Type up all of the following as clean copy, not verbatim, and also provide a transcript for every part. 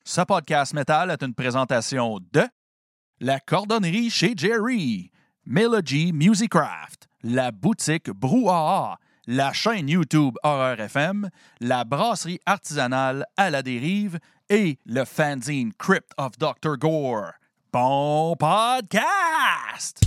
Ce podcast métal est une présentation de La Cordonnerie chez Jerry, Melody Musicraft, la boutique Brouhaha, la chaîne YouTube Horreur FM, la brasserie artisanale À la Dérive et le fanzine Crypt of Dr. Gore. Bon podcast!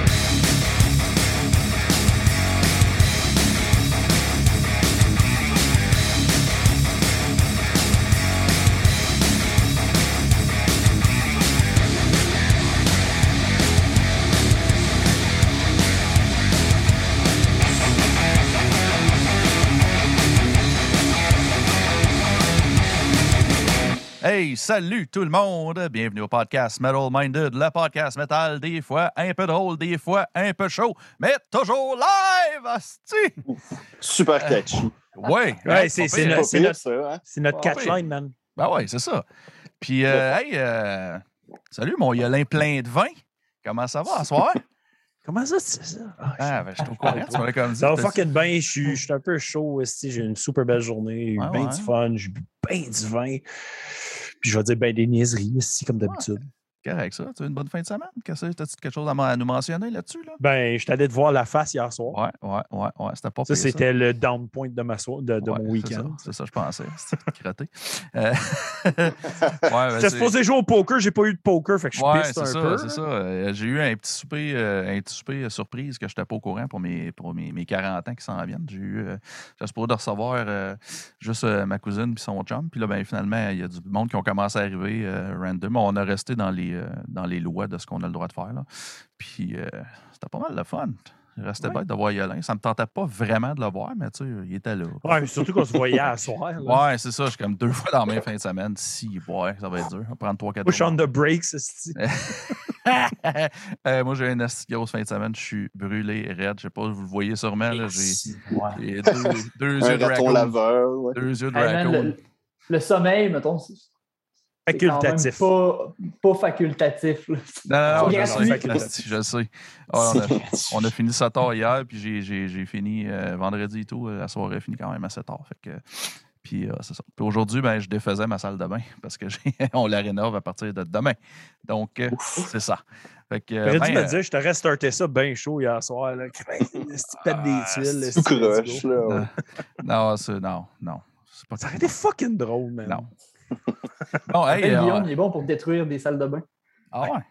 Hey, salut tout le monde! Bienvenue au podcast Metal Minded, le podcast métal des fois un peu drôle, des fois un peu chaud, mais toujours live! Asti! Super catchy. Ouais, C'est notre catchline, man. Ben ouais, c'est ça. Puis, salut mon Yolin plein de vin. Comment ça va, à soir? Comment ça, c'est ça? Ben, je suis au courant, tu m'avais comme dit. Ça va fucking bien, je suis un peu chaud aussi. J'ai une super belle journée, bien du fun, j'ai bu bien du vin. Puis je vais dire ben des niaiseries ici, comme d'habitude. Correct, ça. Tu as une bonne fin de semaine? T'as-tu quelque chose à nous mentionner là-dessus? Là? Ben, je t'allais te voir la face hier soir. Ouais. C'était pas ça, pire, c'était le down point de mon week-end. C'est ça, je pensais. C'était crotté. J'étais supposé jouer au poker, j'ai pas eu de poker, fait que je suis piste un peu. C'est ça. J'ai eu un petit souper surprise que je n'étais pas au courant pour mes 40 ans qui s'en viennent. J'ai supposé de recevoir juste ma cousine et son chum. Puis là, ben, finalement, il y a du monde qui ont commencé à arriver random. On a resté dans les lois de ce qu'on a le droit de faire. Là. Puis c'était pas mal de fun. Il restait bête de voir Yolin. Ça me tentait pas vraiment de le voir, mais tu sais, il était là. Ouais, mais surtout qu'on se voyait à soir. Là. Ouais, c'est ça. Je suis comme 2 fois dans mes fins de semaine. Ça va être dur. On va prendre 3-4 jours. Push on the breaks, c'est moi, j'ai une grosse fin de semaine. Je suis brûlé, raide. Je sais pas, vous le voyez sûrement. Là, j'ai deux yeux de raccoon. Laveur, ouais. 2 yeux de raccoon. Le sommeil, mettons, c'est facultatif. Pas facultatif. Là. Non, gratuit. je sais. On a fini ça tard hier, puis j'ai fini vendredi et tout. La soirée est finie quand même assez tard. Fait que, puis c'est ça. Puis aujourd'hui, ben, je défaisais ma salle de bain parce que on la rénove à partir de demain. Donc, c'est ça. Fait que, j'aurais dû me dire, je t'aurais starté ça bien chaud hier soir. Là. Si tu pètes des tuiles. Tout croche, là. Ouais. Non. Ça aurait été fucking drôle, man. Non. Bon, Guillaume, il est bon pour détruire des salles de bain. Ah ouais?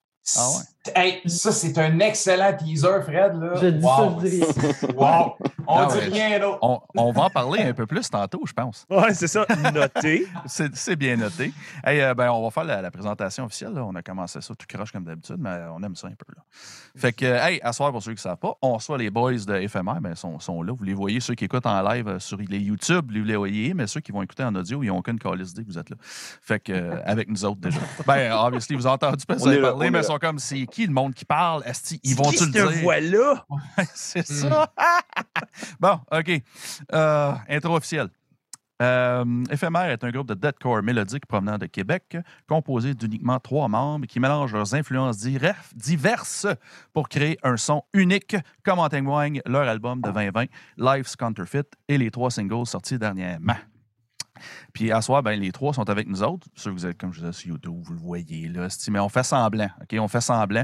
Hey, ça, c'est un excellent teaser, Fred. Là. Je dis ça, je dis rien. Wow! On dit rien d'autre. On va en parler un peu plus tantôt, je pense. Ouais, c'est ça. Noté. c'est bien noté. Hey, ben, on va faire la présentation officielle. Là. On a commencé ça tout croche comme d'habitude, mais on aime ça un peu. Là. Fait que, hey, à soir, pour ceux qui ne savent pas, on reçoit les boys de Éphémère. Ben, sont là. Vous les voyez, ceux qui écoutent en live sur les YouTube, vous les voyez, mais ceux qui vont écouter en audio, ils n'ont aucune calice d'idée que vous êtes là. Fait que, avec nous autres déjà. Ben, obviously, vous avez entendu personne parler, mais ils sont comme, c'est qui le monde qui parle? Esti, ils vont-tu le dire? Voilà! Ouais, c'est ça. Bon, OK. Intro officielle. Éphémère est un groupe de deathcore mélodique provenant de Québec, composé d'uniquement 3 membres qui mélangent leurs influences diverses pour créer un son unique, comme en témoigne leur album de 2020, Life's Counterfeit, et les 3 singles sortis dernièrement. Puis à soir, ben, les 3 sont avec nous autres. Ceux que vous êtes, comme je disais, sur YouTube, vous le voyez là. Mais on fait semblant. OK? On fait semblant.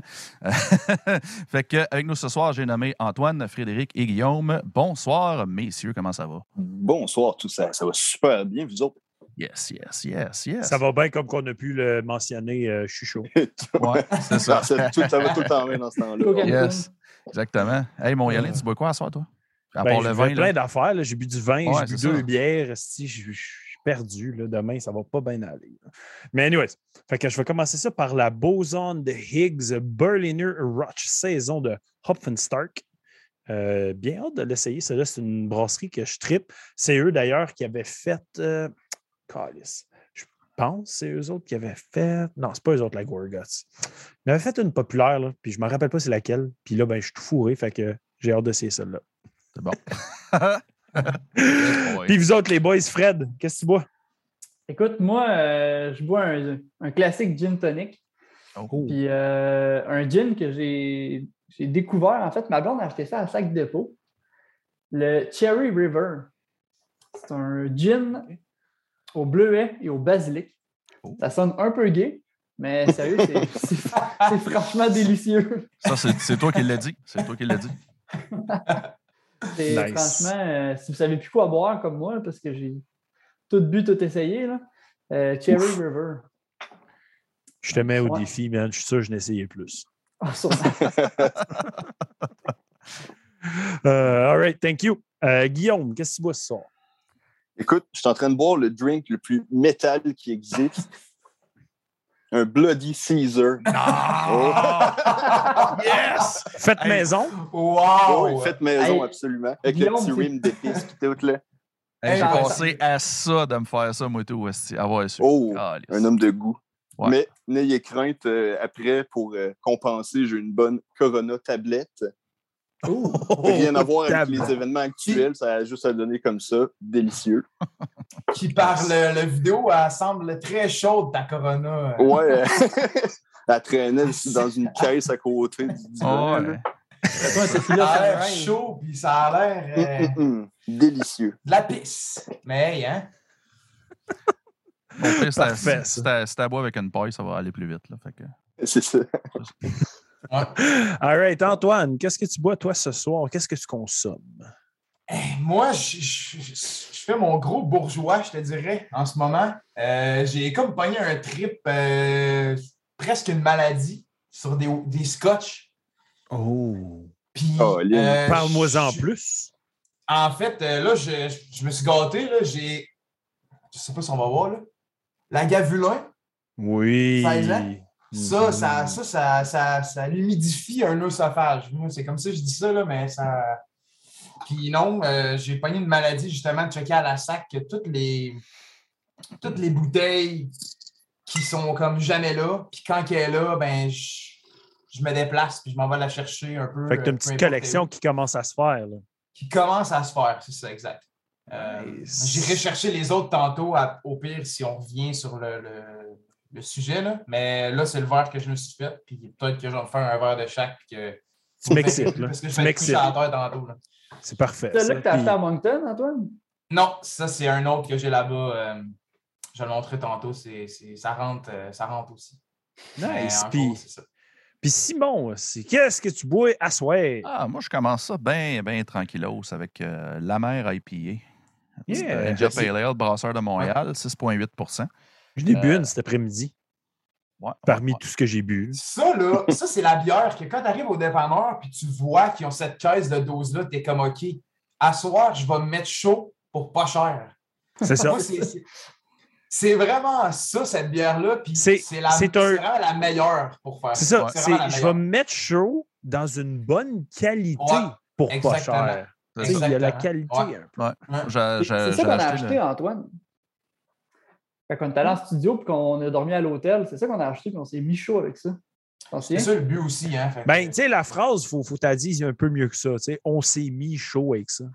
Fait que avec nous ce soir, j'ai nommé Antoine, Frédéric et Guillaume. Bonsoir, messieurs. Comment ça va? Bonsoir, tout ça. Ça va super bien, vous autres? Yes. Ça va bien comme qu'on a pu le mentionner, je suis chaud. Ouais, c'est ça. Ça va tout le temps bien dans ce temps-là. Yes, exactement. Hey, mon Yolin, tu bois quoi à soir, toi? À part le vin, plein d'affaires. Là. J'ai bu du vin, ouais, j'ai bu 2 bières. Si, je suis perdu. Là. Demain, ça va pas bien aller. Là. Mais anyways, fait que je vais commencer ça par la Boson de Higgs Berliner Rotch saison de Hopfenstark. Bien hâte de l'essayer. Celle-là, c'est une brasserie que je trippe. C'est eux, d'ailleurs, qui avaient fait... Calice. Je pense que c'est eux autres qui avaient fait... Non, c'est pas eux autres, la Gorguts. Ils avaient fait une populaire, là, puis je me rappelle pas c'est laquelle. Puis là, ben, je suis tout fourré, fait que j'ai hâte d'essayer celle-là. C'est bon. Puis vous autres, les boys, Fred, qu'est-ce que tu bois? Écoute, moi, je bois un classique gin tonic. Oh. Puis un gin que j'ai découvert. En fait, ma blonde a acheté ça à Sac Depot. Le Cherry River. C'est un gin au bleuet et au basilic. Oh. Ça sonne un peu gay, mais sérieux, c'est franchement délicieux. Ça, c'est toi qui l'as dit. C'est toi qui l'as dit. Nice. Franchement, si vous ne savez plus quoi boire comme moi, parce que j'ai tout bu, tout essayé, là, Cherry River. Je te mets au défi, man. Je suis sûr que je n'essayais plus. Oh, sûrement. All right, thank you. Guillaume, qu'est-ce que tu bois ce soir? Écoute, je suis en train de boire le drink le plus métal qui existe. Un Bloody Caesar. Ah! Yes! Faites maison? Wow! Oui, faites maison, Hey, absolument. Avec Guillaume, le petit rim d'épices et tout, là. Hey, j'ai Ah, pensé à ça, de me faire ça, moi, tout, avoir su. Oh, Calice. un homme de goût. Ouais. Mais n'ayez crainte, après, pour compenser, j'ai une bonne Corona tablette. Rien à voir avec les événements actuels, ça a juste à donner comme ça. Délicieux. Qui par le vidéo, elle semble très chaude, ta Corona. Ouais, elle traînait dans une caisse à côté du divan. Ouais. Toi, t'es plus Ça a là, l'air Samurai. chaud, puis ça a l'air Délicieux. de la pisse. Mais, hey, hein? Bon, après, Parfait, ça. si t'as bois avec une paille, ça va aller plus vite. Là, fait que... C'est ça. All right, Antoine, qu'est-ce que tu bois, toi, ce soir? Qu'est-ce que tu consommes? Moi, je fais mon gros bourgeois, je te dirais, en ce moment. J'ai comme pogné un trip, presque une maladie, sur des scotch. Oh! Puis, Parle-moi-en plus. En fait, là, je me suis gâté. Là, je sais pas si on va voir. Là. La Gavulin. Oui. 16 ans. Ça l'humidifie un œsophage. Moi, c'est comme ça que je dis ça, là, mais ça. Puis non, j'ai pogné une maladie justement de checker à la sac que toutes les bouteilles qui sont comme jamais là, puis quand elle est là, ben je me déplace puis je m'en vais la chercher un peu. Fait que tu as une petite collection qui commence à se faire. Là. Qui commence à se faire, c'est ça, exact. Nice. J'irai chercher les autres tantôt, au pire, si on revient sur le sujet. Là. Mais là, c'est le verre que je me suis fait. Puis peut-être que je vais me faire un verre de chaque. Tu m'excites, là. Parce que je Tu vais te coucher m'excites. à la terre tantôt. Là. C'est parfait. C'est ça. là que tu as Puis- acheté à Moncton, Antoine? Non, ça, c'est un autre que j'ai là-bas. Je vais le montrer tantôt. Ça rentre aussi. Mais Nice. en gros, c'est ça. Puis Simon, qu'est-ce que tu bois à soir? Ah, moi, je commence ça bien tranquillos avec la mer IPA. Yeah. Ninja Pale Ale, brasseur de Montréal, 6,8 Je l'ai bu une cet après-midi, Ouais, parmi ouais. tout ce que j'ai bu. Ça, là, c'est la bière que quand tu arrives au dépanneur puis tu vois qu'ils ont cette caisse de dose-là, tu es comme OK, à soir, je vais me mettre chaud pour pas cher. C'est ça. Moi, c'est vraiment ça, cette bière-là. Puis c'est vraiment la meilleure pour faire C'est ça. ça. C'est vraiment la Je meilleure. vais me mettre chaud dans une bonne qualité Ouais, pour pas exactement. cher. Tu sais, il y a la qualité Ouais. un peu. Ouais. C'est ça qu'on a acheté, Antoine. Quand on est allé en studio et qu'on a dormi à l'hôtel, c'est ça qu'on a acheté et on s'est mis chaud avec ça. C'est ça le but aussi. Hein? Ben, tu sais, la phrase, il faut t'as dit un peu mieux que ça. Tu sais, on s'est mis chaud avec ça.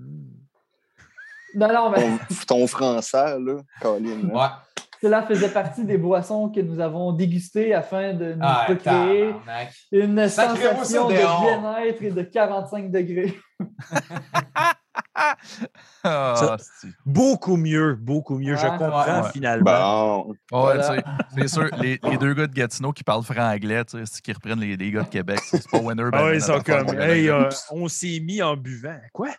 Non, mais Ton français, là, Colin. Ouais. cela faisait partie des boissons que nous avons dégustées afin de nous recréer tabarnak. une Sacrez-moi ça sensation de dehors. bien-être et de 45 degrés. Ah, c'est- Beaucoup mieux. Je comprends ouais. finalement. Bon. Ouais, Voilà. tu sais, c'est sûr, les deux gars de Gatineau qui parlent franc-anglais, tu sais, c'est qui reprennent les gars de Québec. C'est pas winner. Ah oui, ils sont ben, comme, ben, hey, ben, on s'est mis en buvant. Quoi?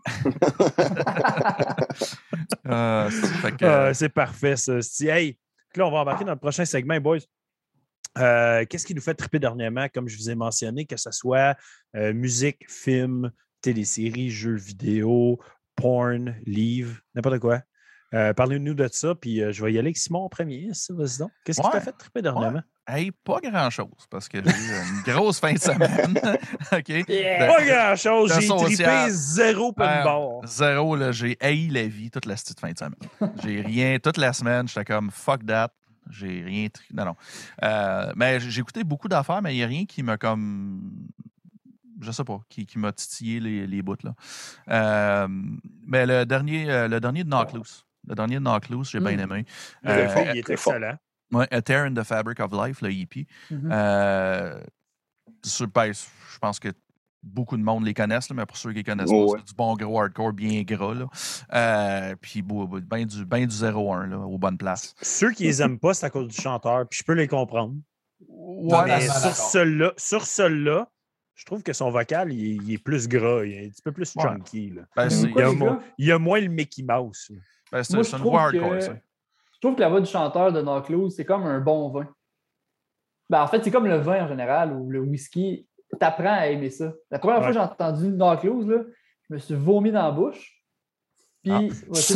fait que, C'est parfait, ça. Hey, là, on va embarquer dans le prochain segment, boys. Qu'est-ce qui nous fait triper dernièrement, comme je vous ai mentionné, que ce soit musique, film, téléséries, jeux vidéo, porn, livres, n'importe quoi. Parlez-nous de ça, puis je vais y aller avec Simon en premier. Vas-y donc. Qu'est-ce qui t'a fait triper dernièrement? hey, pas grand-chose, parce que j'ai eu une grosse fin de semaine. OK? Pas grand-chose. de J'ai social. trippé zéro open bar. Zéro, là, j'ai haï la vie toute la petite fin de semaine. J'ai rien, toute la semaine, j'étais comme fuck that. J'ai rien. Non. Mais j'ai écouté beaucoup d'affaires, mais il n'y a rien qui m'a comme. Je sais pas, qui m'a titillé les bouts, là. Mais le dernier de Knock Loose. Le dernier de Knock Loose, j'ai bien aimé. Il est excellent. Ouais, A Tear in the Fabric of Life, le EP. Mhm. Je pense que beaucoup de monde les connaissent, là, mais pour ceux qui ne connaissent pas, c'est du bon gros hardcore bien gras. Là. Puis ben du 0-1 là, aux bonnes places. Ceux qui les aiment pas, c'est à cause du chanteur, puis je peux les comprendre. Ouais, mais sur celui-là, je trouve que son vocal, il est plus gras, il est un petit peu plus chunky. Là. Ben, il y a moins le Mickey Mouse. Ben, c'est une voix hardcore, ça. Je trouve que la voix du chanteur de Knocked Loose, c'est comme un bon vin. Ben, en fait, c'est comme le vin en général ou le whisky. T'apprends à aimer ça. La première fois que j'ai entendu Knocked Loose, là, je me suis vomi dans la bouche. Puis,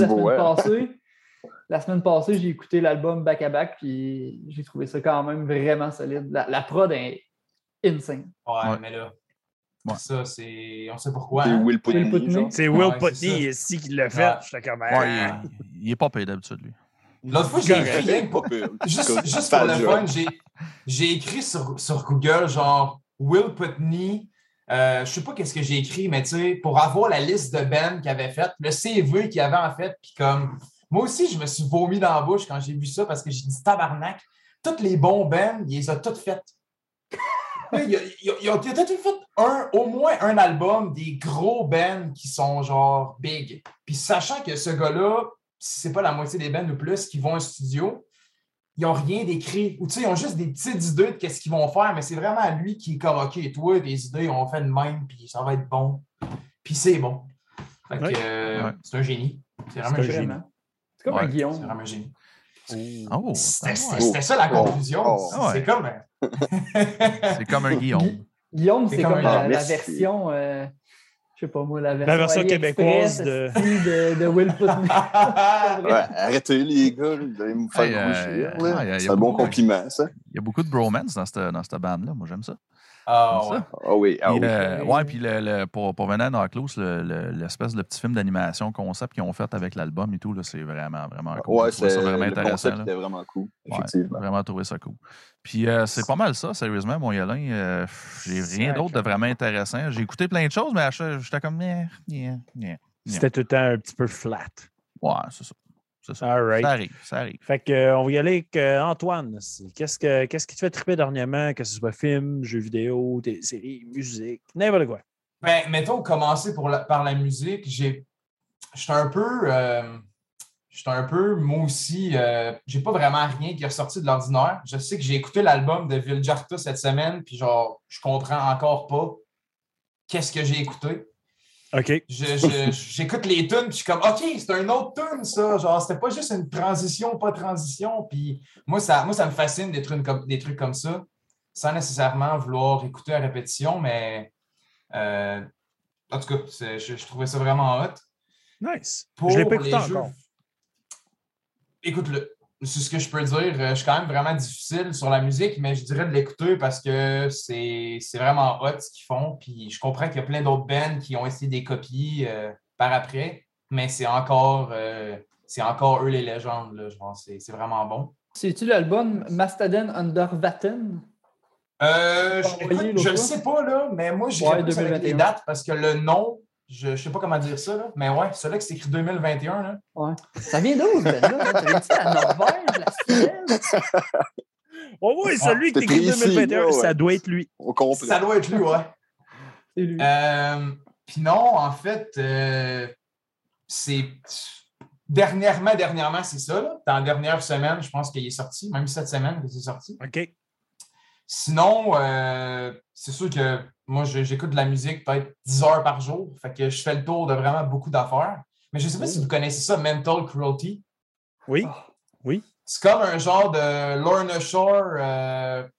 la semaine passée, j'ai écouté l'album Back à Back, puis j'ai trouvé ça quand même vraiment solide. La prod est insane. Ouais, mais là, ça, c'est... On sait pourquoi. C'est Will Putney. C'est Will Putney ici qui l'a fait. J'étais comme... il est pas payé d'habitude, lui. L'autre fois, j'ai écrit... Juste pour le fun, j'ai écrit sur Google, genre, Will Putney... je sais pas qu'est-ce que j'ai écrit, mais tu sais, pour avoir la liste de bands qu'il avait faite, le CV qu'il avait en fait, puis comme... Moi aussi, je me suis vomi dans la bouche quand j'ai vu ça parce que j'ai dit tabarnak. Tous les bons bands, il les a toutes faites. Il a tout fait au moins un album des gros bands qui sont genre big. Puis sachant que ce gars-là, si c'est pas la moitié des bands ou plus qui vont au studio, ils n'ont rien d'écrit. Ou tu sais, ils ont juste des petites idées de ce qu'ils vont faire, mais c'est vraiment lui qui est comme OK, et toi, tes idées, on fait de même, puis ça va être bon. Puis c'est bon. Fait que c'est un génie. C'est vraiment un génie. C'est comme un Guillaume. C'est vraiment un génie. C'était ça la conclusion. C'est comme c'est comme un Guillaume. Guillaume, c'est comme la version... je sais pas moi, la version québécoise de Will Putney. Arrêtez les gars, vous allez me faire rougir. C'est un bon compliment, ça. Il y a beaucoup de bromance dans cette bande-là. Moi, j'aime ça. Oui. Puis pour venir à Knocked Loose, l'espèce de petit film d'animation concept qu'ils ont fait avec l'album et tout, là, c'est vraiment, vraiment cool. Ouais, c'est vraiment intéressant. C'était vraiment cool, effectivement. J'ai vraiment trouvé ça cool. Puis c'est pas mal ça, sérieusement, mon Yolin. J'ai rien d'autre de vraiment intéressant. J'ai écouté plein de choses, mais j'étais comme... C'était tout le temps un petit peu flat. Ouais, c'est ça. All right. Ça arrive. Fait qu'on va y aller avec Antoine. Qu'est-ce qui te fait triper dernièrement, que ce soit film, jeux vidéo, séries, musique, n'importe quoi? Ben, mettons, commencer par la musique, j'étais un peu, moi aussi, j'ai pas vraiment rien qui est ressorti de l'ordinaire. Je sais que j'ai écouté l'album de Viljarta cette semaine, puis genre, je comprends encore pas qu'est-ce que j'ai écouté. OK. J'écoute les tunes, puis je suis comme, OK, c'est un autre tune, ça. Genre, c'était pas juste une transition, pas transition. Puis moi, ça me fascine des trucs comme ça, sans nécessairement vouloir écouter à répétition, mais en tout cas, je trouvais ça vraiment hot. Nice. Je l'ai pas écouté encore. Écoute-le. C'est ce que je peux dire. Je suis quand même vraiment difficile sur la musique, mais je dirais de l'écouter parce que c'est vraiment hot ce qu'ils font. Puis je comprends qu'il y a plein d'autres bands qui ont essayé des copies par après, mais c'est encore eux les légendes. Là. Genre, c'est vraiment bon. C'est-tu l'album Mastodon Under Vatten? Je le sais pas, là, mais moi, je réponds avec les dates parce que le nom, je ne sais pas comment dire ça, là, mais ouais, c'est là que c'est écrit 2021. Là. Ouais. Ça vient d'où, ce là? Tu dit la Norvège, la Suède? Oh oui, celui qui écrit 2021, ça doit être lui. On comprend. Ça doit être lui, ouais. C'est lui. Puis non, en fait, c'est... Dernièrement, c'est ça. Là. Dans la dernière semaine, je pense qu'il est sorti, même cette semaine que c'est sorti. OK. Sinon, c'est sûr que moi, j'écoute de la musique peut-être 10 heures par jour. Fait que je fais le tour de vraiment beaucoup d'affaires. Mais je ne sais pas si vous connaissez ça, Mental Cruelty. Oui. Oui. C'est comme un genre de Lorna Shore.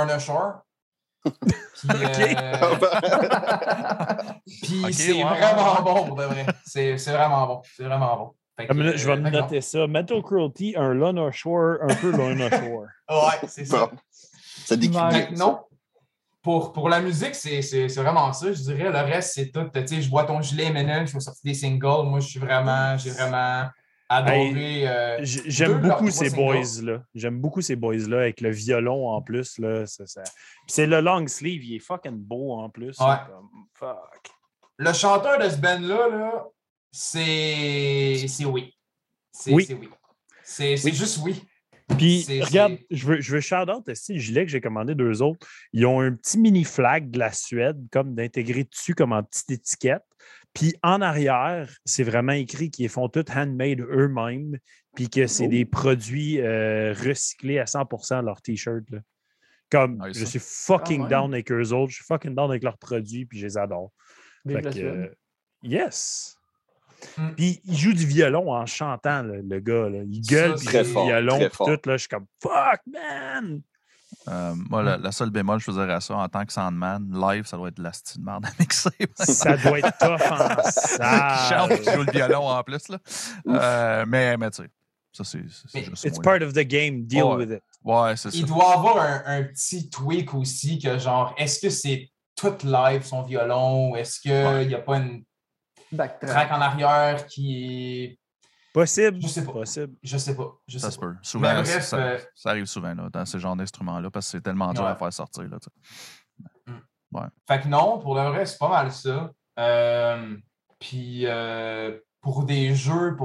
Puis c'est vraiment bon, pour de vrai. C'est vraiment bon. C'est vraiment bon. Je vais me noter ça. Mental Cruelty, un Lorna Shore, un peu Lorna Shore. Ouais, c'est ça. Ça décrit. Non. Pour la musique, c'est vraiment ça. Je dirais, le reste, c'est tout. Tu sais, je vois ton gilet, Eminem, je suis sorti des singles. Moi, j'ai vraiment adoré. J'aime beaucoup ces boys-là. J'aime beaucoup ces boys-là avec le violon en plus. Là, c'est le long sleeve, il est fucking beau en plus. Ouais. Comme, fuck. Le chanteur de ce band-là, c'est oui. C'est oui. C'est juste oui. Puis, regarde, je veux shout-out aussi le gilet que j'ai commandé d'eux autres. Ils ont un petit mini flag de la Suède, comme d'intégrer dessus comme en petite étiquette. Puis, en arrière, c'est vraiment écrit qu'ils font tout handmade eux-mêmes, puis que c'est des produits recyclés à 100% leur T-shirt. Là. Comme, je suis fucking down avec eux autres, je suis fucking down avec leurs produits, puis je les adore. Fait que, yes! Puis il joue du violon en chantant, le gars. Là. Il gueule, puis il joue du violon, puis tout. Là, je suis comme « Fuck, man! » Moi, la seule bémol, je faisais ça en tant que Sandman, live, ça doit être de la style merde à mixer. Ça doit être tough en salle. Qui chante et qui joue le violon en plus. Là. Mais tu sais, ça, c'est juste It's part of the game, deal with it. Ouais, c'est ça. Il doit avoir un petit tweak aussi, que genre, est-ce que c'est tout live son violon, ou est-ce qu'il n'y a pas une track en arrière qui est... Possible. Je sais pas. Possible. Je sais pas. Ça se peut. Souvent, bref, ça arrive souvent là, dans ce genre d'instruments-là parce que c'est tellement dur à faire sortir. Là, ouais. Fait que non, pour le vrai, c'est pas mal ça. Puis pour des jeux,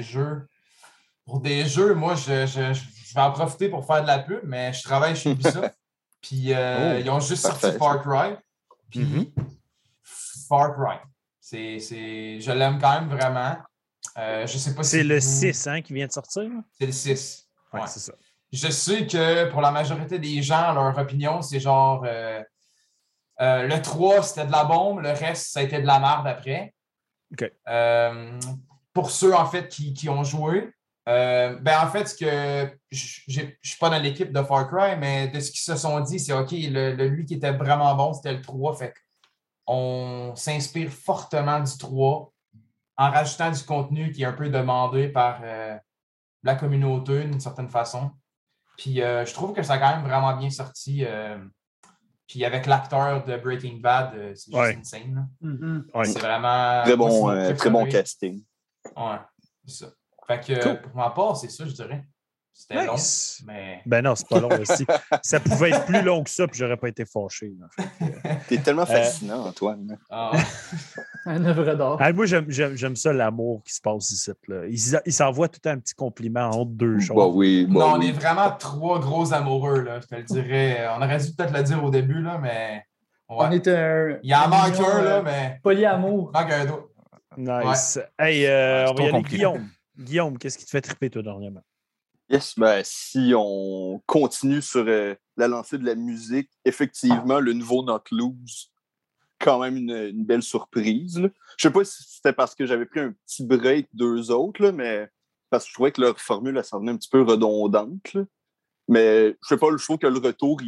moi, je vais en profiter pour faire de la pub, mais je travaille chez Ubisoft. Puis ils ont juste sorti Far Cry. Puis Far Cry. Je l'aime quand même vraiment. Je sais pas si c'est le 6 qui vient de sortir? C'est le 6. Ouais, c'est ça. Je sais que pour la majorité des gens, leur opinion, c'est genre le 3, c'était de la bombe, le reste, ça a été de la merde après. OK. Pour ceux, en fait, qui ont joué, en fait, ce que je ne suis pas dans l'équipe de Far Cry, mais de ce qu'ils se sont dit, c'est OK, lui qui était vraiment bon, c'était le 3. Fait qu'on s'inspire fortement du 3 en rajoutant du contenu qui est un peu demandé par la communauté d'une certaine façon. Puis je trouve que ça a quand même vraiment bien sorti. Puis avec l'acteur de Breaking Bad, c'est juste insane. C'est vraiment... Très bon casting. Ouais, c'est ça. Fait que pour ma part, c'est ça, je dirais. C'était long, mais... Ben non, c'est pas long aussi. Ça pouvait être plus long que ça, puis j'aurais pas été fâché. T'es tellement fascinant, Antoine. Un œuvre d'art. Moi, j'aime ça, l'amour qui se passe ici. Là. Il s'envoie tout un petit compliment entre deux choses. On est vraiment 3 gros amoureux, là, je te le dirais. On aurait dû peut-être le dire au début, là, mais... Ouais. On est il en manque un, là, mais... Polyamour. Il manque un d'autre. Nice. Hey, on va y aller, Guillaume. Guillaume, qu'est-ce qui te fait triper, toi, dernièrement? Yes, si on continue sur la lancée de la musique, effectivement, le nouveau Not Loose, quand même une belle surprise. Là. Je sais pas si c'était parce que j'avais pris un petit break d'eux autres, là, mais parce que je trouvais que leur formule, elle s'en venait un petit peu redondante. Là. Mais je sais pas, je trouve que le retour,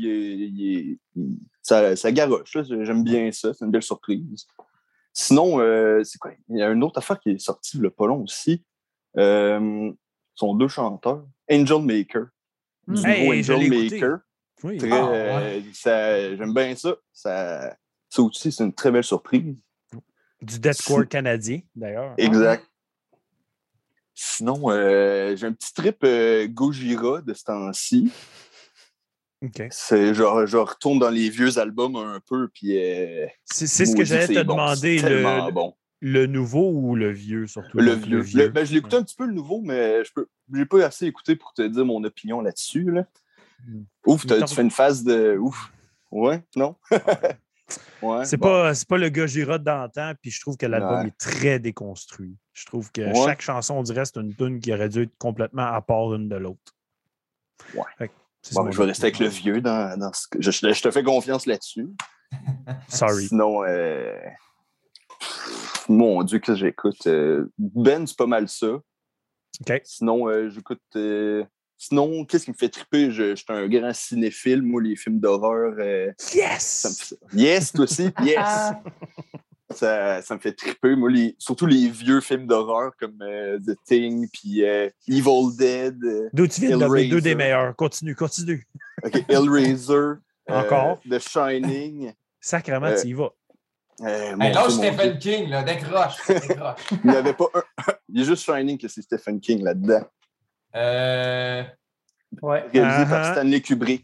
ça garoche. Là. J'aime bien ça, c'est une belle surprise. Sinon, c'est quoi? Il y a une autre affaire qui est sortie il y a pas long aussi. Sont 2 chanteurs. Angel Maker. Du nouveau Angel Maker. Oui. J'aime bien ça. Ça aussi, c'est une très belle surprise. Du deathcore canadien, d'ailleurs. Exact. Sinon, j'ai un petit trip Gojira de ce temps-ci. Okay. Je retourne dans les vieux albums un peu. Puis, c'est ce que j'allais te demander. C'est bon. Le nouveau ou le vieux, surtout? Le vieux. Je l'ai écouté un petit peu, le nouveau, mais je n'ai pas assez écouté pour te dire mon opinion là-dessus. Là. Ouf, tu fais une phase de... Ouf. Ouais, non? Ouais, c'est pas le Gojira d'antan, puis je trouve que l'album est très déconstruit. Je trouve que chaque chanson, on dirait, c'est une tune qui aurait dû être complètement à part l'une de l'autre. Ouais. Je vais rester avec le vieux dans ce... Je te fais confiance là-dessus. Sorry. Sinon... Mon Dieu, que j'écoute. Ben, c'est pas mal ça. OK. Sinon, j'écoute... Sinon, qu'est-ce qui me fait triper? Je suis un grand cinéphile. Moi, les films d'horreur... Yes! Yes, toi aussi? Yes! ça me fait triper. Moi, surtout les vieux films d'horreur comme The Thing, puis Evil Dead. D'où tu viens de nommer 2 des meilleurs. Continue. OK, Hellraiser. Encore? The Shining. Sacrément, tu y vas. Là, Stephen King, là, décroche. Il n'y avait pas un. Il y a juste Shining que c'est Stephen King là-dedans. Réalisé par Stanley Kubrick.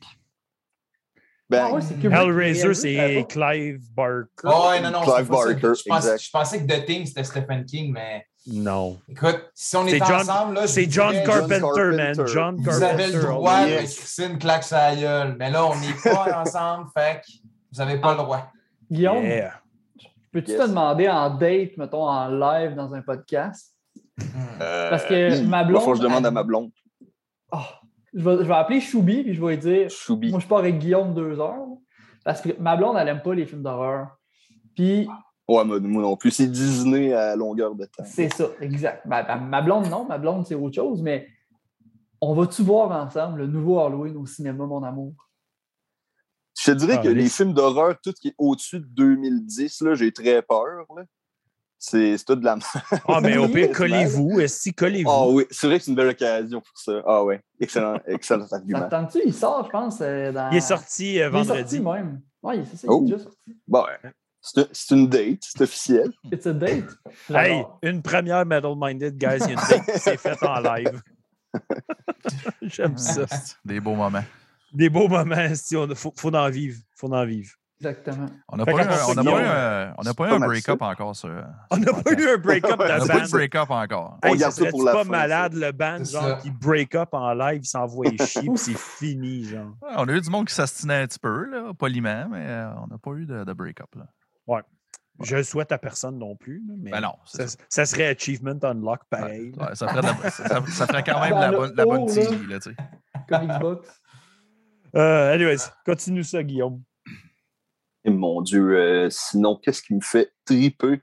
Hellraiser, c'est Clive Barker. Oh, non, Clive Barker, je pensais que The Thing, c'était Stephen King, mais Non. Écoute, si on C'est est ensemble, là, c'est je John dirais, Carpenter, man. Carpenter. John vous avez le Carpenter. droit de yes. me crisser une claque sur la gueule. Mais là, on n'est pas ensemble, fait que vous n'avez pas le droit. Guillaume, Yeah. peux-tu Yes. te demander en date, mettons, en live dans un podcast? Parce que ma Il va blonde, falloir que je demande elle- à ma blonde. Oh, je vais appeler Choubi puis je vais lui dire Choubi. moi, je pars avec Guillaume 2 heures. Parce que ma blonde, elle n'aime pas les films d'horreur. Puis, Ouais, moi non plus. C'est Disney à longueur de temps. c'est ça, exact. Ma blonde, non. Ma blonde, c'est autre chose. Mais on va-tu voir ensemble le nouveau Halloween au cinéma, mon amour? Je te dirais que les- les films d'horreur, tout ce qui est au-dessus de 2010, là, j'ai très peur. Là. C'est tout de la merde. Ah, mais au pire, Oui, collez-vous. Est-ce que collez-vous? Ah oui, c'est vrai que c'est une belle occasion pour ça. Ah oui, excellent Ça argument. te tente-tu? Il sort, je pense, dans... Il est sorti Il est vendredi. sorti même. Oui, c'est ça, Oh. il est déjà sorti. Bon, ouais. C'est une date, c'est officiel. It's a date. Hey, J'adore. une première Metal Minded, guys. Il y a une date qui s'est faite en live. J'aime ça. Des beaux moments. Des beaux moments. Si faut en vivre. Faut en vivre. Exactement. On n'a Fait pas eu qu'à part ça, on n'a Guillaume, pas eu pas un mal break-up ça. encore. Sur, On n'a pas eu un break-up on de n'a pas eu band. de break-up encore. On Hey, garde ça ça pour serait-tu la pas fin, malade, le band, C'est genre, ça. qui break up en live, il s'envoie chier, puis c'est fini, genre. Ouais, on a eu du monde qui s'astinait un petit peu, là, poliment, mais on n'a pas eu de break-up. Là. Je le souhaite à personne non plus, là, mais Ben non, c'est ça. ça serait Achievement Unlock pareil. là. Ouais, ça, ferait ça ferait quand même Dans le la bonne haut, là. TV. Là, tu sais. Comme Xbox. Anyways, continue ça, Guillaume. Et mon Dieu, sinon, qu'est-ce qui me fait triper?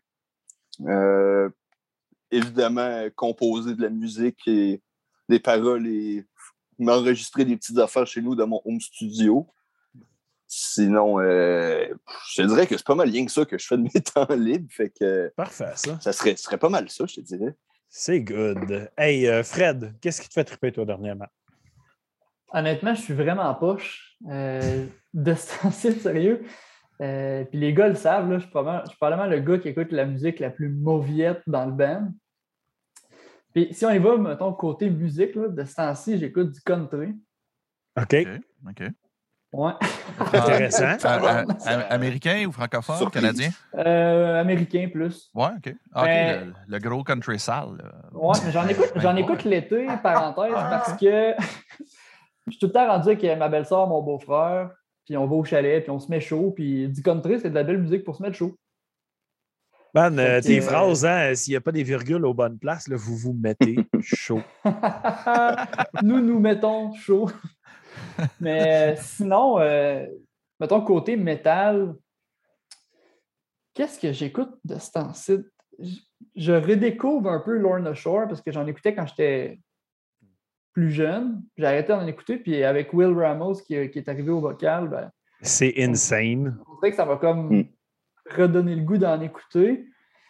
Évidemment, composer de la musique et des paroles et m'enregistrer des petites affaires chez nous dans mon home studio. Sinon, je te dirais que c'est pas mal rien que ça que je fais de mes temps libres. Fait que Parfait, ça. ça serait pas mal ça, je te dirais. C'est good. Hey, Fred, qu'est-ce qui te fait triper, toi, dernièrement? Honnêtement, je suis vraiment poche de ce temps-ci, sérieux. Puis les gars le savent, là, je suis probablement le gars qui écoute la musique la plus mauviette dans le band. Puis si on y va, mettons, côté musique, là, de ce temps-ci, j'écoute du country. OK. OK. Ouais. Intéressant. Américain ou francophone, Surprise. canadien? Américain plus. Ouais, OK. Ah, OK, Mais- le gros country sale. là. Ouais, mais j'en écoute l'été, parenthèse, parce que je suis tout le temps rendu avec ma belle-sœur, mon beau-frère, puis on va au chalet, puis on se met chaud, puis du country, c'est de la belle musique pour se mettre chaud. Man, Fait que- tes phrases, hein, s'il n'y a pas des virgules aux bonnes places, là, vous vous mettez chaud. Nous mettons chaud. Mais sinon, mettons côté métal, qu'est-ce que j'écoute de ce temps-ci? Je redécouvre un peu Lorna Shore parce que j'en écoutais quand j'étais plus jeune. J'ai arrêté d'en écouter, puis avec Will Ramos qui est arrivé au vocal, ben, C'est insane. on dirait que ça va comme redonner le goût d'en écouter.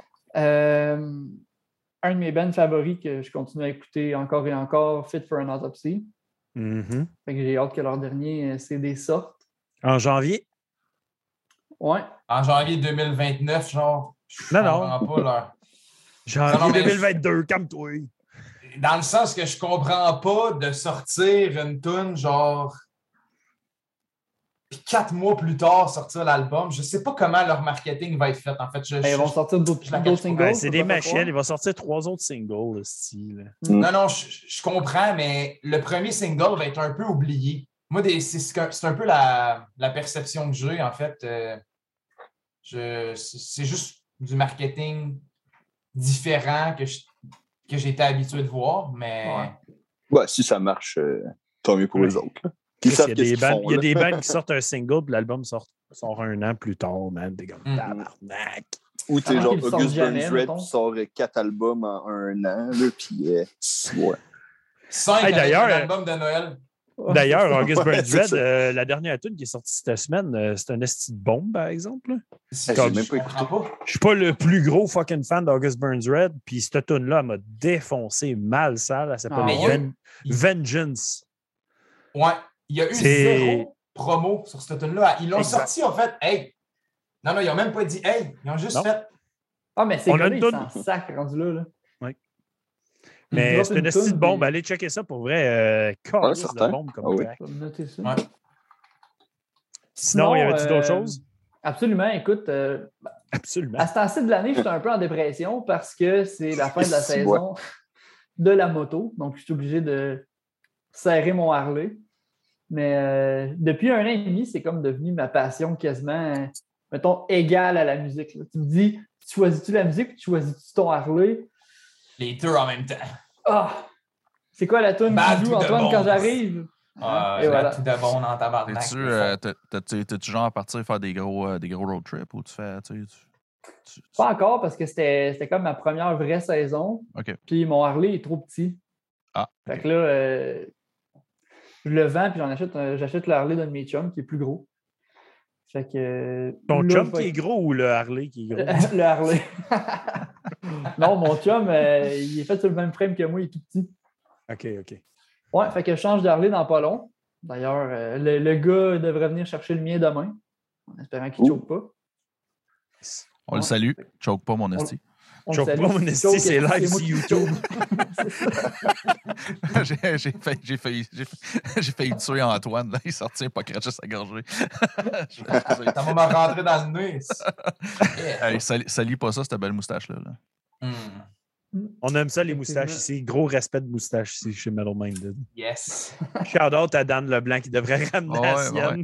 Un de mes bands favoris que je continue à écouter encore et encore, Fit for an Autopsy. Mhm. Fait que j'ai hâte que leur dernier CD sorte. En janvier? Ouais. En janvier 2029, genre, je Non, non. comprends pas leur... Janvier Non, mais- 2022, calme-toi. Dans le sens que je comprends pas de sortir une tune genre puis 4 mois plus tard sortir l'album. Je sais pas comment leur marketing va être fait en fait. Ben, ils vont sortir d'autres je la cache pas. singles. Ouais, c'est faut des pas faire machines. croire. Il va sortir 3 autres singles, le style. Non, je comprends, mais le premier single va être un peu oublié. Moi, c'est un peu la perception que j'ai, en fait. C'est juste du marketing différent que j'ai été habitué de voir, mais... Ouais, si ça marche, tant mieux pour les autres. Là. Ils Il y savent a qu'est-ce des qu'ils bandes, font. il y a là. des bandes qui sortent un single, puis l'album sort un an plus tard, man. T'es comme Mhm. tabarnak. Ou t'es Avant genre qu'ils le sortent August jamais, Burns Red mettons. qui sort 4 albums en un an, là, puis ouais. 5 Hey, avec d'ailleurs, un album de Noël. Ouais, D'ailleurs, c'est ça. August Ouais, Burns c'est Red, ça. la dernière tune qui est sortie cette semaine, c'est un esti de bombe, par exemple. là. C'est j'ai comme même je pas comprends pas. Je suis pas le plus gros fucking fan d'August Burns Red, puis cette tune-là, elle m'a défoncé mal sale. Elle s'appelle Ah ouais? Vengeance. Ouais, il y a eu C'est- 0 promo sur cette tune-là. Ils l'ont Exact. sorti, en fait, hey. Non, ils n'ont même pas dit hey. Ils ont juste Non. fait. Ah, mais c'est On a gars, une ils toune. s'en sacrent rendu là. Ils Mais droppent c'est une esti toune, de bombe. puis- Allez checker ça pour vrai. Calice de certain. bombe comme Ah oui. track. Je vais me noter ça. Ouais. Sinon, il y avait-tu d'autres euh, choses? Absolument. Écoute, Absolument. À ce temps-ci de l'année, j'étais un peu en dépression parce que c'est la fin de la Si, saison de la moto. Donc, je suis obligé de serrer mon Harley. Mais depuis 1 an et demi, c'est comme devenu ma passion quasiment, mettons, égale à la musique. Là. Tu me dis, choisis-tu la musique ou tu choisis-tu ton Harley? Les deux en même temps. Ah! C'est quoi la tune Bad qui joue, to the Antoine, quand bones. j'arrive? Et voilà. Tout de bon dans tabarnak. T'es-tu genre à partir faire des gros road trips ou tu fais. Pas encore parce que c'était comme ma première vraie saison. OK. Puis mon Harley est trop petit. Ah. Fait que là, je le vends puis j'achète le Harley d'un de mes chums qui est plus gros. Fait que. Ton là, chum qui est gros ou le Harley qui est gros? Le Harley. Non, mon chum, il est fait sur le même frame que moi, il est tout petit. OK. Ouais, fait que je change de Harley dans pas long. D'ailleurs, le gars devrait venir chercher le mien demain, en espérant qu'il ne choque pas. On le salue. Choke pas, mon esti. On Choke le salue. pas, mon esti, c'est Choke, live moi sur qui YouTube. J'ai failli tuer Antoine. Là. Il sortit pas cracher sa gorgée. Ça va me rentrer dans le nez. Hey, salis pas ça, cette belle moustache-là. Là. On aime ça, les moustaches ici. Gros respect de moustache ici chez Metal Minded. Yes. Shout-out à Dan Leblanc qui devrait ramener la sienne.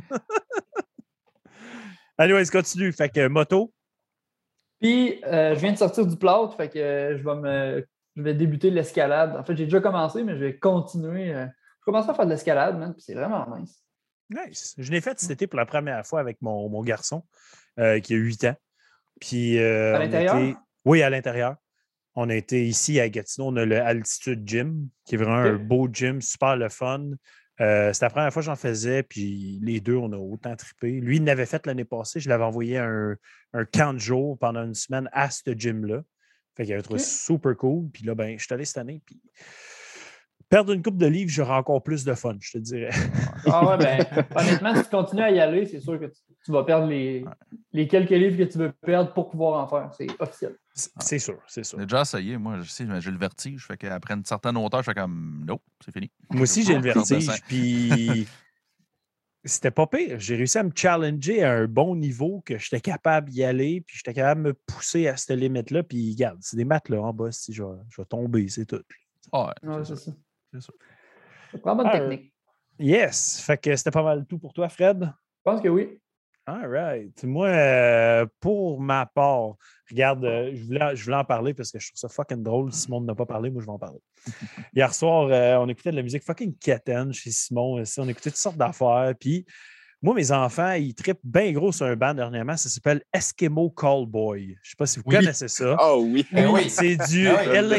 Allez, on continue. Fait que moto. Puis, je viens de sortir du plâtre, fait que je vais débuter l'escalade. En fait, j'ai déjà commencé, mais je vais continuer. Je commence à faire de l'escalade, man, puis c'est vraiment nice. Nice. Je l'ai fait cet été pour la première fois avec mon garçon qui a 8 ans. Puis, à l'intérieur? Oui, à l'intérieur. On a été ici à Gatineau, on a le Altitude Gym, qui est vraiment un beau gym, super le fun. C'était la première fois que j'en faisais, puis les deux, on a autant trippé. Lui, il l'avait fait l'année passée. Je l'avais envoyé un camp de jour pendant une semaine à ce gym-là. Fait qu'il avait trouvé super cool. Puis là, ben, je suis allé cette année, puis perdre une coupe de livres, j'aurai encore plus de fun, je te dirais. Ah ouais, ben, honnêtement, si tu continues à y aller, c'est sûr que tu vas perdre les quelques livres que tu veux perdre pour pouvoir en faire. C'est officiel. C'est sûr, c'est sûr. J'ai déjà essayé, moi, je sais, mais j'ai le vertige. Fait qu'après une certaine hauteur, je fais comme nope, c'est fini. Moi aussi, j'ai le vertige. Puis c'était pas pire. J'ai réussi à me challenger à un bon niveau que j'étais capable d'y aller, puis j'étais capable de me pousser à cette limite-là. Puis regarde, c'est des maths là en bas, si je vais tomber, c'est tout. Ouais, c'est ça. C'est sûr. Ça prend bonne technique. Yes. Fait que c'était pas mal tout pour toi, Fred. Je pense que oui. All right. Moi, pour ma part, regarde, je voulais en parler parce que je trouve ça fucking drôle. Simon n'a pas parlé, moi je vais en parler. Hier soir, on écoutait de la musique fucking quétaine chez Simon. On écoutait toutes sortes d'affaires. Puis moi, mes enfants, ils trippent bien gros sur un band dernièrement. Ça s'appelle Eskimo Callboy. Je ne sais pas si vous connaissez ça. Oh oui. Oui. C'est du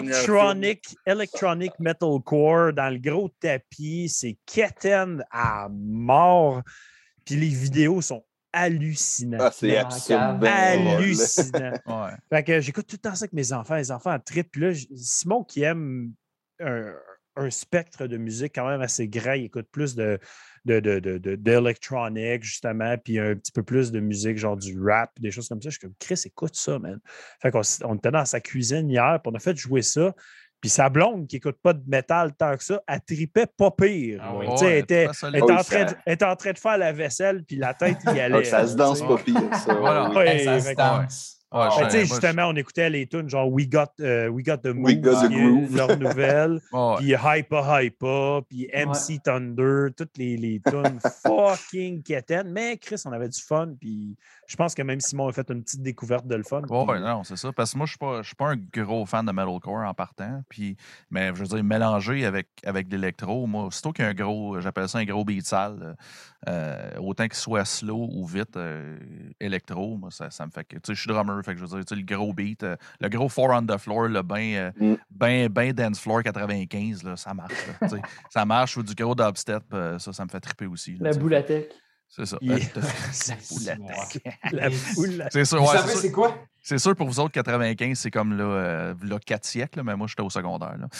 electronic metalcore dans le gros tapis. C'est quétaine à mort. Puis les vidéos sont hallucinant. Ah, c'est absolument hallucinant. Ouais. Fait que j'écoute tout le temps ça avec mes enfants. Les enfants en trippent. Puis là, Simon, qui aime un spectre de musique quand même assez grand, il écoute plus d'électronique, justement, puis un petit peu plus de musique, genre du rap, des choses comme ça. Je suis comme, Chris, écoute ça, man. Fait qu'on était dans sa cuisine hier, puis on a fait jouer ça. Puis sa blonde, qui n'écoute pas de métal tant que ça, elle tripait pas pire. Ah oui. Elle était Ouais, en train de faire la vaisselle, puis la tête y allait. Ça se danse pas pire, ça. Voilà. Oui. Ça se danse. Justement, on écoutait les tunes genre We Got the Move, We Got the Groove. leur nouvelle, Ouais. puis Hypa, puis MC Thunder, toutes les tunes fucking quétaines. Mais Chris, on avait du fun, puis je pense que même Simon a fait une petite découverte de le fun. Oui, non, c'est ça. Parce que moi, je suis pas un gros fan de metalcore en partant. Mais je veux dire, mélanger avec de l'électro, moi, aussitôt qu'il y a un gros, j'appelle ça un gros beat sale, autant qu'il soit slow ou vite, électro, moi, ça me fait que. Tu sais, je suis drummer, fait que je veux dire, tu sais, le gros beat, le gros four on the floor, le ben dance floor 95, là, ça marche. Là, tu sais. Ça marche, ou du gros dubstep, ça me fait triper aussi. Là, la boulatec. C'est ça. Yeah. La C'est sûr, Vous ouais, savez, c'est quoi? c'est sûr, pour vous autres, 95, c'est comme là 4 siècles, mais moi, j'étais au secondaire. Là.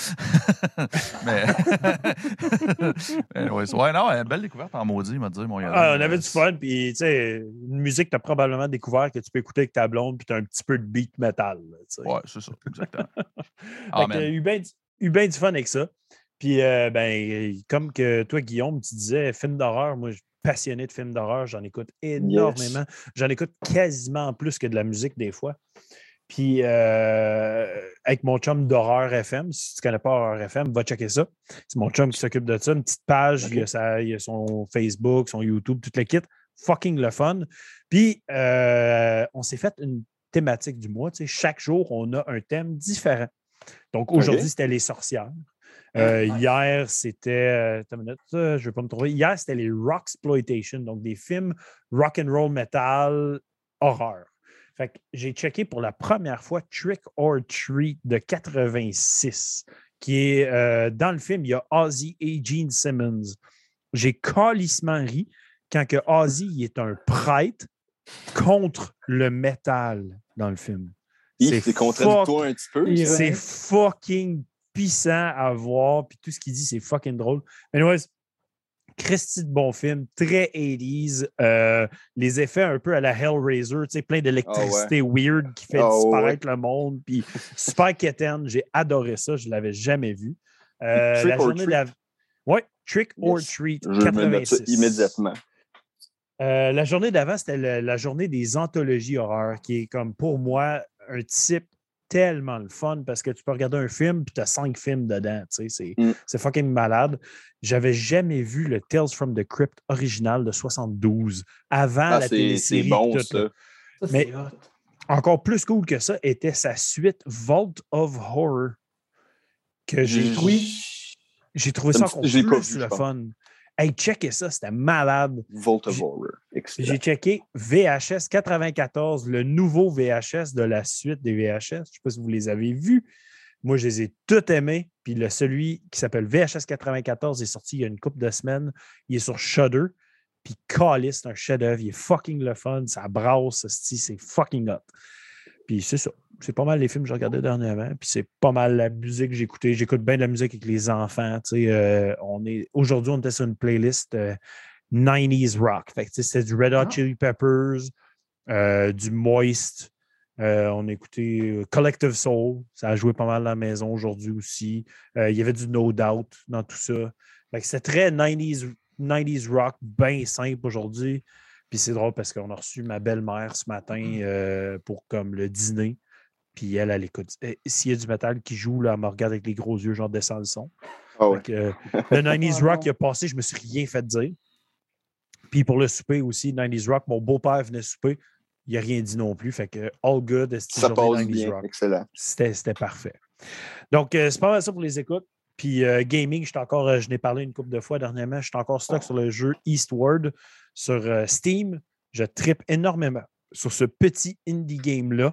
mais ouais, non, une belle découverte en maudit, m'a dit, mon gars. On avait du fun, puis tu sais, une musique que tu as probablement découvert que tu peux écouter avec ta blonde, puis tu as un petit peu de beat metal. Là, ouais, c'est ça, exactement. Fait que, eu bien du fun avec ça. Puis, comme que toi, Guillaume, tu disais, film d'horreur, moi, je suis passionné de films d'horreur, j'en écoute énormément. J'en écoute quasiment plus que de la musique des fois. Puis, avec mon chum d'Horreur FM, si tu ne connais pas Horreur FM, va checker ça. C'est mon chum qui s'occupe de ça. Une petite page, Okay. il y a son Facebook, son YouTube, tout le kit. Fucking le fun. Puis, on s'est fait une thématique du mois. Tu sais, chaque jour, on a un thème différent. Donc, aujourd'hui, c'était les sorcières. Hier, c'était. Attends une minute, je ne vais pas me tromper. Hier, c'était les Rocksploitation, donc des films rock and roll metal horreur. Fait que j'ai checké pour la première fois Trick or Treat de 86, qui est dans le film, il y a Ozzy et Gene Simmons. J'ai calissement ri quand que Ozzy il est un prêtre contre le métal dans le film. C'est contradictoire un petit peu. C'est fucking puissant à voir, puis tout ce qu'il dit, c'est fucking drôle. Mais anyways, Christy de bon film, très 80s. Les effets un peu à la Hellraiser, tu sais, plein d'électricité weird qui fait disparaître le monde. Puis super quétaine, j'ai adoré ça, je ne l'avais jamais vu. La journée d'avant. Oui, Trick or Treat, 86. Immédiatement. La journée d'avant, c'était la journée des anthologies horreur, qui est comme pour moi un type tellement le fun parce que tu peux regarder un film puis tu as 5 films dedans. Tu sais, c'est fucking malade. J'avais jamais vu le Tales from the Crypt original de 72 avant la télésérie. C'est bon, ça. Mais encore plus cool que ça était sa suite Vault of Horror que j'ai trouvé ça encore plus le fun. Hey, checkez ça, c'était malade. Vault of Horror. Excellent. J'ai checké VHS 94, le nouveau VHS de la suite des VHS. Je ne sais pas si vous les avez vus. Moi, je les ai tous aimés. Puis celui qui s'appelle VHS 94 est sorti il y a une couple de semaines. Il est sur Shudder. Puis Callis, c'est un chef-d'œuvre. Il est fucking le fun. Ça brasse, c'est fucking hot. Puis c'est ça. C'est pas mal les films que j'ai regardés dernièrement. Puis c'est pas mal la musique que j'ai écoutée. J'écoute bien de la musique avec les enfants. Aujourd'hui, on était sur une playlist 90s rock. Fait que c'était du Red Hot Chili Peppers, du Moist. On a écouté Collective Soul. Ça a joué pas mal à la maison aujourd'hui aussi. Il y avait du No Doubt dans tout ça. Fait que c'était très 90s rock, bien simple aujourd'hui. Puis c'est drôle parce qu'on a reçu ma belle-mère ce matin pour comme le dîner. Puis elle écoute. S'il y a du métal qui joue, là, elle me regarde avec les gros yeux, genre descend le son. Oh ouais. Le 90s rock qui a passé, je me suis rien fait dire. Puis pour le souper aussi, 90s rock, mon beau-père venait souper. Il n'a rien dit non plus. Fait que all good. Ça passe bien. Rock. Excellent. C'était parfait. Donc, c'est pas mal ça pour les écoutes. Puis gaming, je n'ai parlé une couple de fois dernièrement, je suis encore stock sur le jeu Eastward sur Steam. Je trippe énormément sur ce petit indie game-là.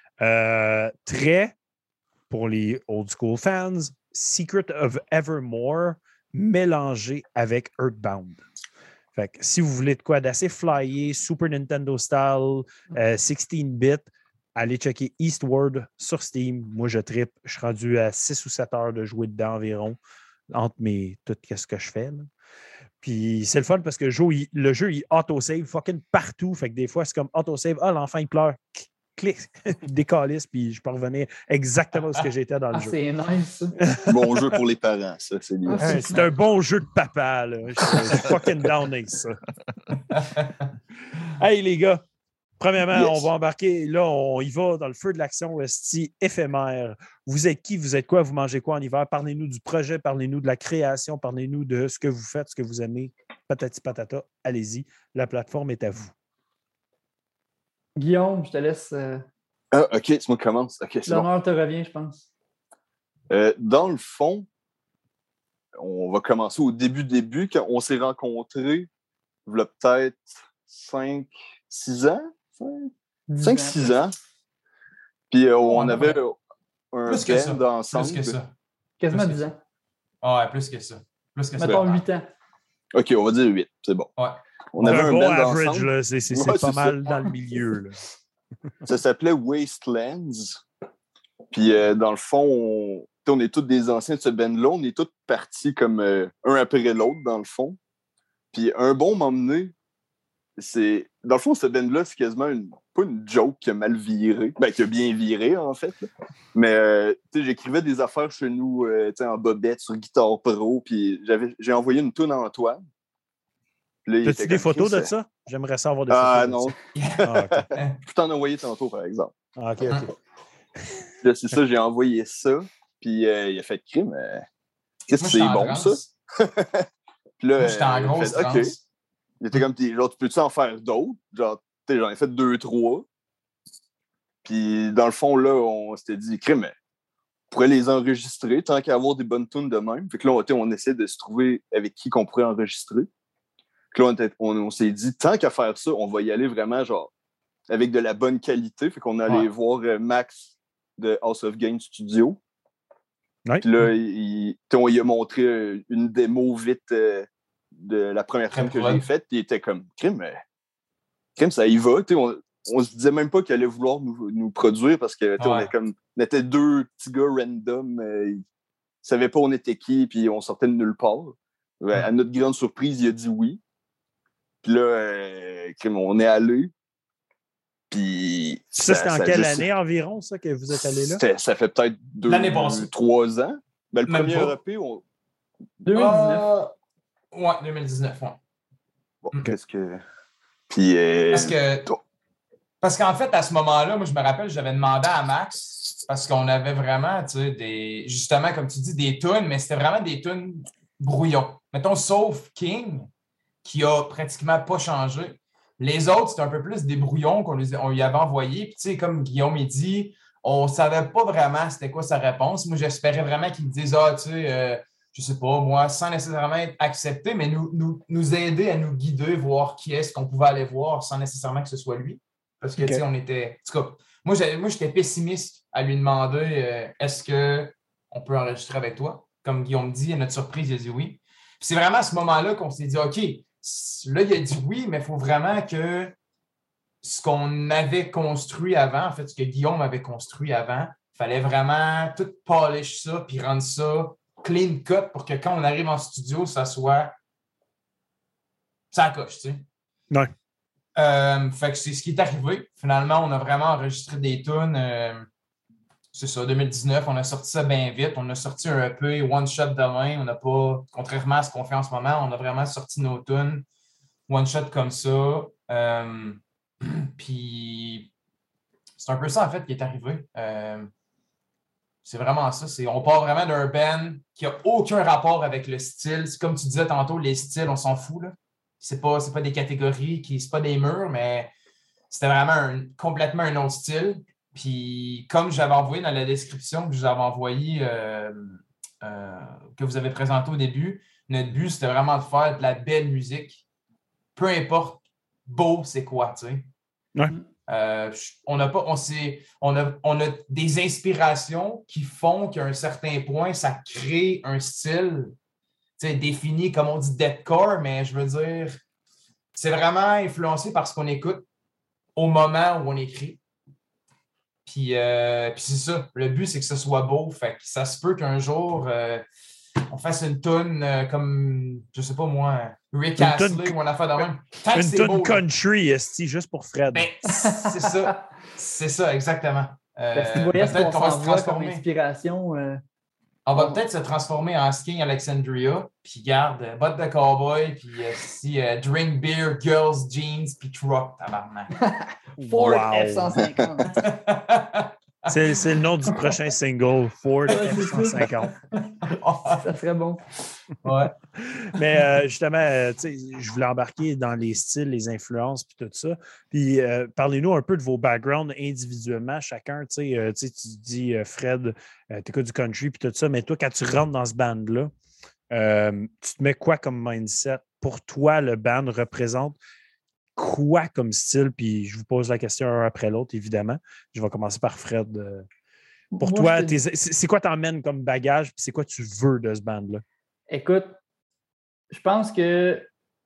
Très, pour les old school fans, Secret of Evermore mélangé avec Earthbound. Fait que si vous voulez de quoi d'assez flyé, Super Nintendo style, 16-bit, allez checker Eastward sur Steam. Moi, je trippe. Je suis rendu à 6 ou 7 heures de jouer dedans environ, entre tout ce que je fais. Là. Puis c'est le fun parce que le jeu, il auto-save fucking partout. Fait que des fois, c'est comme auto-save. Ah, l'enfant, il pleure. Clic, décalisse, puis je peux revenir exactement où j'étais dans le jeu. C'est nice. Bon jeu pour les parents, ça, c'est bien. C'est un bon jeu de papa, là. Je suis fucking down avec ça. Hey, les gars, premièrement, on va embarquer. Là, on y va dans le feu de l'action esti éphémère. Vous êtes qui? Vous êtes quoi? Vous mangez quoi en hiver? Parlez-nous du projet, parlez-nous de la création, parlez-nous de ce que vous faites, ce que vous aimez. Patati patata, allez-y. La plateforme est à vous. Guillaume, je te laisse. OK, tu me commences. Okay, l'honneur te revient, je pense. Dans le fond, on va commencer au début, quand on s'est rencontrés, il y a peut-être 5-6 ans. 5-6 ans. Puis on avait un band ensemble. Plus que ça. Quasiment 10 ans. Ah ouais, plus que ça. Mettons 8 ans. OK, on va dire 8, c'est bon. Ouais. On avait un bon band average, ensemble. là. C'est pas mal dans le milieu. Là. Ça s'appelait Wastelands. Puis dans le fond, on est tous des anciens de ce band-là. On est tous partis comme un après l'autre, dans le fond. Puis un bon moment donné, Dans le fond, ce band-là, c'est quasiment pas une joke qui a mal viré. Ben, qui a bien viré, en fait. Là. Mais, tu sais, j'écrivais des affaires chez nous, tu sais, en bobette, sur Guitare Pro, puis j'ai envoyé une toune à Antoine. As-tu des photos de ça? J'aimerais ça avoir des photos. Ah, non. OK. Je peux t'en envoyer tantôt, par exemple. Ah, OK. Là, c'est ça, j'ai envoyé ça, puis il a fait crime. Qu'est-ce que c'est bon, ça? Puis là, moi, j'étais en grosse fait, OK. transe. Il était comme, genre, tu peux-tu en faire d'autres? Genre, tu sais, j'en ai fait 2-3. Puis, dans le fond, là, on s'était dit, crime, on pourrait les enregistrer tant qu'à avoir des bonnes tunes de même. Fait que là, on essaie de se trouver avec qui qu'on pourrait enregistrer. Puis là, on s'est dit, tant qu'à faire ça, on va y aller vraiment, genre, avec de la bonne qualité. Fait qu'on allait voir Max de House of Games Studio. Ouais. Puis là, on lui a montré une démo vite de la première tune que j'ai faite. Puis il était comme, crime, ça y va. On se disait même pas qu'il allait vouloir nous produire parce que on était deux petits gars random. Ils savaient pas on était qui, puis on sortait de nulle part. À notre grande surprise, il a dit oui. Puis là, on est allé. Puis ça c'était en quelle année environ, ça, que vous êtes allé là? Ça fait peut-être 3 ans. Ben, le premier EP, 2019. Ouais, 2019, ouais. Bon, qu'est-ce que... Puis... Parce qu'en fait, à ce moment-là, moi, je me rappelle, j'avais demandé à Max, parce qu'on avait vraiment, tu sais, justement, comme tu dis, des tunes, mais c'était vraiment des tunes brouillons. Mettons, sauf King, qui a pratiquement pas changé. Les autres, c'était un peu plus des brouillons qu'on lui avait envoyés. Puis, tu sais, comme Guillaume il dit, on savait pas vraiment c'était quoi sa réponse. Moi, j'espérais vraiment qu'il me dise, tu sais, je sais pas, moi, sans nécessairement être accepté, mais nous aider à nous guider, voir qui est-ce qu'on pouvait aller voir sans nécessairement que ce soit lui. Parce que, tu sais, on était... En tout cas, moi, j'étais pessimiste à lui demander est-ce qu'on peut enregistrer avec toi? Comme Guillaume dit, à notre surprise, il a dit oui. Puis c'est vraiment à ce moment-là qu'on s'est dit OK, là, il a dit oui, mais il faut vraiment que ce qu'on avait construit avant, en fait, ce que Guillaume avait construit avant, il fallait vraiment tout polish ça puis rendre ça clean cut pour que quand on arrive en studio, ça soit... ça coche, tu sais. Ouais. Fait que c'est ce qui est arrivé. Finalement, on a vraiment enregistré des tunes. C'est ça, 2019, on a sorti ça bien vite. On a sorti un EP one shot demain. On n'a pas, contrairement à ce qu'on fait en ce moment, on a vraiment sorti nos tunes one shot comme ça. Puis c'est un peu ça en fait qui est arrivé. C'est vraiment ça. On part vraiment d'un band qui n'a aucun rapport avec le style. C'est comme tu disais tantôt, les styles, on s'en fout, là. C'est pas des catégories, c'est pas des murs, mais c'était vraiment complètement un autre style. Puis, comme j'avais envoyé dans la description que je vous avais envoyé, que vous avez présenté au début, notre but, c'était vraiment de faire de la belle musique. Peu importe beau, c'est quoi, tu sais. Ouais. On a des inspirations qui font qu'à un certain point, ça crée un style défini, comme on dit, deathcore, mais je veux dire, c'est vraiment influencé par ce qu'on écoute au moment où on écrit. Puis c'est ça. Le but, c'est que ce soit beau. Fait que ça se peut qu'un jour, on fasse une toune comme, je sais pas moi, Rick Astley ou une affaire de même. Une toune country, juste pour Fred. Ben, c'est ça. C'est ça, exactement. Si vous voyez ce qu'on s'envoie comme inspiration... On va peut-être se transformer en King Alexandria, puis garde bottes de cowboy, puis drink beer, girls, jeans, puis truck, tabarnak. Ford F-150. C'est le nom du prochain single, Ford F-150. Ça serait bon. Ouais. Mais justement, je voulais embarquer dans les styles, les influences, puis tout ça. Puis parlez-nous un peu de vos backgrounds individuellement, chacun. Tu dis, Fred, tu écoutes du country, puis tout ça, mais toi, quand tu rentres dans ce band-là, tu te mets quoi comme mindset? Pour toi, le band représente quoi comme style? Puis je vous pose la question un après l'autre, évidemment. Je vais commencer par Fred. Pour toi, c'est quoi t'emmènes comme bagage? Puis c'est quoi tu veux de ce band-là? Écoute, je pense que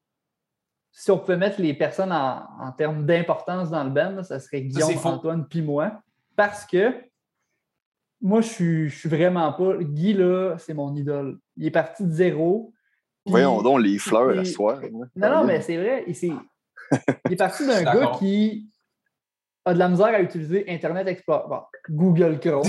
si on pouvait mettre les personnes en termes d'importance dans le band, là, ça serait Guillaume, Antoine puis moi. Parce que moi, je suis vraiment pas... Guy, là, c'est mon idole. Il est parti de zéro. Voyons donc les fleurs à soir. Non, mais c'est vrai. Il est parti d'un gars D'accord. qui a de la misère à utiliser Internet Explorer. Bon, Google Chrome.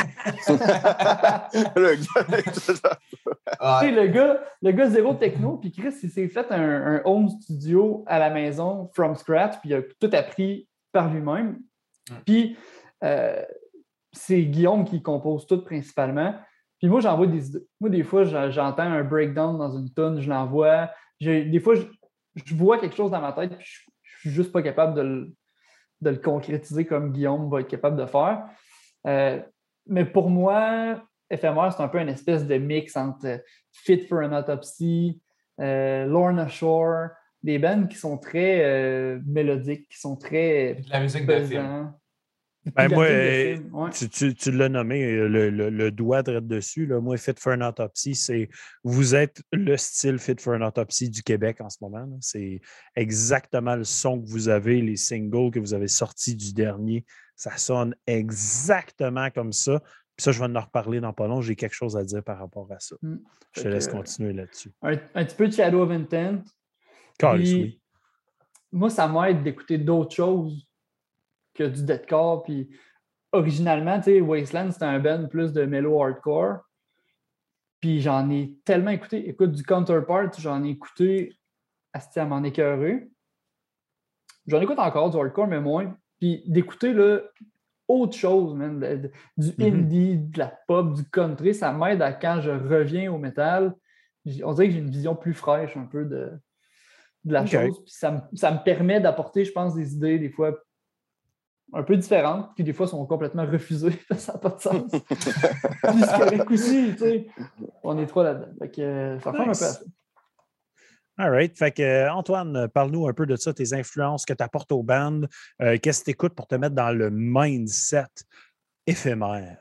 Le gars, c'est ça. Tu sais, le gars zéro techno, puis Chris, il s'est fait un home studio à la maison from scratch, puis il a tout appris par lui-même. Puis c'est Guillaume qui compose tout principalement. Puis moi, j'envoie des idées. Moi, des fois, j'entends un breakdown dans une tune, je l'envoie. Des fois, je vois quelque chose dans ma tête, puis je suis juste pas capable de le concrétiser comme Guillaume va être capable de faire. Mais pour moi, Éphémère, c'est un peu une espèce de mix entre Fit for an Autopsy, Lorna Shore, des bands qui sont très mélodiques, qui sont très De la musique de film. pesants. Ben, Puis la moi, musique de film, ouais. tu l'as nommé, le doigt direct dessus. Là. Moi, Fit for an Autopsy, vous êtes le style Fit for an Autopsy du Québec en ce moment. Là. C'est exactement le son que vous avez, les singles que vous avez sortis du dernier. Ça sonne exactement comme ça. Puis ça, je vais en reparler dans pas long. J'ai quelque chose à dire par rapport à ça. Je te laisse continuer là-dessus. Un petit peu de Shadow of Intent. Oui. Moi, ça m'aide d'écouter d'autres choses que du deathcore. Puis originalement, tu sais, Wasteland, c'était un band plus de mellow hardcore. Puis j'en ai tellement écouté. Écoute, du Counterpart, j'en ai écouté à m'en écœurer. J'en écoute encore du hardcore, mais moins. Puis d'écouter là, autre chose, man, du indie, de la pop, du country, ça m'aide à quand je reviens au métal. On dirait que j'ai une vision plus fraîche un peu de la chose. Puis ça me permet d'apporter, je pense, des idées des fois un peu différentes, qui des fois sont complètement refusées. Ça n'a pas de sens. Puis c'est correct aussi, tu sais. On est trois là-dedans. Fait que ça ressemble un peu à ça. All right. Fait que, Antoine, parle-nous un peu de ça, tes influences que tu apportes aux bandes. Qu'est-ce que tu écoutes pour te mettre dans le mindset éphémère?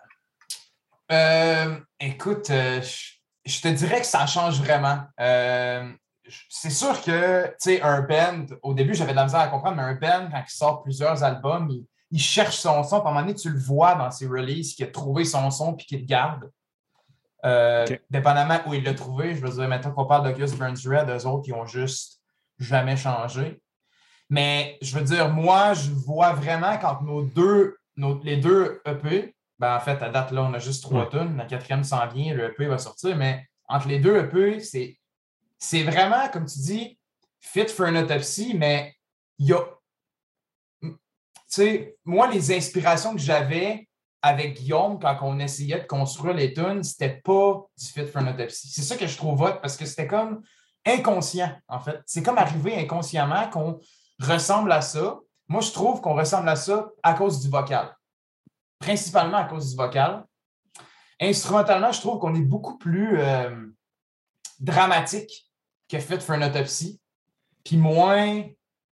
Écoute, je te dirais que ça change vraiment. C'est sûr que, tu sais, un band, au début, j'avais de la misère à comprendre, mais un band, quand il sort plusieurs albums, il cherche son son. Puis à un moment donné, tu le vois dans ses releases, qu'il a trouvé son son puis qu'il le garde. Dépendamment où il l'a trouvé, je veux dire, maintenant qu'on parle de Gus Burns Red, eux autres, ils ont juste jamais changé. Mais je veux dire, moi, je vois vraiment quand les deux EP, ben en fait, à date, là, on a juste 3 tunes, la 4e s'en vient, le EP va sortir, mais entre les deux EP, c'est vraiment, comme tu dis, Fit for an Autopsy, mais il y a. Tu sais, moi, les inspirations que j'avais avec Guillaume, quand on essayait de construire les tunes, c'était pas du Fit for an Autopsy. C'est ça que je trouve hot, parce que c'était comme inconscient, en fait. C'est comme arrivé inconsciemment qu'on ressemble à ça. Moi, je trouve qu'on ressemble à ça à cause du vocal. Principalement à cause du vocal. Instrumentalement, je trouve qu'on est beaucoup plus dramatique que Fit for an Autopsy, puis moins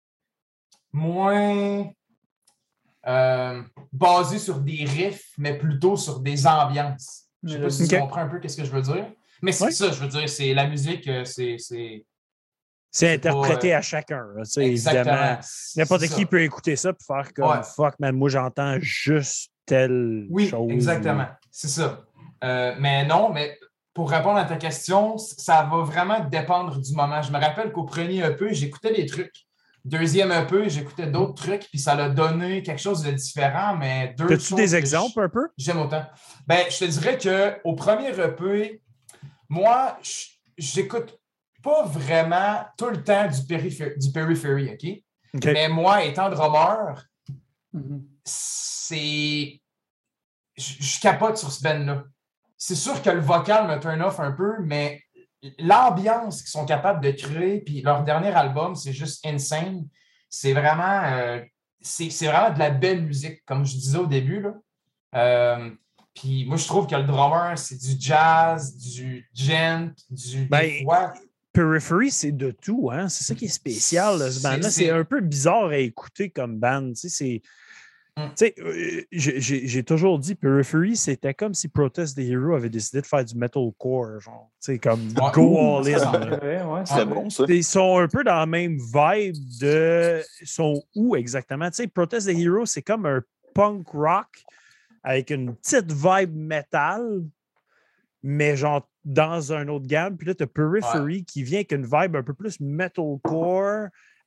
basé sur des riffs, mais plutôt sur des ambiances. Je ne sais pas si tu comprends un peu ce que je veux dire. Mais c'est ça, je veux dire, c'est la musique, c'est interprété à chacun. Évidemment, n'importe qui peut écouter ça et faire comme fuck, man, moi j'entends juste telle chose. Oui, exactement. C'est ça. Mais non, mais pour répondre à ta question, ça va vraiment dépendre du moment. Je me rappelle qu'au premier EP, j'écoutais des trucs. Deuxième EP, j'écoutais d'autres trucs, puis ça l'a donné quelque chose de différent, mais deux choses. As-tu des exemples un peu? J'aime autant. Ben, je te dirais qu'au premier EP, moi, j'écoute pas vraiment tout le temps du Periphery, OK? Mais moi, étant drummer, je capote sur ce band-là. C'est sûr que le vocal me turn off un peu, mais l'ambiance qu'ils sont capables de créer, puis leur dernier album, c'est juste insane. C'est vraiment, c'est vraiment de la belle musique, comme je disais au début. Là. Puis moi, je trouve que le drummer, c'est du jazz, du gent, des fois. Periphery, c'est de tout. Hein? C'est ça qui est spécial. Là, ce band-là, c'est un peu bizarre à écouter comme band. Tu sais, j'ai toujours dit Periphery, c'était comme si Protest the Hero avait décidé de faire du metalcore, genre, comme go all in. C'est bon, ça. Ils sont un peu dans la même vibe de. Ils sont où exactement? Tu sais, Protest the Hero, c'est comme un punk rock avec une petite vibe metal, mais genre dans un autre gamme. Puis là, tu as Periphery qui vient avec une vibe un peu plus metalcore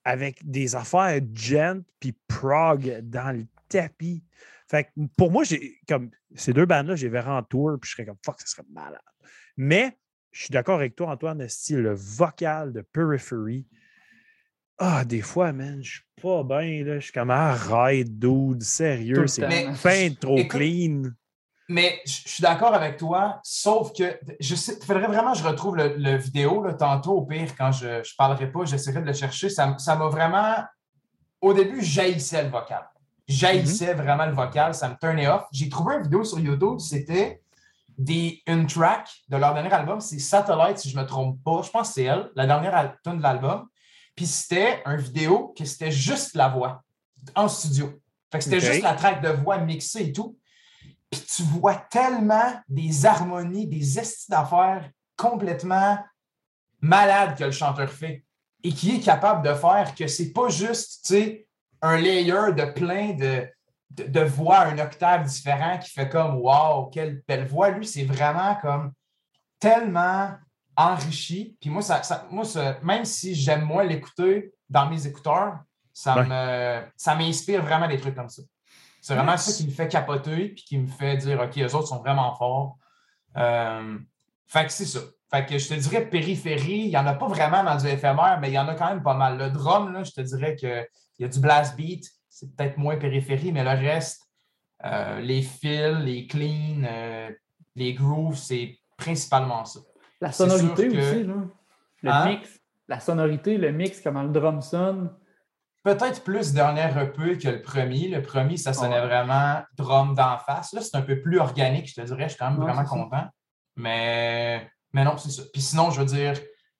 avec des affaires gent puis prog dans le tapis. Fait que pour moi, comme ces deux bandes-là, j'ai verrais en tour, puis je serais comme fuck, ça serait malade. Mais je suis d'accord avec toi, Antoine, style le vocal de Periphery. Ah, des fois, man, je suis pas bien, là. Je suis comme arrête, dude, Tout sérieux, le c'est temps. fin trop Écoute, clean. Mais je suis d'accord avec toi, sauf que il faudrait vraiment que je retrouve le vidéo là, tantôt. Au pire, quand je ne parlerai pas, j'essaierai de le chercher. Ça m'a vraiment. Au début, j'haïssais le vocal. J'haïssais vraiment le vocal. Ça me turnait off. J'ai trouvé une vidéo sur YouTube, c'était une track de leur dernier album. C'est Satellite, si je ne me trompe pas. Je pense que c'est elle, la dernière tune de l'album. Puis c'était une vidéo que c'était juste la voix en studio. Fait que c'était juste la track de voix mixée et tout. Puis tu vois tellement des harmonies, des estis d'affaires complètement malades que le chanteur fait et qui est capable de faire que c'est pas juste, tu sais, un layer de plein de voix, un octave différent qui fait comme « Wow, quelle belle voix! » Lui, c'est vraiment comme tellement enrichi. Puis moi, même si j'aime moins l'écouter dans mes écouteurs, ça m'inspire vraiment des trucs comme ça. C'est vraiment ça qui me fait capoter puis qui me fait dire « OK, eux autres sont vraiment forts. » Fait que c'est ça. Fait que je te dirais périphérie, il n'y en a pas vraiment dans du éphémère, mais il y en a quand même pas mal. Le drum, là, je te dirais qu'il y a du blast beat, c'est peut-être moins périphérie, mais le reste, les fills, les cleans, les grooves, c'est principalement ça. La sonorité que... aussi, là. Mix. La sonorité, le mix, comment le drum sonne. Peut-être plus dernier EP que le premier. Le premier, ça sonnait vraiment drum d'en face. Là, c'est un peu plus organique, je te dirais. Je suis quand même vraiment content. Mais non, c'est ça. Puis sinon, je veux dire,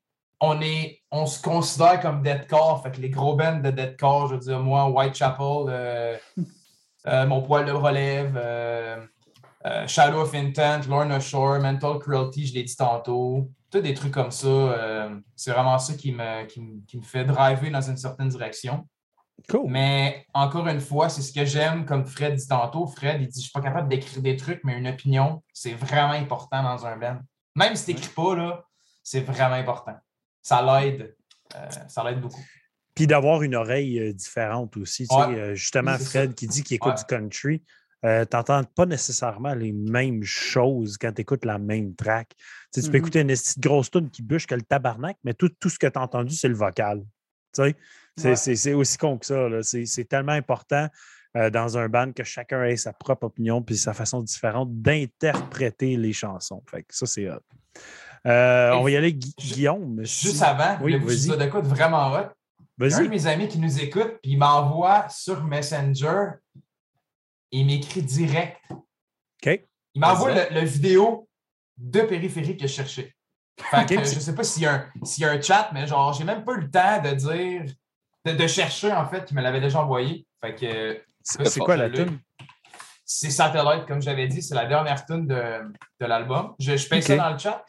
on se considère comme deathcore. Fait que les gros bands de deathcore, je veux dire, moi, Whitechapel, Mon Poil de Relève, Shadow of Intent, Lorna Shore, Mental Cruelty, je l'ai dit tantôt. Tout des trucs comme ça. C'est vraiment ça qui me fait driver dans une certaine direction. Cool. Mais encore une fois, c'est ce que j'aime, comme Fred dit tantôt. Fred, il dit « Je ne suis pas capable d'écrire des trucs, mais une opinion, c'est vraiment important dans un band. » Même si tu n'écris pas, là, c'est vraiment important. Ça l'aide beaucoup. Puis d'avoir une oreille différente aussi. Tu sais, justement, Fred qui dit qu'il écoute du country, tu n'entends pas nécessairement les mêmes choses quand tu écoutes la même track. Tu sais, tu peux écouter une petite grosse tune qui bûche que le tabarnak, mais tout ce que tu as entendu, c'est le vocal. Tu sais, c'est aussi con que ça. C'est tellement important dans un band que chacun ait sa propre opinion puis sa façon différente d'interpréter les chansons. Fait que ça, c'est hot. On va y aller, Guillaume. Juste avant, oui, je vous de quoi de vraiment hot. Il y a un de mes amis qui nous écoute, puis il m'envoie sur Messenger, il m'écrit direct. OK. Il m'envoie le vidéo de périphérie que je cherchais. Fait que, je ne sais pas s'il y a un chat, mais genre, j'ai même pas eu le temps de dire, de chercher, en fait, qu'il me l'avait déjà envoyé. Fait que, c'est quoi la tune? C'est Satellite, comme j'avais dit, c'est la dernière tune de l'album. Je paye ça dans le chat?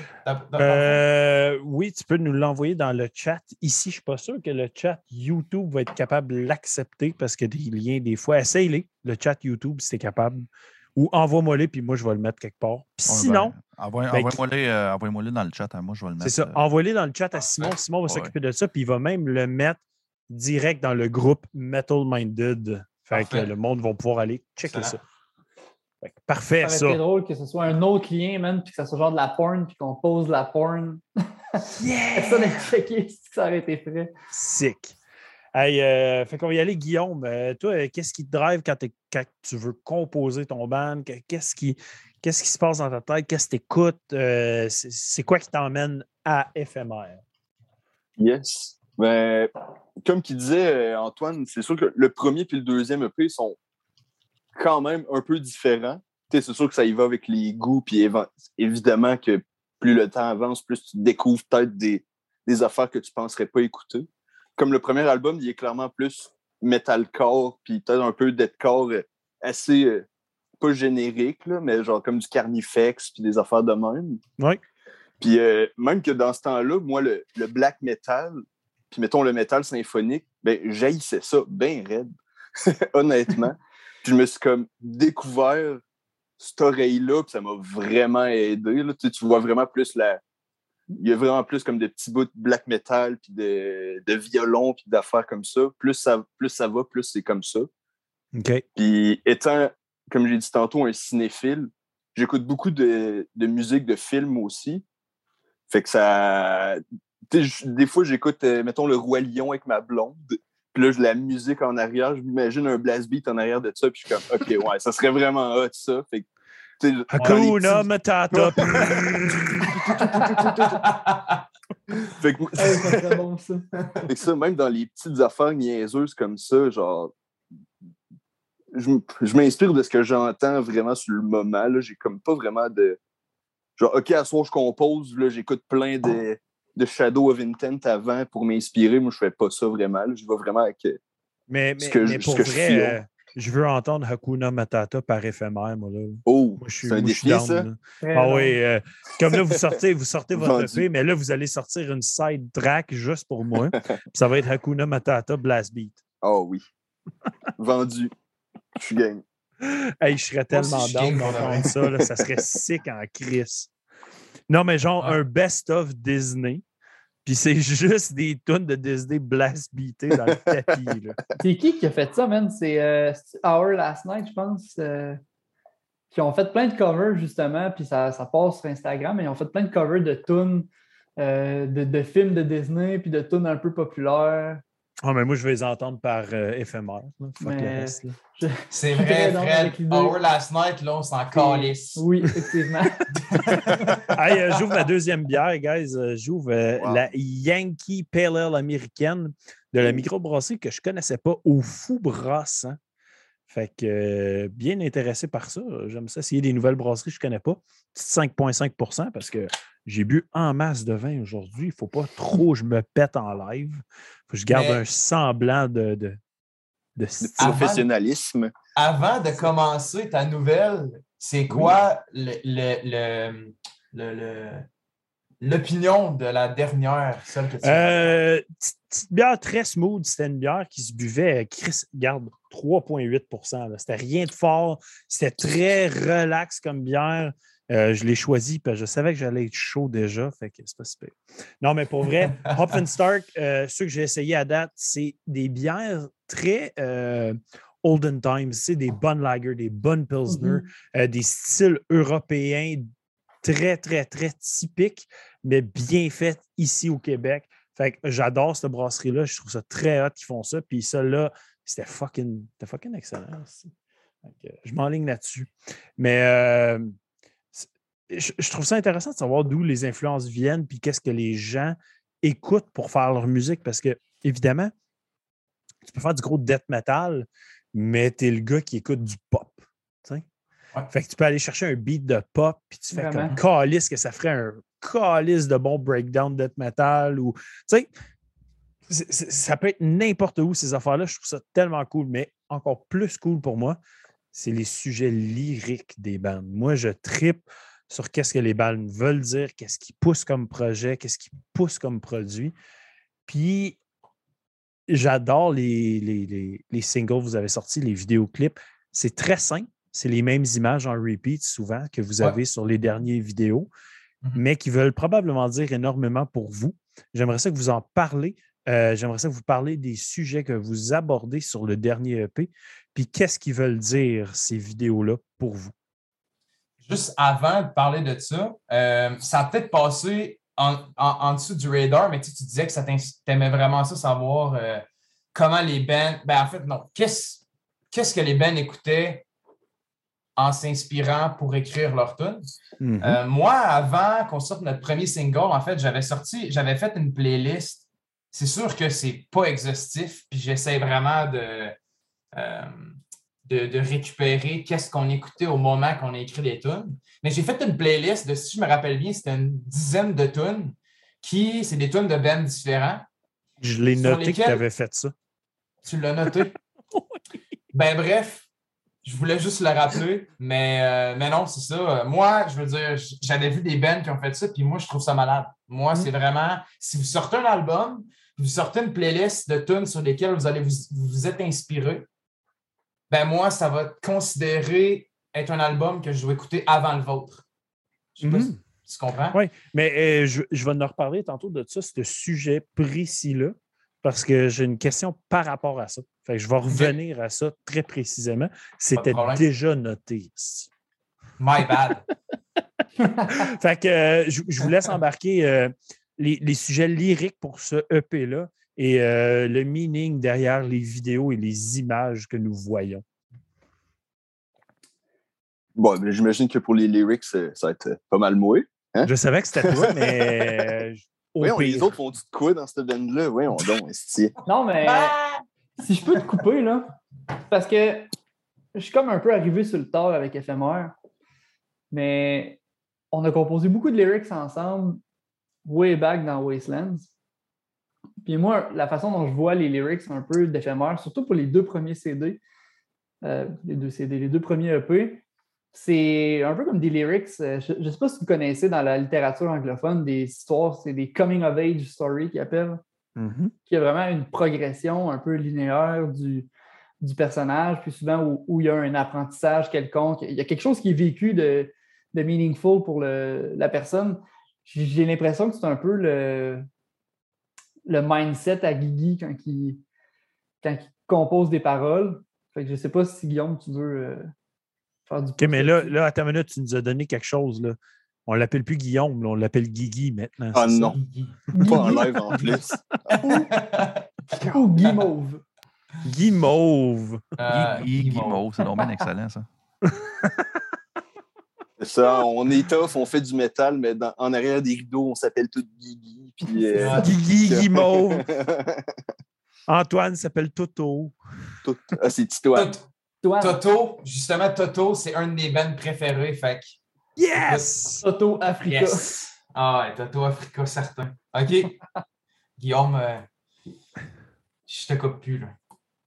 Oui, tu peux nous l'envoyer dans le chat. Ici, je ne suis pas sûr que le chat YouTube va être capable de l'accepter parce que des liens, des fois, essaye-les, le chat YouTube, si tu es capable. Ou envoie-moi-les, puis moi, je vais le mettre quelque part. Puis sinon... envoie-moi-les dans le chat. Moi, je vais le mettre. C'est ça. Envoie-les dans le chat à Simon. Simon va s'occuper de ça, puis il va même le mettre direct dans le groupe Metal Minded. Fait que le monde va pouvoir aller checker ça. Fait que parfait, ça. Ça aurait été drôle que ce soit un autre lien, man, puis que ça soit genre de la porn, puis qu'on pose la porn. Yeah! Ça d'être checké, ça aurait été frais. Sick. Hey, fait qu'on va y aller, Guillaume. Toi, qu'est-ce qui te drive quand tu veux composer ton band? Qu'est-ce qui se passe dans ta tête? Qu'est-ce que tu écoutes? C'est quoi qui t'emmène à Éphémère? Yes. Ben, comme qu'il disait Antoine, c'est sûr que le premier et le deuxième EP sont quand même un peu différents. C'est sûr que ça y va avec les goûts, puis évidemment que plus le temps avance, plus tu découvres peut-être des affaires que tu ne penserais pas écouter. Comme le premier album, il est clairement plus metalcore, puis peut-être un peu deathcore assez, pas générique, là, mais genre comme du Carnifex, puis des affaires de même. Oui. Puis même que dans ce temps-là, moi, le black metal, puis mettons le métal symphonique, ben j'haïssais ça bien raide, honnêtement. Puis je me suis comme découvert cette oreille-là, puis ça m'a vraiment aidé. Là. Tu vois vraiment plus il y a vraiment plus comme de petits bouts de black metal, puis de violon, puis d'affaires comme ça. Plus ça va, plus c'est comme ça. OK. Puis étant, comme j'ai dit tantôt, un cinéphile, j'écoute beaucoup de musique de film aussi. Fait que ça... Des fois, j'écoute, mettons, Le Roi Lion avec ma blonde. Puis là, la musique en arrière, je m'imagine un blast beat en arrière de ça. Puis je suis comme, OK, ouais, ça serait vraiment hot, ça. Fait que, Hakuna Matata. Fait que, Ça serait bon, ça. fait que ça, même dans les petites affaires niaiseuses comme ça, genre, je m'inspire de ce que j'entends vraiment sur le moment. Là. J'ai comme pas vraiment de... Genre, OK, à soir, je compose, là, j'écoute plein de Shadow of Intent avant pour m'inspirer. Moi, je fais pas ça vraiment. Là. Je vais vraiment avec Mais pour ce que vrai, je veux entendre Hakuna Matata par éphémère, moi. Là. Oh, Moi, je c'est un suis défi, down, ça? là. Très Ah bon. oui, comme là, vous sortez votre Vendu. EP, mais là, vous allez sortir une side track juste pour moi. Puis ça va être Hakuna Matata Blast Beat. Oh oui. Vendu. Je suis game. Hey, je serais Moi aussi, tellement je suis down game pour de d'entendre vrai. ça. Là, ça serait sick en crise. Non, mais genre Ouais. un best-of Disney. Puis c'est juste des tunes de Disney blast beatées dans le tapis. Là. C'est qui a fait ça, man? C'est Hour Last Night, je pense. Qui ont fait plein de covers, justement, puis ça passe sur Instagram, mais ils ont fait plein de covers de tunes de films de Disney, puis de tunes un peu populaires. Ah, mais moi, je vais les entendre par éphémère. Là. Fuck le Mais- reste. Là. C'est Je suis vrai, très down Fred. avec l'idée. Our Last Night, là, on s'en calisse. Oui, effectivement. Hey, j'ouvre ma deuxième bière, guys. J'ouvre Wow. la Yankee Pale Ale américaine de la microbrasserie que je ne connaissais pas, au Fou Brassant. Fait que bien intéressé par ça. J'aime ça. Essayer des nouvelles brasseries, je ne connais pas. Petite 5,5 parce que j'ai bu en masse de vin aujourd'hui. Il ne faut pas trop que je me pète en live. Faut que je garde Mais- un semblant de Le style. professionnalisme. Avant de commencer ta nouvelle, c'est quoi l'opinion de la dernière, celle que tu as? Petite bière très smooth. C'était une bière qui se buvait, Chris, garde 3,8 là. C'était rien de fort. C'était très relax comme bière. Je l'ai choisi parce que je savais que j'allais être chaud déjà. Fait que c'est pas super. Non, mais pour vrai, Hop and Stark, ceux que j'ai essayé à date, c'est des bières très olden times. C'est des bonnes lagers, des bonnes pilsner, des styles européens très, très, très typiques, mais bien faits ici au Québec. Fait que j'adore cette brasserie-là. Je trouve ça très hot qu'ils font ça. Puis celle-là, c'était fucking excellent aussi. Donc, je m'enligne là-dessus. Mais je trouve ça intéressant de savoir d'où les influences viennent puis qu'est-ce que les gens écoutent pour faire leur musique. Parce que, évidemment, tu peux faire du gros death metal, mais tu es le gars qui écoute du pop. T'sais? Ouais. Fait que tu peux aller chercher un beat de pop puis tu fais Vraiment. comme calice que ça ferait un calice de bon breakdown death metal ou tu sais, ça peut être n'importe où ces affaires-là. Je trouve ça tellement cool, mais encore plus cool pour moi, c'est les sujets lyriques des bandes. Moi, je trippe sur qu'est-ce que les bandes veulent dire, qu'est-ce qu'ils poussent comme projet, qu'est-ce qu'ils poussent comme produit. Puis j'adore les singles que vous avez sortis, les vidéoclips. C'est très simple. C'est les mêmes images en repeat souvent que vous avez sur les dernières vidéos, mais qui veulent probablement dire énormément pour vous. J'aimerais ça que vous en parlez. J'aimerais ça que vous parlez des sujets que vous abordez sur le dernier EP. Puis qu'est-ce qu'ils veulent dire, ces vidéos-là, pour vous? Juste avant de parler de ça, ça a peut-être passé en dessous du radar, mais tu disais que ça t'aimais vraiment ça, savoir comment les bands... Ben, en fait, non. Qu'est-ce que les bands écoutaient en s'inspirant pour écrire leur tune? Moi, avant qu'on sorte notre premier single, en fait, j'avais fait une playlist. C'est sûr que c'est pas exhaustif, puis j'essaie vraiment de récupérer qu'est-ce qu'on écoutait au moment qu'on a écrit les tunes. Mais j'ai fait une playlist de, si je me rappelle bien, c'était une dizaine de tunes c'est des tunes de bands différents. Je l'ai noté que tu avais fait ça. Tu l'as noté? Ben bref, je voulais juste le rappeler, mais non, c'est ça. Moi, je veux dire, j'avais vu des bands qui ont fait ça, puis moi, je trouve ça malade. Moi, c'est vraiment, si vous sortez un album, vous sortez une playlist de tunes sur lesquelles vous allez vous êtes inspiré, ben moi, ça va considérer être un album que je dois écouter avant le vôtre. Je sais pas Tu comprends? Oui, mais je vais en reparler tantôt de ça, ce sujet précis-là, parce que j'ai une question par rapport à ça. Fait que je vais revenir à ça très précisément. C'était problème. déjà noté. My bad. Fait que je vous laisse embarquer les sujets lyriques pour ce EP-là et le meaning derrière les vidéos et les images que nous voyons. Bon, ben, j'imagine que pour les lyrics, ça va être pas mal moué. Hein? Je savais que c'était toi, mais au Oui, pire. les autres font du quoi dans cette band-là? Oui, on donc, esti. Non, mais si je peux te couper, là, parce que je suis comme un peu arrivé sur le tard avec FMR, mais on a composé beaucoup de lyrics ensemble way back dans Wastelands. Puis moi, la façon dont je vois les lyrics un peu d'éphémère, surtout pour les 2 premiers CD, les 2 premiers EP, c'est un peu comme des lyrics, je ne sais pas si vous connaissez dans la littérature anglophone, des histoires, c'est des coming of age stories qu'ils appellent, qui a vraiment une progression un peu linéaire du personnage, puis souvent où il y a un apprentissage quelconque, il y a quelque chose qui est vécu de meaningful pour la personne. J'ai l'impression que c'est un peu le mindset à Guigui quand il compose des paroles. Fait que je ne sais pas si Guillaume, tu veux faire du OK, mais là, attends une minute, tu nous as donné quelque chose. Là. On ne l'appelle plus Guillaume, là, on l'appelle Guigui maintenant. Ah c'est non, pas en live en plus. Ou Guimauve. Guy Mauve. Guimauve, c'est dommage excellent, ça. C'est ça, on est tough, on fait du métal, mais en arrière des rideaux, on s'appelle tous Guigui. Puis, Guigui, Guy Mauve. Antoine s'appelle Toto. c'est Titoine. Toto, justement, Toto, c'est un de mes bands préférés. Fait que, Yes! Toto Africa. yes! Ah, ouais, Toto Africa, certain. OK. Guillaume, je te coupe plus, là.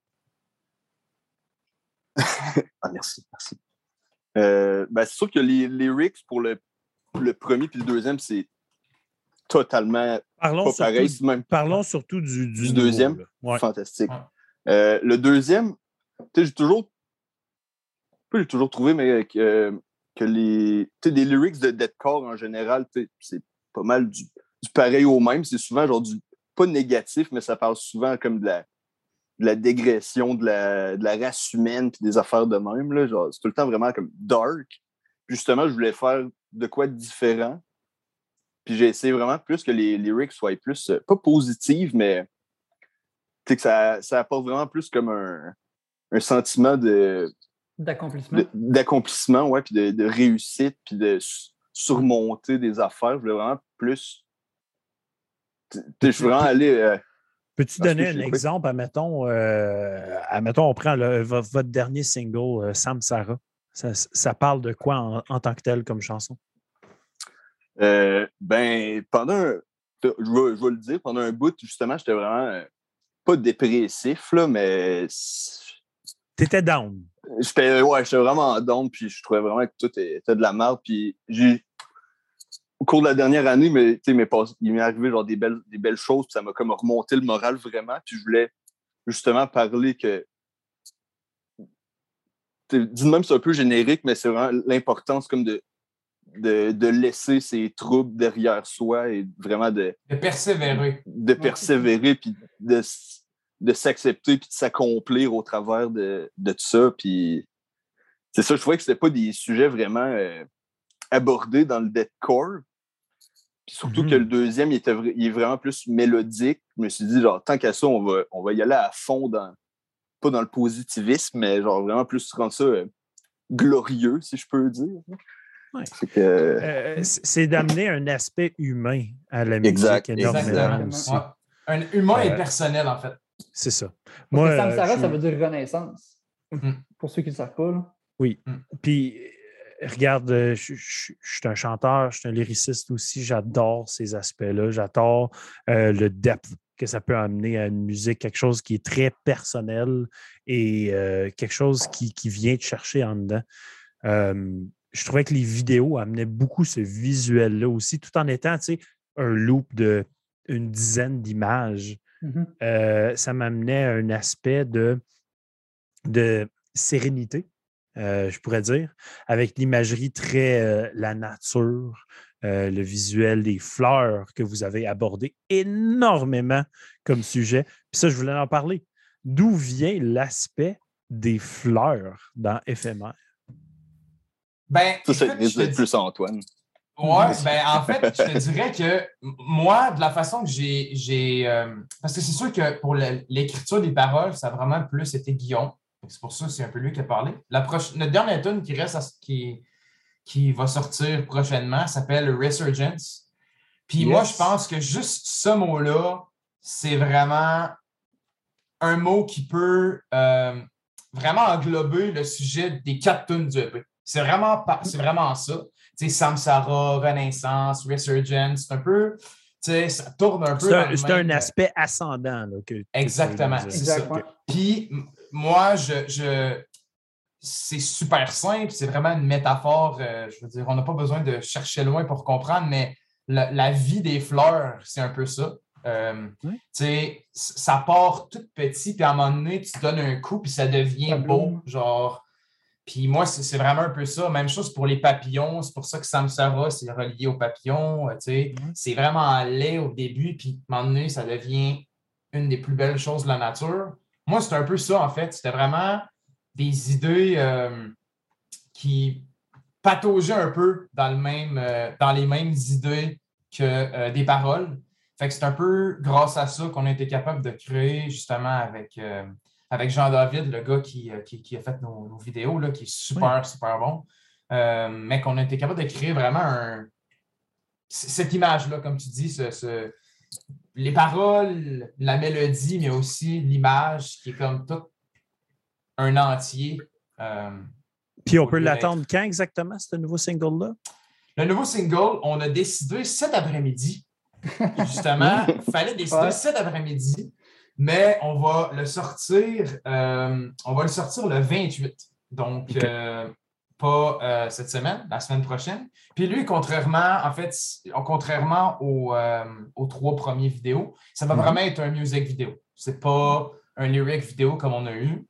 Ah, merci. C'est sûr que les lyrics pour le premier puis le deuxième, c'est totalement Parlons pas pareil. Parlons surtout du deuxième. nouveau, ouais. Fantastique. Ouais. Le deuxième, j'ai toujours trouvé mais, que les lyrics de deathcore en général, c'est pas mal du pareil au même. C'est souvent genre pas négatif, mais ça parle souvent comme de la dégression de la race humaine puis des affaires de même. Là, genre, c'est tout le temps vraiment comme dark. Puis justement, je voulais faire de quoi de différent. Puis j'ai essayé vraiment plus que les lyrics soient plus, pas positives, mais que ça apporte vraiment plus comme un sentiment d'accomplissement, ouais, puis de réussite, puis de surmonter des affaires. Je voulais vraiment plus... Je suis vraiment allé... Peux-tu donner un exemple? Admettons, on prend votre dernier single, Samsara. Ça parle de quoi en tant que tel comme chanson? Je vais le dire, pendant un bout, justement, j'étais vraiment pas dépressif, là, mais... T'étais down. J'étais vraiment down, puis je trouvais vraiment que tout était de la merde. Puis au cours de la dernière année, il m'est arrivé genre des belles choses, puis ça m'a comme remonté le moral vraiment. Puis je voulais justement parler que... Dis même, c'est un peu générique, mais c'est vraiment l'importance comme de laisser ses troubles derrière soi et vraiment de persévérer. De persévérer, puis de s'accepter, puis de s'accomplir au travers de tout ça. Puis c'est ça, je trouvais que c'était pas des sujets vraiment abordés dans le deathcore. Puis surtout que le deuxième, il est vraiment plus mélodique. Je me suis dit, genre, tant qu'à ça, on va y aller à fond pas dans le positivisme, mais genre vraiment plus rendre ça glorieux, si je peux dire. Ouais. C'est d'amener un aspect humain à la musique énormément aussi. Ouais. Un humain et personnel, en fait. C'est ça. Parce que Samsara, ça veut dire renaissance. Pour ceux qui ne le savent pas. Là. Oui. Puis, regarde, je suis un chanteur, je suis un lyriciste aussi. J'adore ces aspects-là. J'adore le depth que ça peut amener à une musique, quelque chose qui est très personnel et quelque chose qui vient te chercher en dedans. Je trouvais que les vidéos amenaient beaucoup ce visuel-là aussi, tout en étant, tu sais, un loop de une dizaine d'images. Ça m'amenait à un aspect de sérénité, je pourrais dire, avec l'imagerie très la nature, le visuel des fleurs que vous avez abordé énormément comme sujet. Puis ça, je voulais en parler. D'où vient l'aspect des fleurs dans Éphémère? Ben, Ça écoute, risque d'être plus Antoine. Ouais, ben en fait, je te dirais que moi, de la façon que parce que c'est sûr que pour l'écriture des paroles, ça a vraiment plus été Guillaume. C'est pour ça que c'est un peu lui qui a parlé. Notre dernière tune qui reste qui va sortir prochainement s'appelle Resurgence. Puis moi, je pense que juste ce mot-là, c'est vraiment un mot qui peut vraiment englober le sujet des 4 tunes du EP. C'est vraiment ça. Tu sais, Samsara, Renaissance, Resurgence, c'est un peu, tu sais, ça tourne un peu dans le C'est même... un aspect ascendant. Là, Exactement, c'est ça. Puis moi, c'est super simple, c'est vraiment une métaphore. Je veux dire, on n'a pas besoin de chercher loin pour comprendre, mais la vie des fleurs, c'est un peu ça. Tu sais, ça part tout petit, puis à un moment donné, tu te donnes un coup, puis ça devient beau, genre... Puis moi, c'est vraiment un peu ça. Même chose pour les papillons. C'est pour ça que Samsara, c'est relié aux papillons. Tu sais. C'est vraiment laid au début, puis à un moment donné, ça devient une des plus belles choses de la nature. Moi, c'était un peu ça, en fait. C'était vraiment des idées qui pataugeaient un peu dans les mêmes idées que des paroles. Fait que c'est un peu grâce à ça qu'on a été capable de créer, justement, avec Jean-David, le gars qui a fait nos vidéos, là, qui est super, super bon, mais qu'on a été capable de créer vraiment cette image-là, comme tu dis, les paroles, la mélodie, mais aussi l'image qui est comme tout un entier. Puis on peut l'attendre quand exactement, ce nouveau single-là? Le nouveau single, on a décidé cet après-midi. Justement, il fallait décider cet après-midi. Mais on va le sortir le 28. Donc, pas cette semaine, la semaine prochaine. Puis lui, contrairement aux 3 premiers vidéos, ça va vraiment être un music vidéo. C'est pas un lyric vidéo comme on a eu.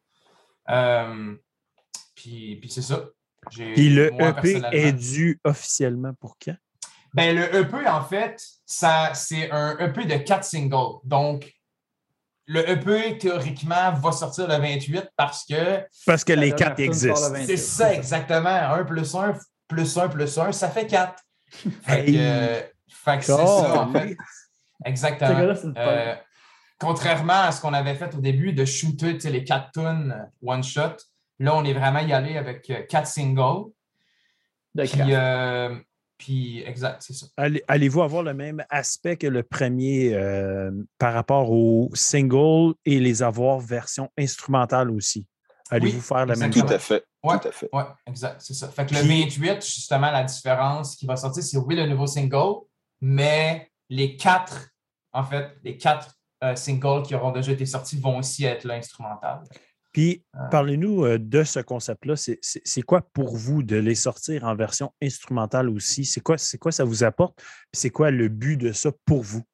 Puis c'est ça. Puis le EP est dû officiellement pour quand? Ben, le EP, en fait, c'est un EP de 4 singles. Donc, le EP, théoriquement, va sortir le 28 parce que les 4 existent. C'est ça, exactement. 1 plus 1 plus 1 plus 1, ça fait 4. Fait que c'est ça, en fait. Exactement. Contrairement à ce qu'on avait fait au début, de shooter les 4 tunes one shot, là, on est vraiment y allé avec 4 singles. Puis, exact, c'est ça. Allez-vous avoir le même aspect que le premier par rapport au single et les avoir version instrumentale aussi? Allez-vous faire la même chose? Tout à fait. Oui, tout à fait. Ouais, exact, c'est ça. Fait que le 28, justement, la différence qui va sortir, c'est oui, le nouveau single, mais les 4 singles qui auront déjà été sortis vont aussi être l'instrumental. Puis, parlez-nous de ce concept-là. C'est quoi pour vous de les sortir en version instrumentale aussi? C'est quoi ça vous apporte? Puis c'est quoi le but de ça pour vous?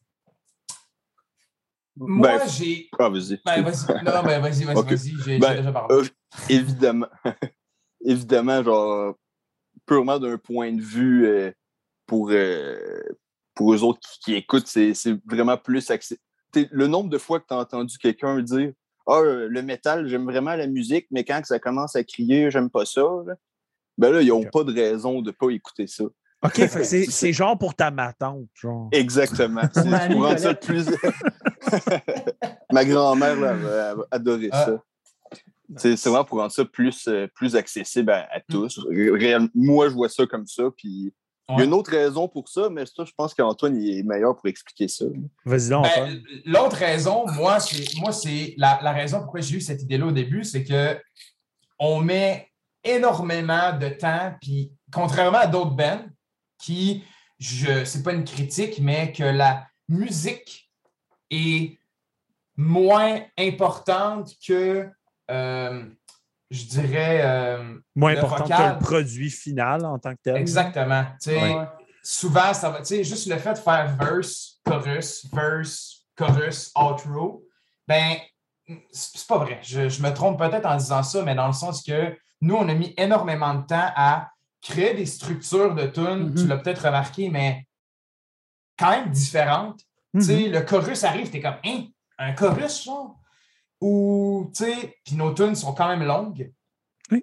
Moi, j'ai... vas-y. Vas-y. Non, vas-y. J'ai déjà parlé. Évidemment, genre, purement d'un point de vue pour eux autres qui écoutent, c'est vraiment plus accessible. Le nombre de fois que tu as entendu quelqu'un dire « Ah, le métal, j'aime vraiment la musique, mais quand ça commence à crier, j'aime pas ça. » Ben là, ils n'ont pas de raison de ne pas écouter ça. OK, c'est genre pour ta matante, genre. Exactement. C'est pour rendre ça plus... Ma grand-mère là, a adoré ça. C'est vraiment pour rendre ça plus accessible à tous. Moi, je vois ça comme ça, puis... Il y a une autre raison pour ça, mais ça, je pense qu'Antoine il est meilleur pour expliquer ça. Vas-y donc, Antoine. L'autre raison, moi, c'est la raison pourquoi j'ai eu cette idée-là au début, c'est qu'on met énormément de temps, puis contrairement à d'autres bands, c'est pas une critique, mais que la musique est moins importante que... je dirais... moins important que le produit final en tant que tel. Exactement. Souvent, ça va... Juste le fait de faire verse, chorus, outro, ben, c'est pas vrai. Je me trompe peut-être en disant ça, mais dans le sens que nous, on a mis énormément de temps à créait des structures de tunes, tu l'as peut-être remarqué, mais quand même différentes. Tu sais, le chorus arrive, t'es comme, hein, un chorus, genre? Ou, tu sais, puis nos tunes sont quand même longues. Oui.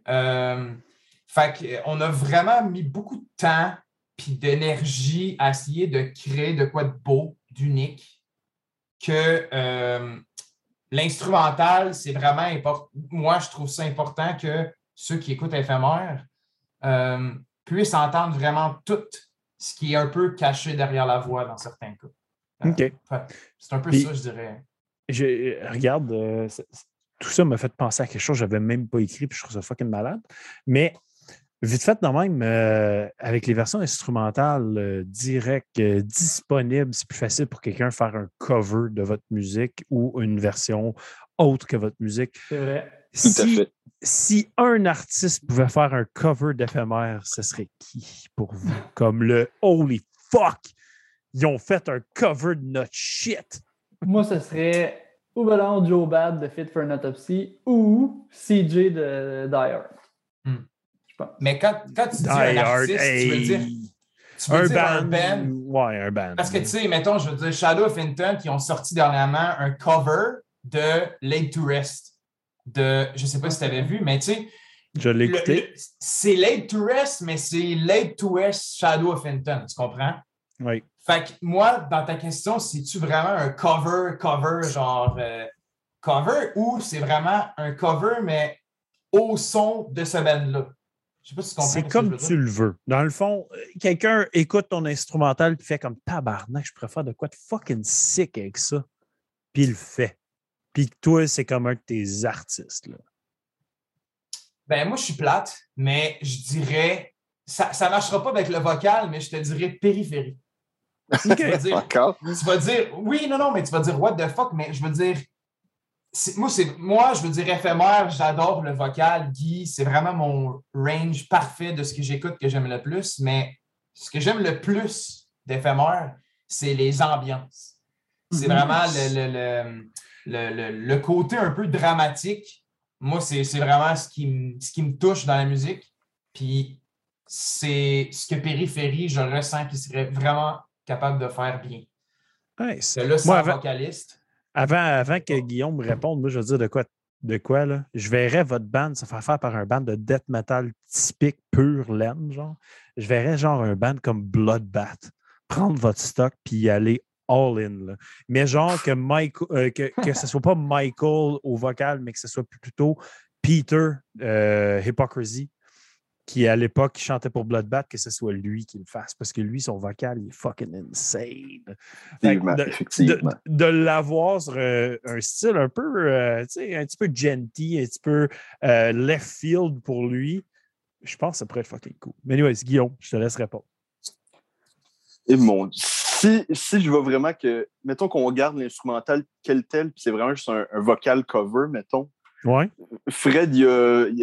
Fait qu'on a vraiment mis beaucoup de temps puis d'énergie à essayer de créer de quoi de beau, d'unique, que l'instrumental, c'est vraiment important. Moi, je trouve ça important que ceux qui écoutent Éphémère puissent entendre vraiment tout ce qui est un peu caché derrière la voix dans certains cas. OK. C'est un peu Puis, ça, je dirais. Regarde, tout ça m'a fait penser à quelque chose que je n'avais même pas écrit, puis je trouve ça fucking malade. Mais vite fait, de même, avec les versions instrumentales directes, disponibles, c'est plus facile pour quelqu'un de faire un cover de votre musique ou une version autre que votre musique. C'est vrai. Tout à fait. Si un artiste pouvait faire un cover d'éphémère, ce serait qui pour vous? Comme le Holy fuck! Ils ont fait un cover de notre shit! Moi, ce serait ou Ballon Joe Bad de Fit for an Autopsy ou CJ de Die Hard. Je pense. Mais quand tu dis un artiste, tu veux dire un band. Ouais, un band. Parce que, tu sais, mettons, je veux dire, Shadow of Intent, qui ont sorti dernièrement un cover de Laid to Rest. Je ne sais pas si tu avais vu, mais tu sais. Je l'ai écouté. C'est Laid to Rest, mais c'est Laid to Rest Shadow of Intent. Tu comprends? Oui. Fait que moi, dans ta question, c'est-tu vraiment un cover, genre cover, ou c'est vraiment un cover, mais au son de ce band-là? Je sais pas si tu comprends. C'est comme tu le veux. Dans le fond, quelqu'un écoute ton instrumental et fait comme tabarnak, je préfère de quoi de fucking sick avec ça. Puis il le fait. Puis toi, c'est comme un de tes artistes. Là. Ben, moi, je suis plate, mais je dirais, ça ne marchera pas avec le vocal, mais je te dirais périphérie. Okay. Tu vas dire, oui, non, mais tu vas dire what the fuck, mais je veux dire, moi, je veux dire éphémère, j'adore le vocal, Guy, c'est vraiment mon range parfait de ce que j'écoute que j'aime le plus, mais ce que j'aime le plus d'éphémère, c'est les ambiances. C'est vraiment le côté un peu dramatique. Moi, c'est vraiment ce qui me touche dans la musique. Puis c'est ce que Périphérie, je ressens qu'il serait vraiment capable de faire bien. Nice. Là, sans vocaliste. Avant que Guillaume me réponde, moi, je veux dire de quoi là? Je verrais votre band se faire par un band de death metal typique, pur laine, genre. Je verrais genre un band comme Bloodbath. Prendre votre stock puis y aller all-in. Là. Mais genre que ce soit pas Michael au vocal, mais que ce soit plutôt Peter Hypocrisy, qui à l'époque chantait pour Bloodbath, que ce soit lui qui le fasse. Parce que lui, son vocal, il est fucking insane. Effectivement. De l'avoir sur un style un peu, un petit peu gentil, un petit peu left field pour lui, je pense que ça pourrait être fucking cool. Mais anyways, Guillaume, je te laisse répondre. Et mon Dieu. Si je vois vraiment que, mettons qu'on regarde l'instrumental tel, puis c'est vraiment juste un vocal cover, mettons. Ouais. Fred, il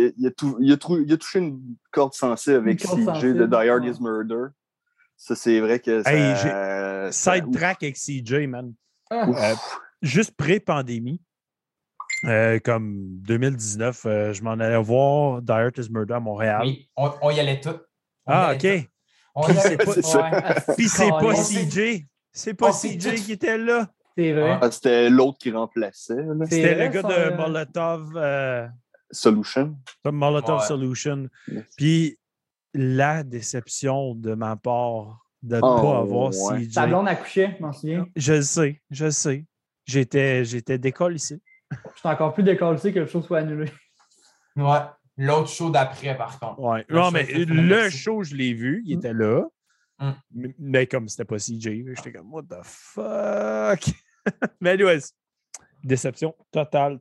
a touché une corde sensible avec CJ de Die Hard is Murder. Ça, c'est vrai que ça... Sidetrack avec CJ, man. Juste pré-pandémie, comme 2019, je m'en allais voir Die Hard is Murder à Montréal. Oui, on y allait tout. OK. Puis c'est pas CJ. C'est pas CJ qui était là. C'est vrai. C'était l'autre qui remplaçait. Là. C'était le gars de Molotov Solution. Solution. Yes. Puis la déception de ma part de ne pas avoir CJ. Ta blonde accouchait, je m'en souviens. Je le sais. J'étais décollissé. Je suis encore plus décollissé que le show soit annulé. Ouais. L'autre show d'après, par contre. Ouais. Non, mais le show, je l'ai vu. Il était là. Mais comme c'était pas CJ, j'étais comme, what the fuck? Mais anyways, déception totale.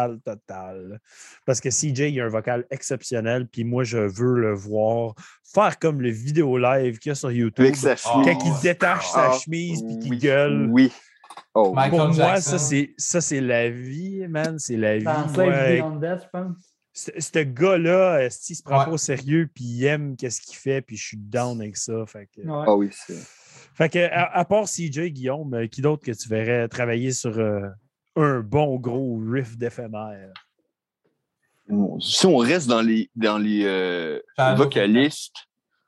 Parce que CJ, il a un vocal exceptionnel, puis moi, je veux le voir faire comme le vidéo live qu'il y a sur YouTube. Avec sa chemise. Quand il détache sa chemise puis qu'il gueule. Oui. Pour moi, ça, c'est la vie, man. C'est la vie. Beyond Death, je pense. Ce gars-là, il se prend pas au sérieux, puis il aime qu'est-ce qu'il fait, puis je suis down avec ça. Fait que... oui, c'est... Fait que, à part CJ, Guillaume, qui d'autre que tu verrais travailler sur un bon gros riff d'éphémère? Si on reste dans les vocalistes,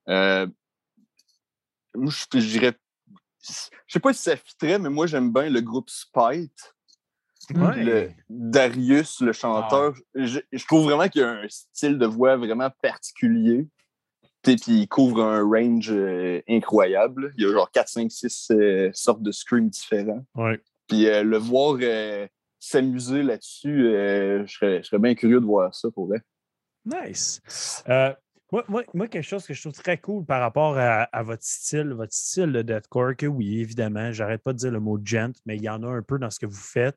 Moi, je dirais. Je sais pas si ça fitterait, mais moi, j'aime bien le groupe Spite. Ouais. Darius, le chanteur. Je trouve vraiment qu'il a un style de voix vraiment particulier. Puis il couvre un range incroyable. Il y a genre 4, 5, 6 sortes de screams différents. Ouais. Puis le voir s'amuser là-dessus, je serais bien curieux de voir ça pour vrai. Nice. Moi, quelque chose que je trouve très cool par rapport à votre style de deathcore, que oui, évidemment, j'arrête pas de dire le mot gent, mais il y en a un peu dans ce que vous faites.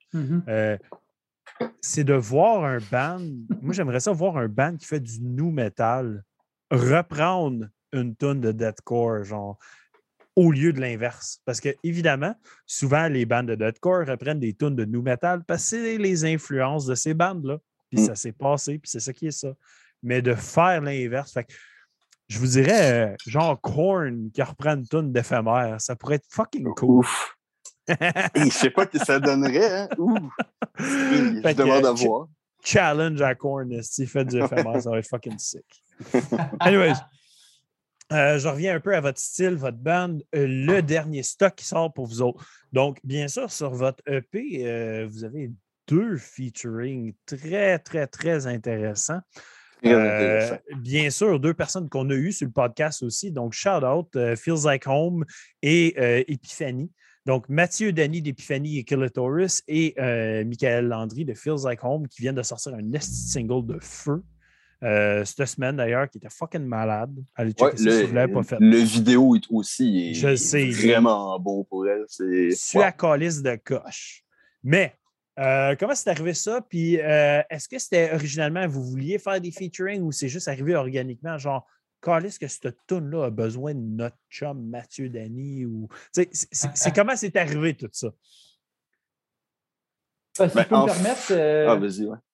C'est de voir un band. Moi, j'aimerais ça voir un band qui fait du nu metal reprendre une tune de deathcore, genre, au lieu de l'inverse. Parce que, évidemment, souvent, les bandes de deathcore reprennent des tunes de nu metal parce que c'est les influences de ces bandes-là. Puis ça s'est passé, puis c'est ça qui est ça. Mais de faire l'inverse, fait que je vous dirais, genre Korn qui reprend une tune d'éphémère, ça pourrait être fucking cool. Ouf! Je sais pas que ça donnerait, hein? Ouf! Je demande à voir. Challenge à Korn, s'il fait du éphémère, ça va être fucking sick. Anyways, je reviens un peu à votre style, votre band, le dernier stock qui sort pour vous autres. Donc, bien sûr, sur votre EP, vous avez 2 featuring très, très, très intéressants. Bien sûr, 2 personnes qu'on a eues sur le podcast aussi. Donc, shout out, Feels Like Home et Epiphany. Donc, Mathieu Dany d'Epiphany et Kilatoris et Michael Landry de Feels Like Home qui viennent de sortir un single de feu cette semaine d'ailleurs qui était fucking malade. Allez checker ça si vous ne l'avez pas fait. Le vidéo aussi est vraiment beau pour elle. Je suis à calice de coche. Mais comment c'est arrivé ça? Puis est-ce que c'était originalement, vous vouliez faire des featuring ou c'est juste arrivé organiquement? Genre, calice que cette tune-là a besoin de notre chum Mathieu Dany ou. C'est comment c'est arrivé tout ça? Si je peux me permettre. Vas-y, ouais.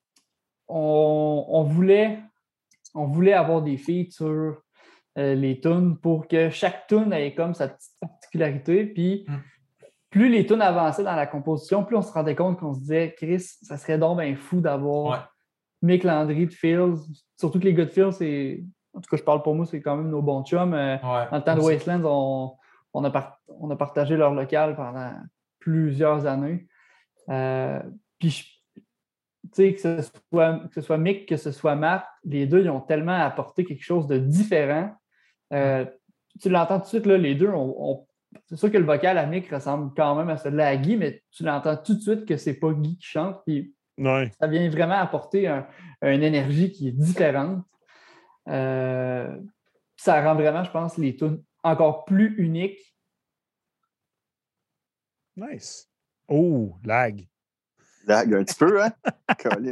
On voulait avoir des feats sur les tunes pour que chaque tune ait comme sa petite particularité. Puis plus les tunes avançaient dans la composition, plus on se rendait compte qu'on se disait, Chris, ça serait donc bien fou d'avoir Mick Landry de Fields. Surtout que les gars de Fields, en tout cas, je parle pour moi, c'est quand même nos bons chums. Dans le temps de Wastelands, on a partagé leur local pendant plusieurs années. Puis tu sais, que ce soit Mick, que ce soit Matt, les deux, ils ont tellement apporté quelque chose de différent. Tu l'entends tout de suite, là, les deux, c'est sûr que le vocal à Mick ressemble quand même à celui-là à Guy, mais tu l'entends tout de suite que c'est pas Guy qui chante. Puis ça vient vraiment apporter une énergie qui est différente. Ça rend vraiment, je pense, les tunes encore plus uniques. Nice. Oh, lag. Lag un petit peu, hein? Colin.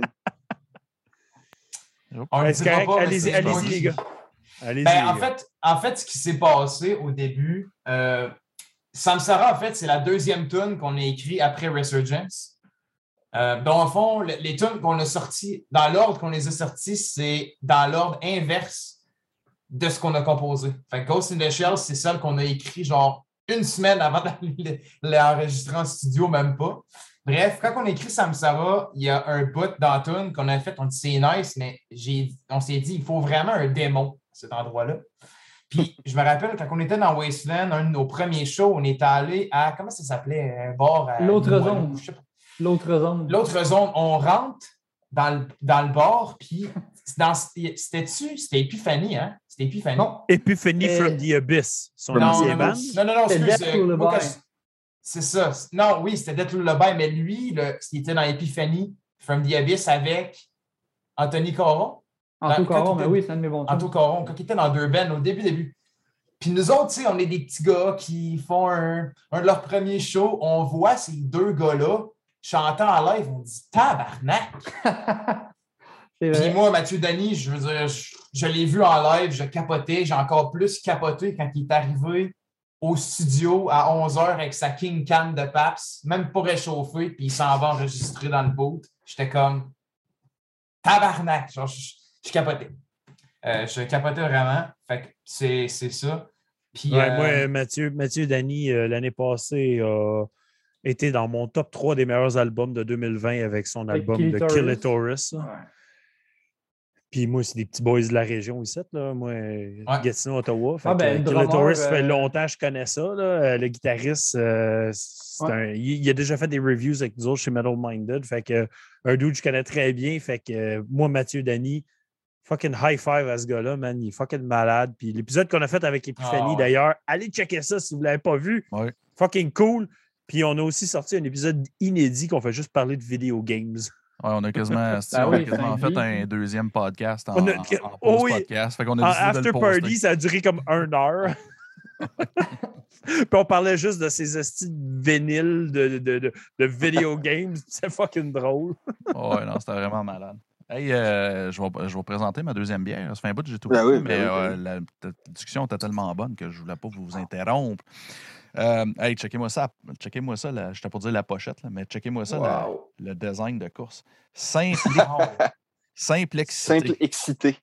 Allez-y, les gars. En fait, ce qui s'est passé au début, Samsara, en fait, c'est la 2e tune qu'on a écrite après Resurgence. Dans le fond, les tunes qu'on a sorties, dans l'ordre qu'on les a sorties, c'est dans l'ordre inverse de ce qu'on a composé. Fait que Ghost in the Shell, c'est celle qu'on a écrit genre une semaine avant d'aller l'enregistrer en studio, même pas. Bref, quand on a écrit Samsara, il y a un bout dans la tune qu'on a fait, on dit c'est nice, mais on s'est dit il faut vraiment un démon à cet endroit-là. Puis je me rappelle, quand on était dans Wasteland, un de nos premiers shows, on était allé à, comment ça s'appelait, un bar à... L'autre zone. L'autre zone, on rentre dans le bar, puis c'était Epiphany, hein? C'était Epiphany. Non. Epiphany from the Abyss. Non, excuse. C'est ça. Non, oui, c'était Death Lullaby, mais lui, il était dans Epiphany from the Abyss avec Anthony Caron. Anto Caron, mais oui, c'est un de mes bons. Anto Caron, quand il était dans 2 bands au début. Puis nous autres, tu sais, on est des petits gars qui font un de leurs premiers shows. On voit ces 2 gars-là chantant en live, on dit tabarnak! Puis moi, Mathieu Dany, je veux dire, je l'ai vu en live, je capotais, j'ai encore plus capoté quand il est arrivé au studio à 11h avec sa King Can de Paps, même pas réchauffé, puis il s'en va enregistrer dans le boot. J'étais comme tabarnak! Genre, je capotais. Je capotais vraiment. Fait que c'est ça. Puis, moi, Mathieu Dany, l'année passée, a été dans mon top 3 des meilleurs albums de 2020 avec son album de Kilatoris. Puis moi, c'est des petits boys de la région ici, là. Moi, Gatineau, Ottawa. Fait le que drummer, Taurus, ça fait longtemps que je connais ça. Là. Le guitariste, il a déjà fait des reviews avec nous autres chez Metal Minded. Fait que un dude que je connais très bien. Fait que moi, Mathieu Dany, fucking high five à ce gars-là, man. Il est fucking malade. Puis l'épisode qu'on a fait avec Epiphany, d'ailleurs, allez checker ça si vous ne l'avez pas vu. Ouais. Fucking cool. Puis on a aussi sorti un épisode inédit qu'on fait juste parler de video games. Ouais, on a quasiment, fait un deuxième podcast en post-podcast. Fait qu'on a décidé After de le poster. Party, ça a duré comme 1 heure. Puis on parlait juste de ces estis de vinyle de video games. C'est fucking drôle. Ouais, non, c'était vraiment malade. Hey, je vais vous présenter ma deuxième bière. Ça fait un bout que j'ai tout pris, mais la discussion était tellement bonne que je ne voulais pas vous interrompre. Hey, checkez-moi ça. Je t'ai pas dire la pochette, là, mais checkez-moi ça, le design de course. Simple excité.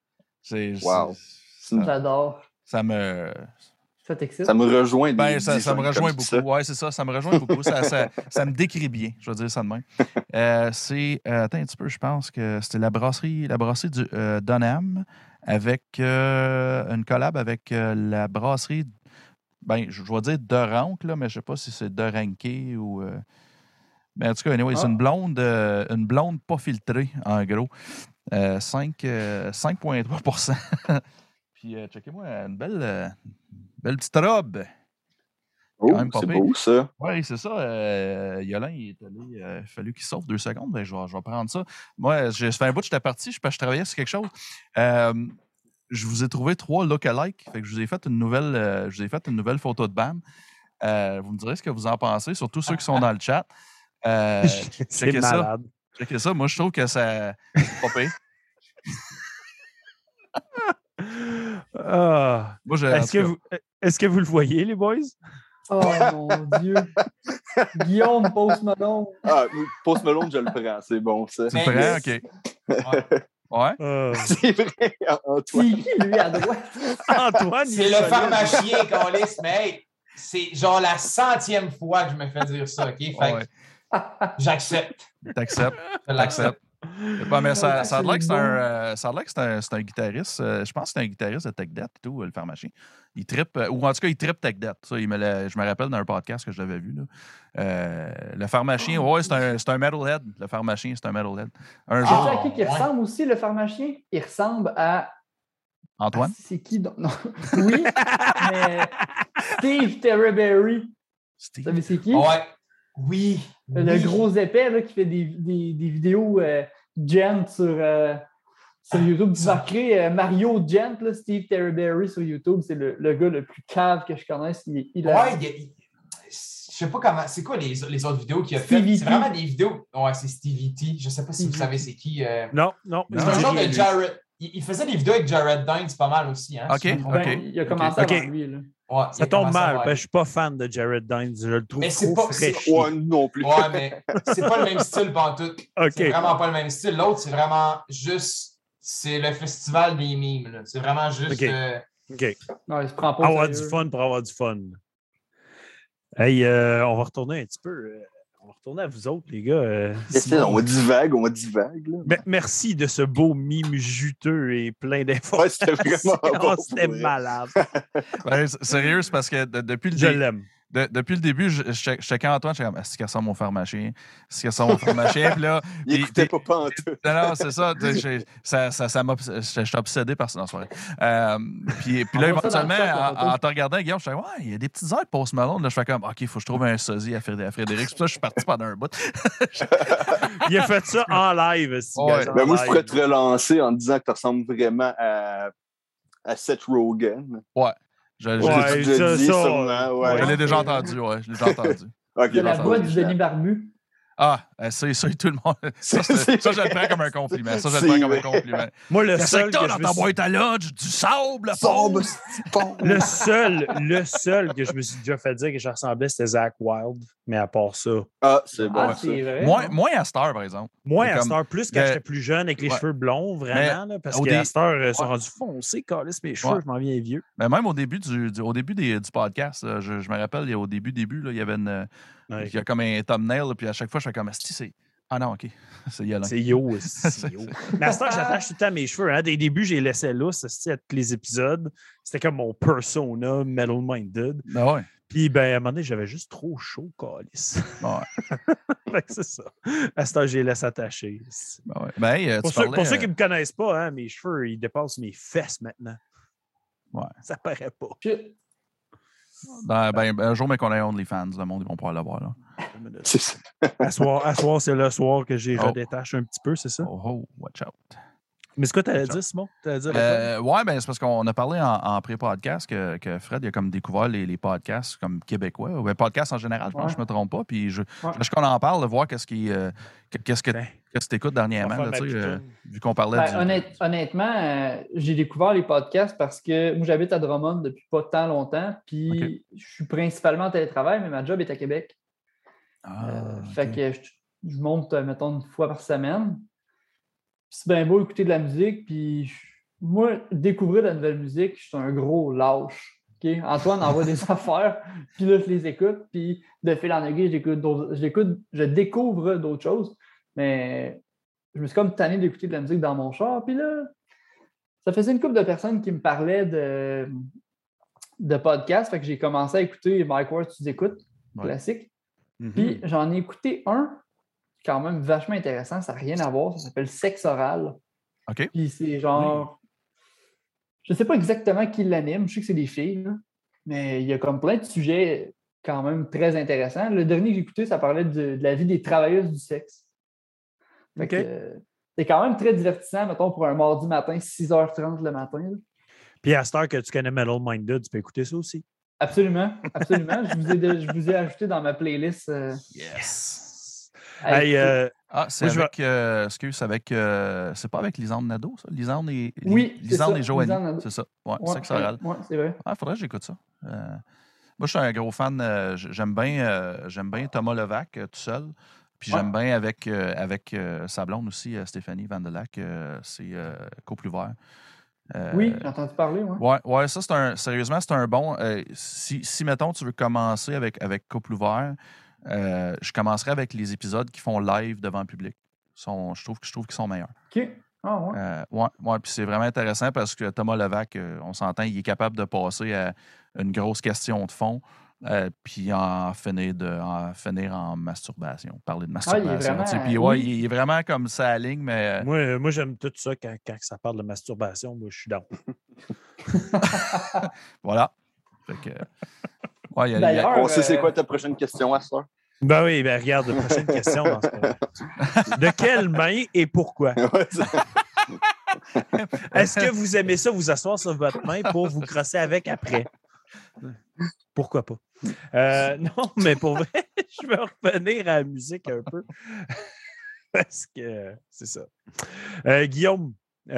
J'adore. Ça me... Ça t'excite? Ça me rejoint. Ça me rejoint beaucoup. Oui, c'est ça. Ça me rejoint beaucoup. Ça me décrit bien. Je vais dire ça de même. Attends un petit peu, je pense que c'était la brasserie du Dunham avec une collab avec la brasserie, je vais dire de Rank, là, mais je ne sais pas si c'est de Ranké ou. Mais en tout cas, anyway, c'est une blonde pas filtrée, en gros. 5,3%. Puis, checkez-moi, une belle petite robe. Oh, c'est beau, ça. Oui, c'est ça. Yolin, il a fallu qu'il sauve 2 secondes. Je vais prendre ça. Moi, ça fait un bout que j'étais parti. Je travaillais sur quelque chose. Je vous ai trouvé 3 look-alike. Fait que je vous ai fait une nouvelle photo de BAM. Vous me direz ce que vous en pensez, surtout ceux qui sont dans le chat. C'est malade. Checkez ça. Moi, je trouve que ça... pas pire. Est-ce que vous le voyez, les boys? Oh mon Dieu! Guillaume, Post Malone. Post Malone, je le prends. C'est bon, ça. Tu le prends? OK. Ouais. C'est vrai, Antoine. C'est qui, lui, à droite? Antoine, c'est le pharmacien, Carlis, mais hey, c'est genre la 100e fois que je me fais dire ça, OK? Fait j'accepte. T'acceptes. Mais ça a l'air que c'est un guitariste. Je pense que c'est un guitariste de Tech Death et tout, le pharmacien. Il trippe, ou en tout cas, il trippe Tech Death. Ça, je me rappelle d'un podcast que je l'avais vu. Là. Le pharmacien, c'est un metalhead. Le pharmacien, c'est un metalhead. Un jour. À qui ressemble aussi, le pharmacien? Il ressemble à. Antoine? C'est qui? Non. Oui, mais Steve Terryberry. Vous savez c'est qui? Ouais. Oui. Le gros épais là, qui fait des vidéos gent sur YouTube. Tu vas créer Mario Gent, là, Steve Terryberry sur YouTube. C'est le gars le plus cave que je connaisse. Je sais pas comment. C'est quoi les autres vidéos qu'il a faites? C'est vraiment des vidéos. Ouais, c'est Stevie T. Je sais pas si vous savez c'est qui. Non. C'est un genre de Jared. Il faisait des vidéos avec Jared Dines pas mal aussi. Hein, OK. Il a commencé avant lui. Là. Ouais, ça tombe mal. Je ne suis pas fan de Jared Dines. Je le trouve trop fraîche. Ouais, non plus. Ouais, mais c'est pas le même style pantoute. Okay. C'est vraiment pas le même style. L'autre, c'est vraiment juste... C'est le festival des mimes. Là. C'est vraiment juste... OK. Non, il se prend pas avoir du fun pour avoir du fun. Hey, on va retourner un petit peu... On va retourner à vous autres, les gars. On divague. Là. Merci de ce beau mime juteux et plein d'informations. Ouais, c'était vraiment bon. C'était malade. Sérieux, c'est parce que depuis le Je l'aime. Depuis le début, je checkais Antoine, je suis comme, est-ce qu'il ressemble mon pharmacien? Est-ce qu'il ressemble mon pharmacien? Puis là, il n'écoutait pas en tout. Non, c'est ça. Je suis obsédé par ça dans la soirée. Puis là, éventuellement, en te regardant, Guillaume, je suis comme, ouais, il y a des petites heures de Post Malone. Là, je fais comme, OK, il faut que je trouve un sosie à Frédéric. C'est pour ça que je suis parti pendant un bout. Il a fait ça en live. Ben moi, je pourrais te relancer en disant que tu ressembles vraiment à Seth Rogen. Ouais. Je l'ai déjà entendu, ouais. Je l'ai déjà entendu. Okay, de la voix du Denis Barbu. Ah, ça, tout le monde. Ça, je le prends comme un compliment. Moi, le seul que dans ta boîte à lunch, du sable, le seul que je me suis déjà fait dire que je ressemblais, c'était Zach Wilde. Mais à part ça. Ah, c'est bon. Ah, c'est vrai. Moins à Star, par exemple. Moins à Star, plus quand j'étais plus jeune, avec les cheveux blonds, vraiment. Là, parce qu'à Star, ils sont rendus foncés, calissent mes cheveux, je m'en viens vieux. Mais même au début du podcast, je me rappelle, au début, là, il y avait il y a comme un thumbnail, puis à chaque fois, je fais comme, Ah non, OK. C'est Yolin. C'est Yo. C'est Yo. Mais à ce temps, j'attache tout le temps mes cheveux. Hein. Dès le début, j'ai laissé lousse à tous les épisodes. C'était comme mon persona Metal Minded. Ah ouais. Puis, ben, à un moment donné, j'avais juste trop chaud, calice. Ouais. Fait que c'est ça. À ce temps, j'ai laissé attacher. Ben ouais. Ben, hey, Pour ceux qui ne me connaissent pas, hein, mes cheveux, ils dépassent mes fesses maintenant. Ouais. Ça paraît pas. Un jour, mais qu'on ait OnlyFans, le monde, ils vont pouvoir l'avoir. Là. C'est ça. À soir, c'est le soir que j'ai redétaché un petit peu, c'est ça? Oh, watch out. Mais c'est quoi t'allais dire, Simon? T'allais dire ouais, ben c'est parce qu'on a parlé en pré-podcast que Fred il a comme découvert les podcasts comme québécois, ou les podcasts en général, je pense que je ne me trompe pas. Puis je qu'on en parle, de voir qu'est-ce que tu écoutes dernièrement, là, vu qu'on parlait honnêtement, j'ai découvert les podcasts parce que moi, j'habite à Drummond depuis pas tant longtemps, puis je suis principalement en télétravail, mais ma job est à Québec. Fait que je monte, mettons, une fois par semaine. C'est bien beau écouter de la musique, puis moi, découvrir de la nouvelle musique, je suis un gros lâche. Okay? Antoine envoie des affaires, puis là, je les écoute, puis de fil en aiguille, je découvre d'autres choses, mais je me suis comme tanné d'écouter de la musique dans mon char, puis là, ça faisait une couple de personnes qui me parlaient de podcasts, fait que j'ai commencé à écouter Mike Ward, tu écoutes, classique. Puis j'en ai écouté un quand même vachement intéressant, ça n'a rien à voir, ça s'appelle Sexe oral. OK. Puis c'est genre... Je ne sais pas exactement qui l'anime, je sais que c'est des filles, là, mais il y a comme plein de sujets quand même très intéressants. Le dernier que j'ai écouté, ça parlait de la vie des travailleuses du sexe. C'est quand même très divertissant, mettons, pour un mardi matin, 6h30 le matin. Là. Puis à cette heure que tu connais Metal Minded, tu peux écouter ça aussi. Absolument, absolument. je vous ai ajouté dans ma playlist. Yes! C'est c'est pas avec Lisande Nadeau, ça? Lisande et Joanie. C'est ça. Ouais, Sexe oral. Ouais, c'est vrai. Faudrait que j'écoute ça. Moi, je suis un gros fan. J'aime bien Thomas Levac tout seul. Puis j'aime bien avec sa blonde aussi, Stéphanie Vandelac. C'est Couple ouvert. Oui, j'ai entendu parler. Ouais, ça, sérieusement, c'est un bon. Si, mettons, tu veux commencer avec Couple ouvert, je commencerai avec les épisodes qui font live devant le public. Je trouve qu'ils sont meilleurs. OK. Ah, ouais. Puis c'est vraiment intéressant parce que Thomas Levac, on s'entend, il est capable de passer à une grosse question de fond, puis en finir en masturbation, parler de masturbation. Puis il est vraiment comme ça à la ligne, mais... Moi, j'aime tout ça quand ça parle de masturbation. Moi, je suis down. Voilà. Fait que... D'ailleurs, on sait c'est quoi ta prochaine question à ça? Ben oui, regarde, la prochaine question dans ce cas. De quelle main et pourquoi? Est-ce que vous aimez ça, vous asseoir sur votre main pour vous crosser avec après? Pourquoi pas? Non, mais pour vrai, je vais revenir à la musique un peu. Parce que c'est ça. Guillaume,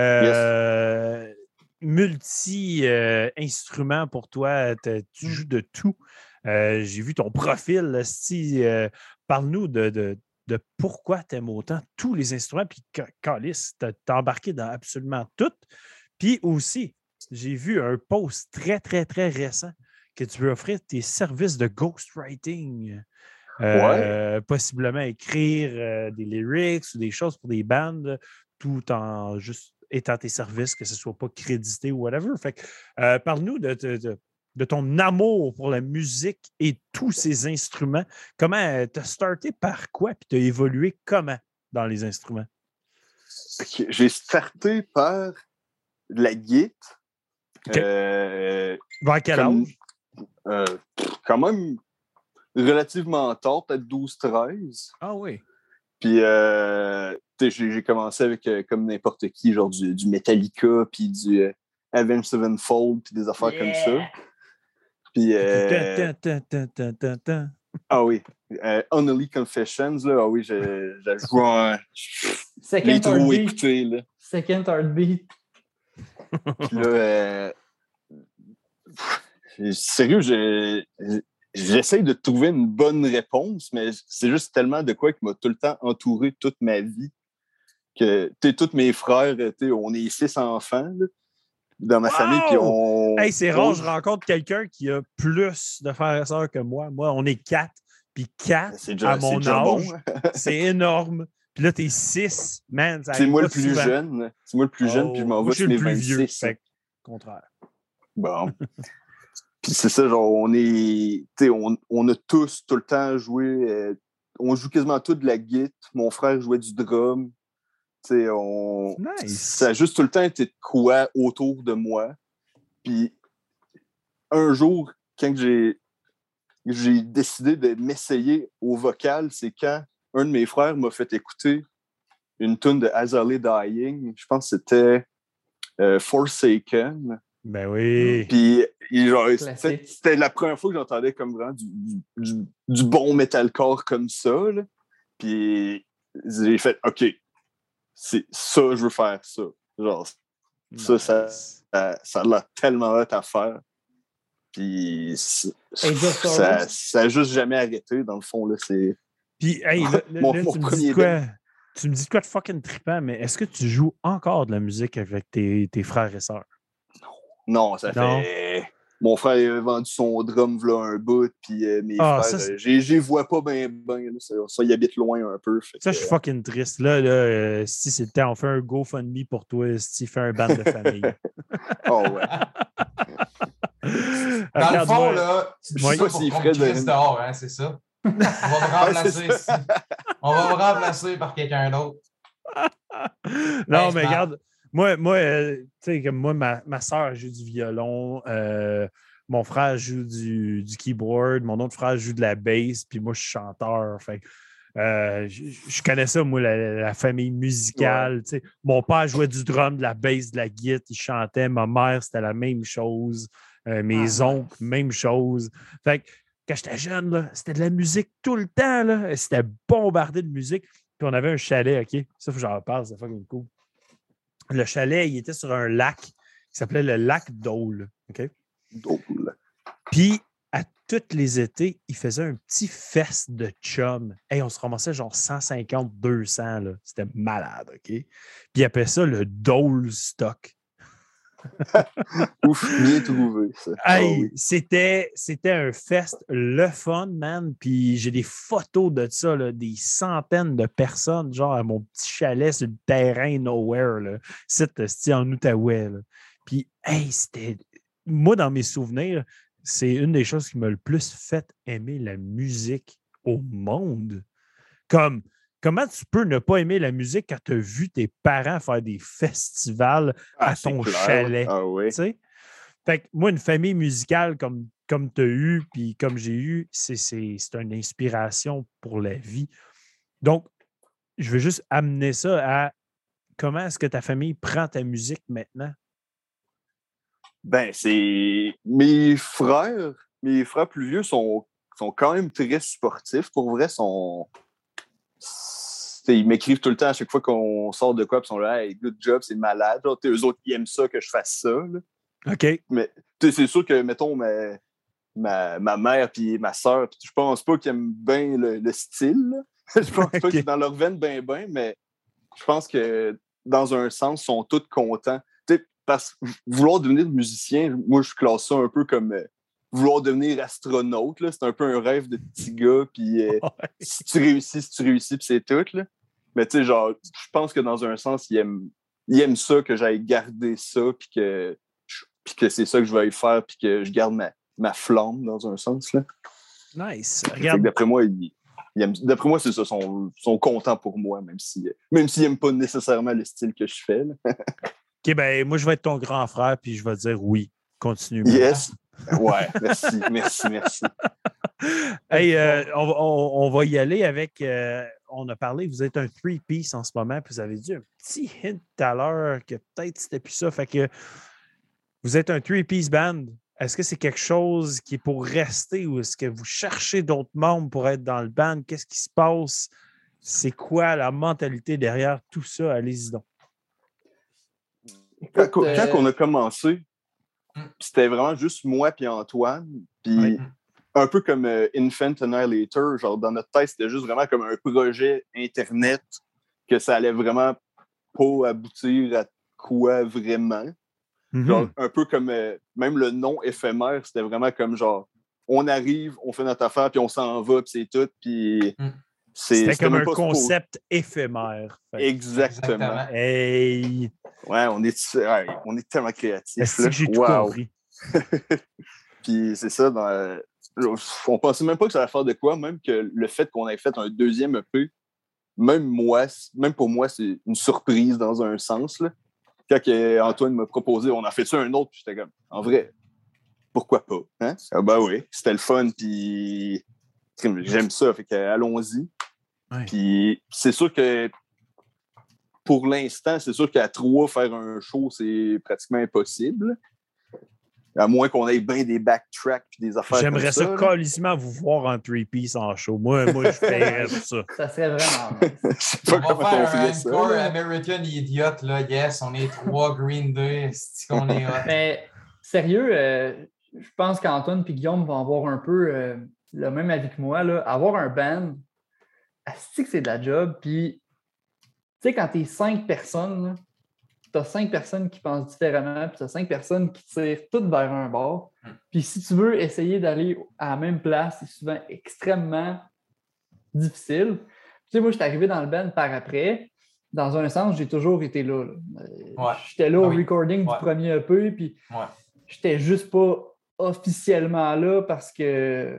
multi-instrument pour toi, tu joues de tout. J'ai vu ton profil. Parle-nous de pourquoi tu aimes autant tous les instruments. Puis, Calice, tu as embarqué dans absolument tout. Puis aussi, j'ai vu un post très, très, très récent que tu veux offrir tes services de ghostwriting. Possiblement écrire des lyrics ou des choses pour des bandes tout en juste étant tes services, que ce ne soit pas crédité ou whatever. Fait que, parle-nous de ton amour pour la musique et tous ces instruments. Comment tu as starté par quoi puis tu as évolué comment dans les instruments? Okay. J'ai starté par la guitare. Okay. Vers quel âge? Quand même relativement tard, peut-être 12-13. Ah oui. Puis j'ai commencé avec comme n'importe qui, genre du Metallica, puis du Avenged Sevenfold, puis des affaires comme ça. Puis ah oui, Unholy Confessions, là, ah oui, j'ai joué les trop écoutés, là. Second Heartbeat. Puis là, sérieux, j'essaie de trouver une bonne réponse, mais c'est juste tellement de quoi qui m'a tout le temps entouré toute ma vie que, tous mes frères, on est 6 enfants, là, dans ma famille, puis on... Hey, c'est rare, je rencontre quelqu'un qui a plus de frères et sœurs que moi. Moi, on est 4, puis 4, à mon âge, bon. C'est énorme. Puis là, t'es 6, man. Ça C'est arrive moi pas le plus souvent. jeune. C'est moi le plus jeune, puis je m'en Moi, vais je suis sur le mes plus vieux. 26. Fait que, contraire. Bon. Puis c'est ça, genre, on a tous tout le temps joué. On joue quasiment tout de la guitare. Mon frère jouait du drum. Nice. Ça a juste tout le temps été de quoi autour de moi. Puis un jour, quand j'ai décidé de m'essayer au vocal, c'est quand un de mes frères m'a fait écouter une tune de Azalea Dying. Je pense que c'était Forsaken. Ben oui. Puis, genre, Classique. c'était la première fois que j'entendais comme vraiment du bon metalcore comme ça. Là. Puis, j'ai fait, OK, c'est ça, je veux faire ça. Genre, Nice. ça a l'air tellement hot à faire. Puis, ça a juste jamais arrêté, dans le fond. Là, c'est... Puis, hey, là, Mon tu me dis premier de quoi? Tu me dis de quoi de fucking trippant, mais est-ce que tu joues encore de la musique avec tes frères et sœurs? Non, ça fait... Mon frère a vendu son drum v'là un bout, puis mes frères, j'y vois pas bien, ça, ils habitent loin un peu. Ça, je suis fucking triste. Là, si c'est le temps, on fait un GoFundMe pour toi, si tu fais un band de famille. Oh ouais. Dans le fond, là, tu dis sais ça pas pour s'il qu'on ferait te crisse dehors, hein, c'est ça? On va me remplacer ici. On va me remplacer par quelqu'un d'autre. Non, mais regarde, moi tu sais, comme moi, ma soeur joue du violon, mon frère joue du keyboard, mon autre frère joue de la bass, puis moi, je suis chanteur. Fait je connais ça, moi, la famille musicale. Ouais. Mon père jouait du drum, de la bass, de la guitare, il chantait. Ma mère, c'était la même chose. Mes oncles, même chose. Fait que quand j'étais jeune, là, c'était de la musique tout le temps. Là. C'était bombardé de musique. Puis on avait un chalet, OK? Ça, il faut que j'en parle, c'est fucking cool. Le chalet, il était sur un lac qui s'appelait le lac Dole. OK? Dole. Puis, à tous les étés, il faisait un petit fest de chum. Hey, on se ramassait genre 150, 200. Là. C'était malade, OK? Puis, il appelait ça le Dole Stock. Ouf, bien trouvé, ça. Hey, oui. c'était un fest, le fun, man. Puis j'ai des photos de ça, là, des centaines de personnes, genre à mon petit chalet sur le terrain nowhere, là. C'était en Outaouais. Là. Puis, hey, c'était... Moi, dans mes souvenirs, c'est une des choses qui m'a le plus fait aimer la musique au monde. Comment tu peux ne pas aimer la musique quand tu as vu tes parents faire des festivals à ton chalet? Ah oui. T'sais? Fait que moi, une famille musicale comme tu as eu, puis comme j'ai eu, c'est une inspiration pour la vie. Donc, je veux juste amener ça à comment est-ce que ta famille prend ta musique maintenant? Ben, c'est... Mes frères plus vieux sont quand même très sportifs. Pour vrai, ils m'écrivent tout le temps à chaque fois qu'on sort de quoi, puis ils sont là, hey, good job, c'est malade. Genre, eux autres, ils aiment ça que je fasse ça. Là. OK. Mais c'est sûr que, mettons, ma mère puis ma soeur, je pense pas qu'ils aiment bien le style. Là. Je pense pas qu'ils sont dans leur veine bien, mais je pense que, dans un sens, ils sont tous contents. Parce que vouloir devenir musicien, moi, je classe ça un peu comme... vouloir devenir astronaute, là, c'est un peu un rêve de petit gars, puis si tu réussis, puis c'est tout. Là. Mais tu sais, genre, je pense que dans un sens, il aime ça, que j'aille garder ça, puis que c'est ça que je vais faire, puis que je garde ma flamme, dans un sens. Là. Nice. Regarde. D'après moi, d'après moi, c'est ça, ils sont contents pour moi, même s'ils n'aiment pas nécessairement le style que je fais. Là. OK, ben moi, je vais être ton grand frère, puis je vais dire oui. Continue. Yes. Ouais, merci. Hey, on va y aller avec... on a parlé, vous êtes un three-piece en ce moment, puis vous avez dit un petit hint tout à l'heure que peut-être c'était plus ça. Fait que vous êtes un three-piece band. Est-ce que c'est quelque chose qui est pour rester ou est-ce que vous cherchez d'autres membres pour être dans le band? Qu'est-ce qui se passe? C'est quoi la mentalité derrière tout ça? Allez-y donc. Quand on a commencé, c'était vraiment juste moi et Antoine. Puis un peu comme Infant Annihilator, genre dans notre tête, c'était juste vraiment comme un projet Internet que ça allait vraiment pas aboutir à quoi vraiment. Genre un peu comme même le nom éphémère, c'était vraiment comme genre on arrive, on fait notre affaire, puis on s'en va, puis c'est tout. Puis C'était comme même un pas supposé. concept éphémère. Exactement. Hey! Ouais, on est tellement créatifs. Est-ce là. que j'ai tout Wow. compris? Puis c'est ça, on pensait même pas que ça allait faire de quoi, même que le fait qu'on ait fait un deuxième EP, même pour moi, c'est une surprise dans un sens. Là. Quand Antoine m'a proposé, on a fait ça un autre, puis j'étais comme, en vrai, pourquoi pas? Hein? Ah ben oui, c'était le fun, puis j'aime ça, fait que allons-y. Ouais. Puis c'est sûr que pour l'instant, c'est sûr qu'à 3, faire un show, c'est pratiquement impossible. À moins qu'on ait bien des backtracks et des affaires J'aimerais comme ça. ça calissement vous voir en 3-piece en show. Moi je paierais pour ça. Ça serait vraiment nice. Je sais pas On va comment on faire un ferait ça. encore là. American Idiot, là. Yes, on est 3 Green Day. C'est qu'on est hot. Mais sérieux, je pense qu'Antoine et Guillaume vont avoir un peu le même avis que moi. Là. Avoir un band, asti que c'est de la job. Puis, tu sais, quand tu es 5 personnes, tu as 5 personnes qui pensent différemment, puis tu as 5 personnes qui tirent toutes vers un bord. Puis, si tu veux essayer d'aller à la même place, c'est souvent extrêmement difficile. Tu sais, moi, je suis arrivé dans le band par après. Dans un sens, j'ai toujours été là. Ouais. J'étais là au Oui. recording du premier EP, puis Ouais. j'étais juste pas officiellement là parce que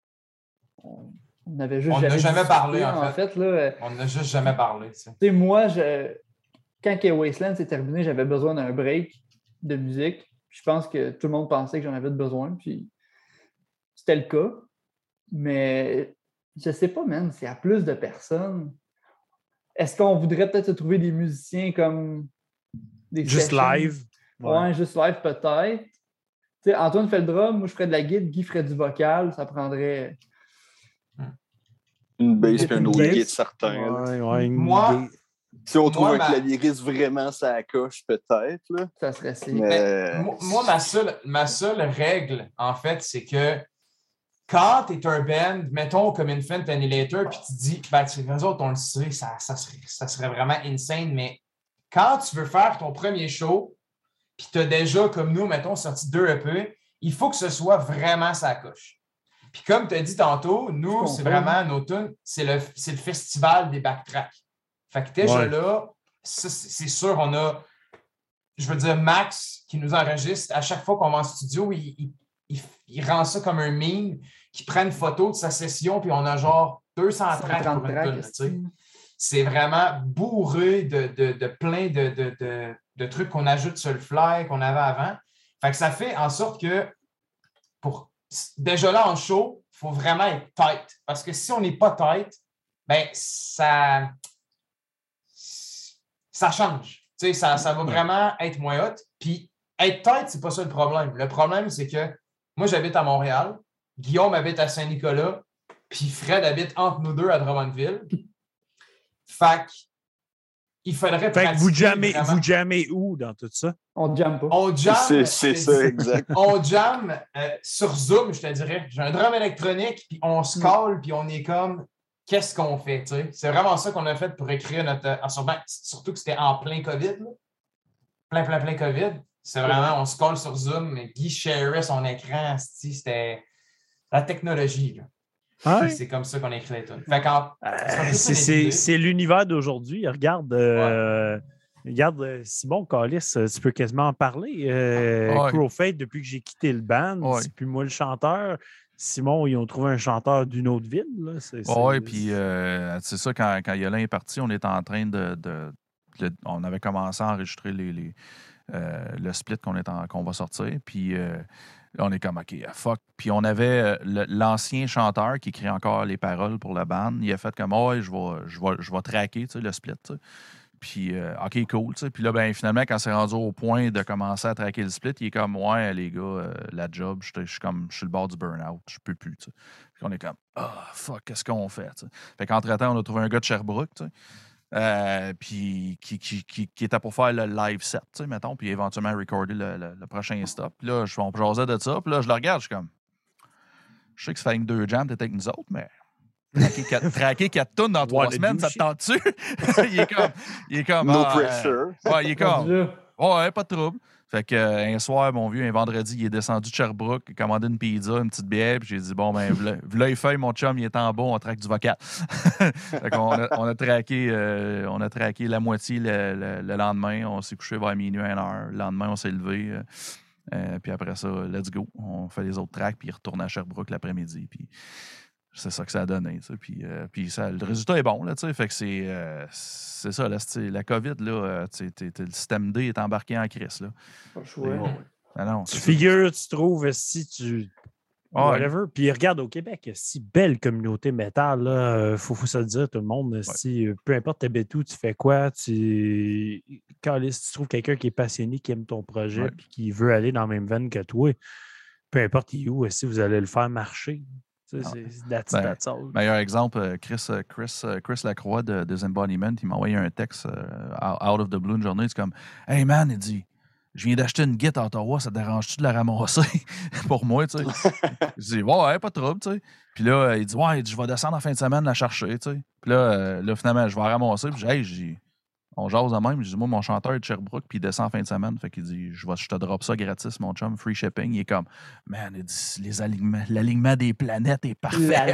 on avait juste On n'a jamais discuté, parlé, en fait. Là. On n'a juste jamais parlé. Tu sais. Tu sais, moi, quand que Wasteland s'est terminé, j'avais besoin d'un break de musique. Je pense que tout le monde pensait que j'en avais besoin, puis c'était le cas. Mais je sais pas, man, s'il y a plus de personnes, est-ce qu'on voudrait peut-être se trouver des musiciens comme des Juste sessions? live. Ouais, juste live peut-être. Tu sais, Antoine fait le drum, moi je ferais de la guitare, Guy ferait du vocal, ça prendrait. Une bass et un Une autre bass. guide certain. là. Ouais, Moi, Si on trouve Moi, un ma- clavieriste vraiment ça coche, peut-être. Là. Ça serait si. Mais Moi, ma seule règle, en fait, c'est que quand tu es un band, mettons comme Infant Annihilator, puis tu te dis, ben, nous autres, on le sait, ça serait vraiment insane, mais quand tu veux faire ton premier show, puis tu as déjà, comme nous, mettons, sorti 2 EP, il faut que ce soit vraiment sa coche. Puis comme tu as dit tantôt, nous, c'est vraiment nos tunes, c'est le festival des backtracks. Fait que déjà là, ça, c'est sûr, on a, je veux dire, Max qui nous enregistre, à chaque fois qu'on va en studio, il rend ça comme un meme, qui prend une photo de sa session, puis on a genre 200 tracks pour une tune. Tu sais. C'est vraiment bourré de plein de trucs qu'on ajoute sur le fly qu'on avait avant. Fait que ça fait en sorte que déjà là en show, il faut vraiment être tight. Parce que si on n'est pas tight, ben ça change. Tu sais, ça va vraiment être moins hot. Puis être tight, c'est pas ça le problème. Le problème, c'est que moi, j'habite à Montréal, Guillaume habite à Saint-Nicolas, puis Fred habite entre nous deux à Drummondville. Fait qu'il faudrait Fait que vous vraiment. jammez où dans tout ça? On jamme pas. On jamme. c'est ça, exact. On jamme sur Zoom, je te dirais. J'ai un drum électronique, puis on se colle, puis on est comme, qu'est-ce qu'on fait? Tu sais? C'est vraiment ça qu'on a fait pour écrire notre. Surtout que c'était en plein COVID. Là. Plein COVID. C'est vraiment, on se colle sur Zoom, mais Guy sharait son écran. C'était la technologie. Là. Ah oui? C'est comme ça qu'on a écrit les tunes. Fait qu'en- C'est l'univers d'aujourd'hui. Regarde, Simon Callis, tu peux quasiment en parler. Ouais. Crowfade, depuis que j'ai quitté le band, Ouais. c'est plus moi le chanteur. Simon, ils ont trouvé un chanteur d'une autre ville. Oui, puis c'est ça, quand Yolin est parti, on était en train on avait commencé à enregistrer le split qu'on va sortir. Puis on est comme, OK, fuck. Puis on avait l'ancien chanteur qui écrit encore les paroles pour la band. Il a fait comme, ouais, je vais tracker le split. T'sais. Puis, OK, cool. T'sais. Puis là, ben, finalement, quand c'est rendu au point de commencer à tracker le split, il est comme, ouais, les gars, la job, je suis le bord du burn-out. Je peux plus. T'sais. Puis on est comme, fuck, qu'est-ce qu'on fait? T'sais. Fait qu'entre-temps, on a trouvé un gars de Sherbrooke. T'sais. Puis qui était pour faire le live set, tu sais, mettons, puis éventuellement recorder le prochain stop. Puis là, on jasait de ça, puis là, je le regarde, je suis comme, je sais que ça fait une 2 jams, t'étais avec nous autres, mais traquer 4 tonnes dans 3 semaines, ça te tente-tu? il est comme No pressure. Ouais, il est comme, Ouais, pas de trouble. Fait que un soir, mon vieux, un vendredi, il est descendu de Sherbrooke, il a commandé une pizza, une petite bière, puis j'ai dit, bon, ben, v'là les feuilles, mon chum, il est en bas, on traque du vocal. Fait qu'on on a traqué la moitié le lendemain. On s'est couché vers minuit, 1h. Le lendemain, on s'est levé. Puis après ça, let's go. On fait les autres tracks, puis il retourne à Sherbrooke l'après-midi. Puis c'est ça que ça a donné. Puis ça, le résultat est bon. Là, fait que c'est ça. Là, la COVID, là, le système D est embarqué en crise. Là. Pas le choix. Ah non, Tu figures, tu trouves, si tu. Whatever. Puis regarde, au Québec, si belle communauté métal, là, faut se le dire, tout le monde. Si, peu importe t'habites où, tu fais quoi, si tu trouves quelqu'un qui est passionné, qui aime ton projet, puis qui veut aller dans la même veine que toi, peu importe où, si vous allez le faire marcher. That's all. Meilleur exemple, Chris Lacroix de Embodiment, il m'a envoyé un texte out of the blue une journée. C'est comme Hey man, il dit je viens d'acheter une guitare à Ottawa, ça te dérange-tu de la ramasser pour moi, tu sais? Je dis ouais, pas de trouble, tu sais. Puis là, il dit ouais, je vais descendre en fin de semaine la chercher, tu sais. Puis là, finalement, je vais la ramasser. Puis on jase de même. Je dis, moi, mon chanteur est de Sherbrooke, puis il descend en fin de semaine. Fait qu'il dit, je te drop ça gratis, mon chum, free shipping. Il est comme, man, il dit, l'alignement des planètes est parfait.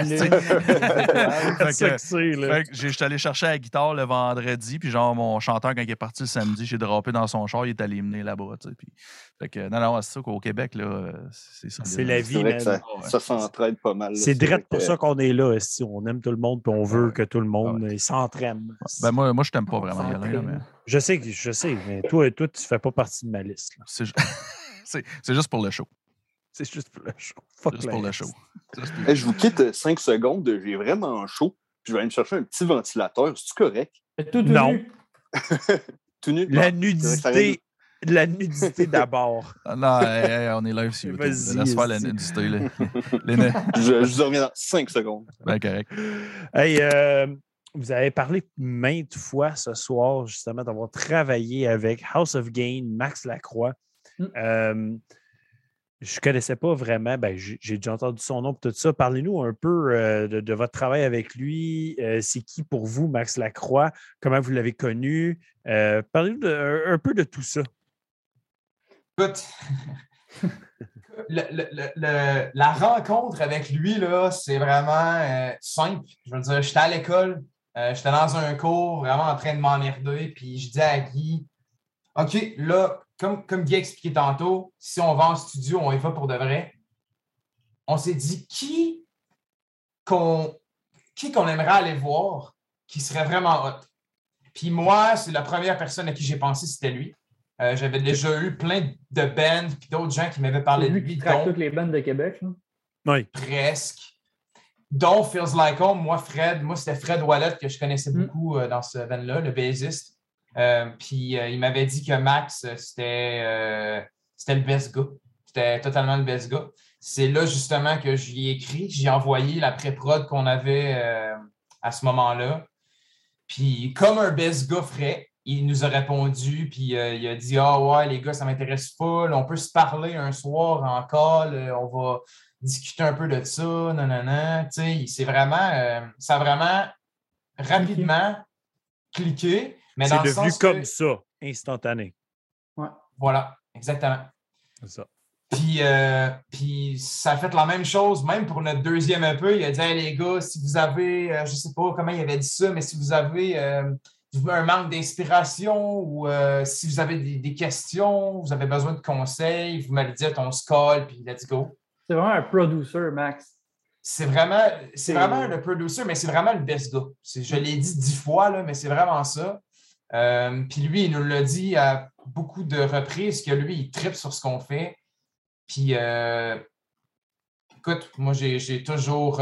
Je suis allé chercher la guitare le vendredi, puis genre, mon chanteur, quand il est parti le samedi, j'ai droppé dans son char, il est allé mener là-bas, tu sais. Puis, fait que, non, c'est ça qu'au Québec, là, c'est ça. C'est la vie, man. Ça s'entraide pas mal. C'est direct pour ça qu'on est là, si on aime tout le monde, puis on veut que tout le monde s'entraîne. Ben, moi, je t'aime pas vraiment, Alain. Mais... Je sais, mais toi, tu fais pas partie de ma liste. C'est juste pour le show. C'est juste pour le show. Juste pour le show. Je vous quitte 5 secondes. J'ai vraiment chaud. Je vais aller me chercher un petit ventilateur. C'est-tu correct? Non. Tout nu? La nudité. La nudité d'abord. Non, on est live sur YouTube. Laisse faire la nudité. Je vous reviens dans 5 secondes. Ben, correct. Hey, vous avez parlé maintes fois ce soir, justement, d'avoir travaillé avec House of Gain, Max Lacroix. Je ne connaissais pas vraiment, j'ai déjà entendu son nom et tout ça. Parlez-nous un peu de votre travail avec lui. C'est qui pour vous, Max Lacroix? Comment vous l'avez connu? Parlez-nous un peu de tout ça. Écoute, la rencontre avec lui, là, c'est vraiment simple. Je veux dire, j'étais à l'école, j'étais dans un cours, vraiment en train de m'emmerder, puis je dis à Guy, OK, là, comme Guy a expliqué tantôt, si on va en studio, on y va pour de vrai. On s'est dit qui qu'on aimerait aller voir, qui serait vraiment hot. Puis moi, c'est la première personne à qui j'ai pensé, c'était lui. J'avais déjà eu plein de bands puis d'autres gens qui m'avaient parlé de lui. Qui traque toutes les bands de Québec. Là. Oui. Presque. Dont Feels Like Home. Moi, c'était Fred Wallet que je connaissais beaucoup dans ce band-là, le bassiste. Puis il m'avait dit que Max, c'était le best gars. C'était totalement le best gars. C'est là, justement, que je lui ai écrit. J'ai envoyé la pré-prod qu'on avait à ce moment-là. Puis comme un best gars ferait, il nous a répondu, puis il a dit « Ah ouais, les gars, ça m'intéresse full. On peut se parler un soir en call. On va discuter un peu de ça. Nanana. » Tu sais, ça a vraiment rapidement cliqué. Mais c'est dans devenu le sens comme ça, instantané. Ouais. Voilà, exactement. C'est ça. Puis ça a fait la même chose, même pour notre deuxième EP. Il a dit hey, les gars, si vous avez, je ne sais pas comment il avait dit ça, mais si vous avez un manque d'inspiration ou si vous avez des questions, vous avez besoin de conseils, vous me le dites, on se colle, puis let's go. C'est vraiment un producer, Max. C'est vraiment le producer, mais c'est vraiment le best gars. Je l'ai dit 10 fois, là, mais c'est vraiment ça. Puis lui, il nous l'a dit à beaucoup de reprises que lui, il trippe sur ce qu'on fait. Puis, écoute, moi, j'ai toujours,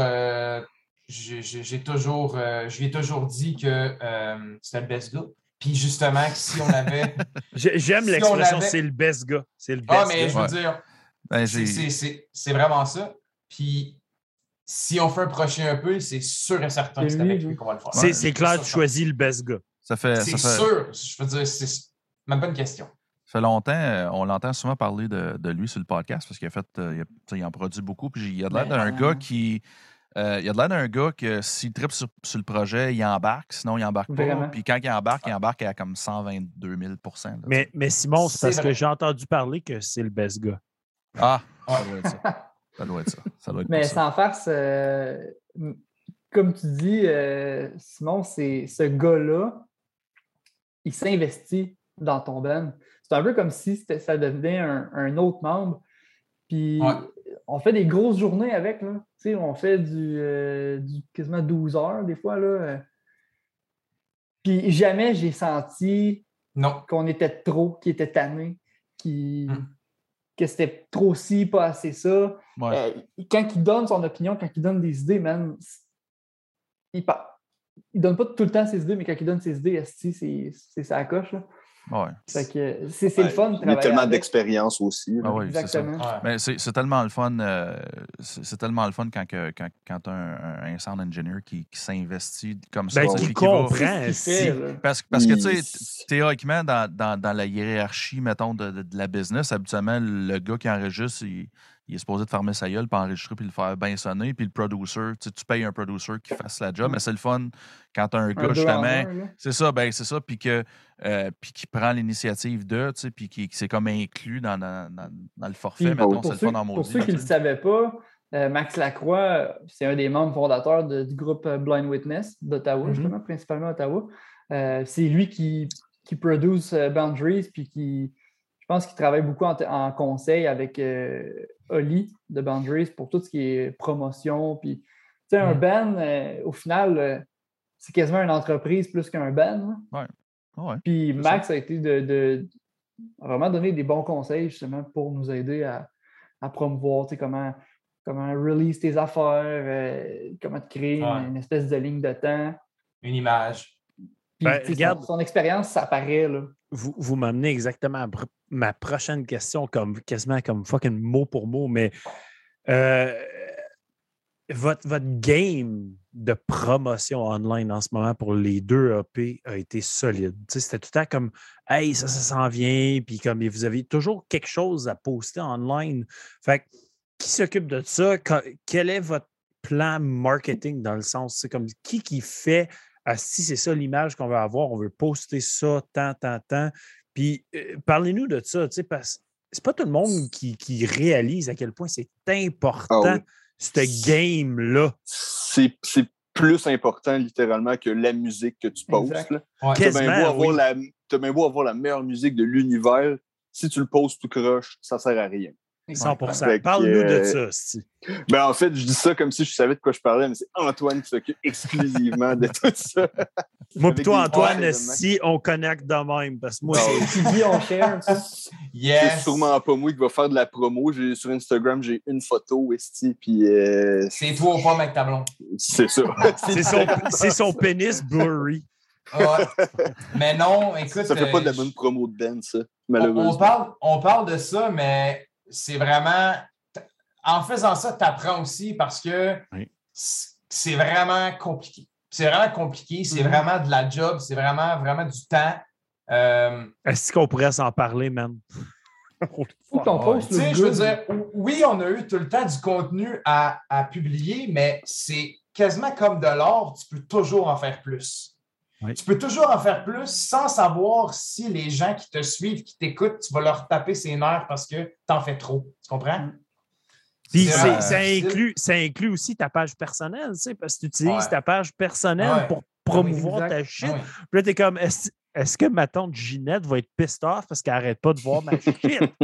je lui ai toujours dit que c'était le best gars. Puis, justement, que si on avait. J'aime l'expression c'est le best gars. C'est le best gars. Mais je veux dire, c'est vraiment ça. Puis, si on fait un prochain un peu, c'est sûr et certain que c'est avec lui qu'on va le faire. C'est clair, tu choisis le best gars. C'est sûr. Je veux dire, c'est même pas une question. Ça fait longtemps, on l'entend souvent parler de lui sur le podcast parce qu'il a fait, il en produit beaucoup. Puis il a l'air d'un gars qui il y a de l'air d'un gars que s'il tripe sur le projet, il embarque, sinon il embarque pas. Vraiment. Puis quand il embarque à comme 122 000 là, Mais Simon, c'est parce C'est que vrai. j'ai entendu parler que c'est le best gars. Ah, ça Ouais. doit être ça. Ça doit être ça. Ça doit être Mais pour ça. sans farce, comme tu dis, Simon, ce gars-là, il s'investit dans ton band. C'est un peu comme si ça devenait un autre membre. Puis Ouais. on fait des grosses journées avec. Là. Tu sais, on fait du quasiment 12 heures des fois. Là. Puis jamais j'ai senti Non. qu'on était trop, qu'il était tanné, Mm. que c'était trop ci, pas assez ça. Ouais. Quand il donne son opinion, quand il donne des idées, man, il donne pas tout le temps ses idées, mais quand il donne ses idées, c'est sa coche. Là. Ouais. Fait que c'est le fun de Il y a travailler tellement avec. d'expérience aussi. là. Ah oui, c'est ça. Exactement. Ouais. Mais c'est tellement le fun. C'est tellement le fun quand tu as un sound engineer qui s'investit comme ça. Ben, tu sais, qui puis qui va- comprend. C'est ce qu'il si- fait, là. Parce que, tu sais, théoriquement, dans la hiérarchie, mettons, de la business, habituellement, le gars qui enregistre, il est supposé de fermer sa gueule, puis enregistrer, puis le faire bien sonner. Puis le producer, tu payes un producer qui fasse la job, mais c'est le fun quand tu as un gars, Un 2 en justement. 1, là. C'est ça, puis qui prend l'initiative de, tu sais, puis qui c'est comme inclus dans le forfait, Puis, mettons, c'est pour le ceux, fun en pour maudit. ceux qui ne le savaient pas, Max Lacroix, c'est un des membres fondateurs du groupe Blind Witness d'Ottawa, Mhm. justement, principalement Ottawa. C'est lui qui produce Boundaries, puis je pense qu'il travaille beaucoup en conseil avec Oli de Boundaries pour tout ce qui est promotion. Puis, tu sais, un band, au final, c'est quasiment une entreprise plus qu'un band. Hein. Ouais. Puis c'est Max a été a vraiment donné des bons conseils justement pour nous aider à promouvoir, tu sais, comment release tes affaires, comment te créer Ouais. une espèce de ligne de temps. Une image. Puis, Ben, tu sais, regarde. son expérience, ça apparaît, là. Vous m'amenez exactement à ma prochaine question, quasiment comme fucking mot pour mot, mais votre game de promotion online en ce moment pour les deux EP a été solide. Tu sais, c'était tout le temps comme « Hey, ça s'en vient », puis comme vous avez toujours quelque chose à poster online. Fait que, qui s'occupe de ça? Quel est votre plan marketing dans le sens? C'est comme qui fait si c'est ça l'image qu'on veut avoir, on veut poster ça, tant. Puis parlez-nous de ça, tu sais, parce que c'est pas tout le monde qui réalise à quel point c'est important. Ah oui. Ce game-là. C'est plus important, littéralement, que la musique que tu postes. Exact. là. Ouais. T'as bien Quasiment, beau avoir oui. t'as bien beau avoir la meilleure musique de l'univers, si tu le postes tout croche, ça sert à rien. 100%. Fait que, Parle-nous de ça, si. Ben, en fait, je dis ça comme si je savais de quoi je parlais, mais c'est Antoine qui s'occupe exclusivement de tout ça. Moi Avec et toi, des Antoine, événements. si on connecte de même, parce que moi, Ah c'est... Tu dis, on share. C'est Yes. sûrement pas moi qui va faire de la promo. Sur Instagram, j'ai une photo, esti, puis C'est toi ou pas, mec, ta blonde. c'est ça. c'est son pénis blurry. Ouais. Mais non, écoute. Ça fait pas de la bonne promo de Ben, ça, on malheureusement. parle de ça, mais c'est vraiment. En faisant ça, tu apprends aussi parce que Oui. c'est vraiment compliqué. C'est vraiment compliqué, c'est vraiment de la job, c'est vraiment, vraiment du temps. Est-ce qu'on pourrait s'en parler, man? Faut qu'on poste Tu sais, le je veux good. dire, oui, on a eu tout le temps du contenu à publier, mais c'est quasiment comme de l'or, tu peux toujours en faire plus. Oui. Tu peux toujours en faire plus sans savoir si les gens qui te suivent, qui t'écoutent, tu vas leur taper ses nerfs parce que tu en fais trop. Tu comprends? Puis C'est ça inclut aussi ta page personnelle, tu sais, parce que tu utilises Ouais. ta page personnelle Ouais. pour promouvoir exact. ta shit. Ah oui. Puis là, t'es comme, est-ce que ma tante Ginette va être pissed off parce qu'elle n'arrête pas de voir ma shit?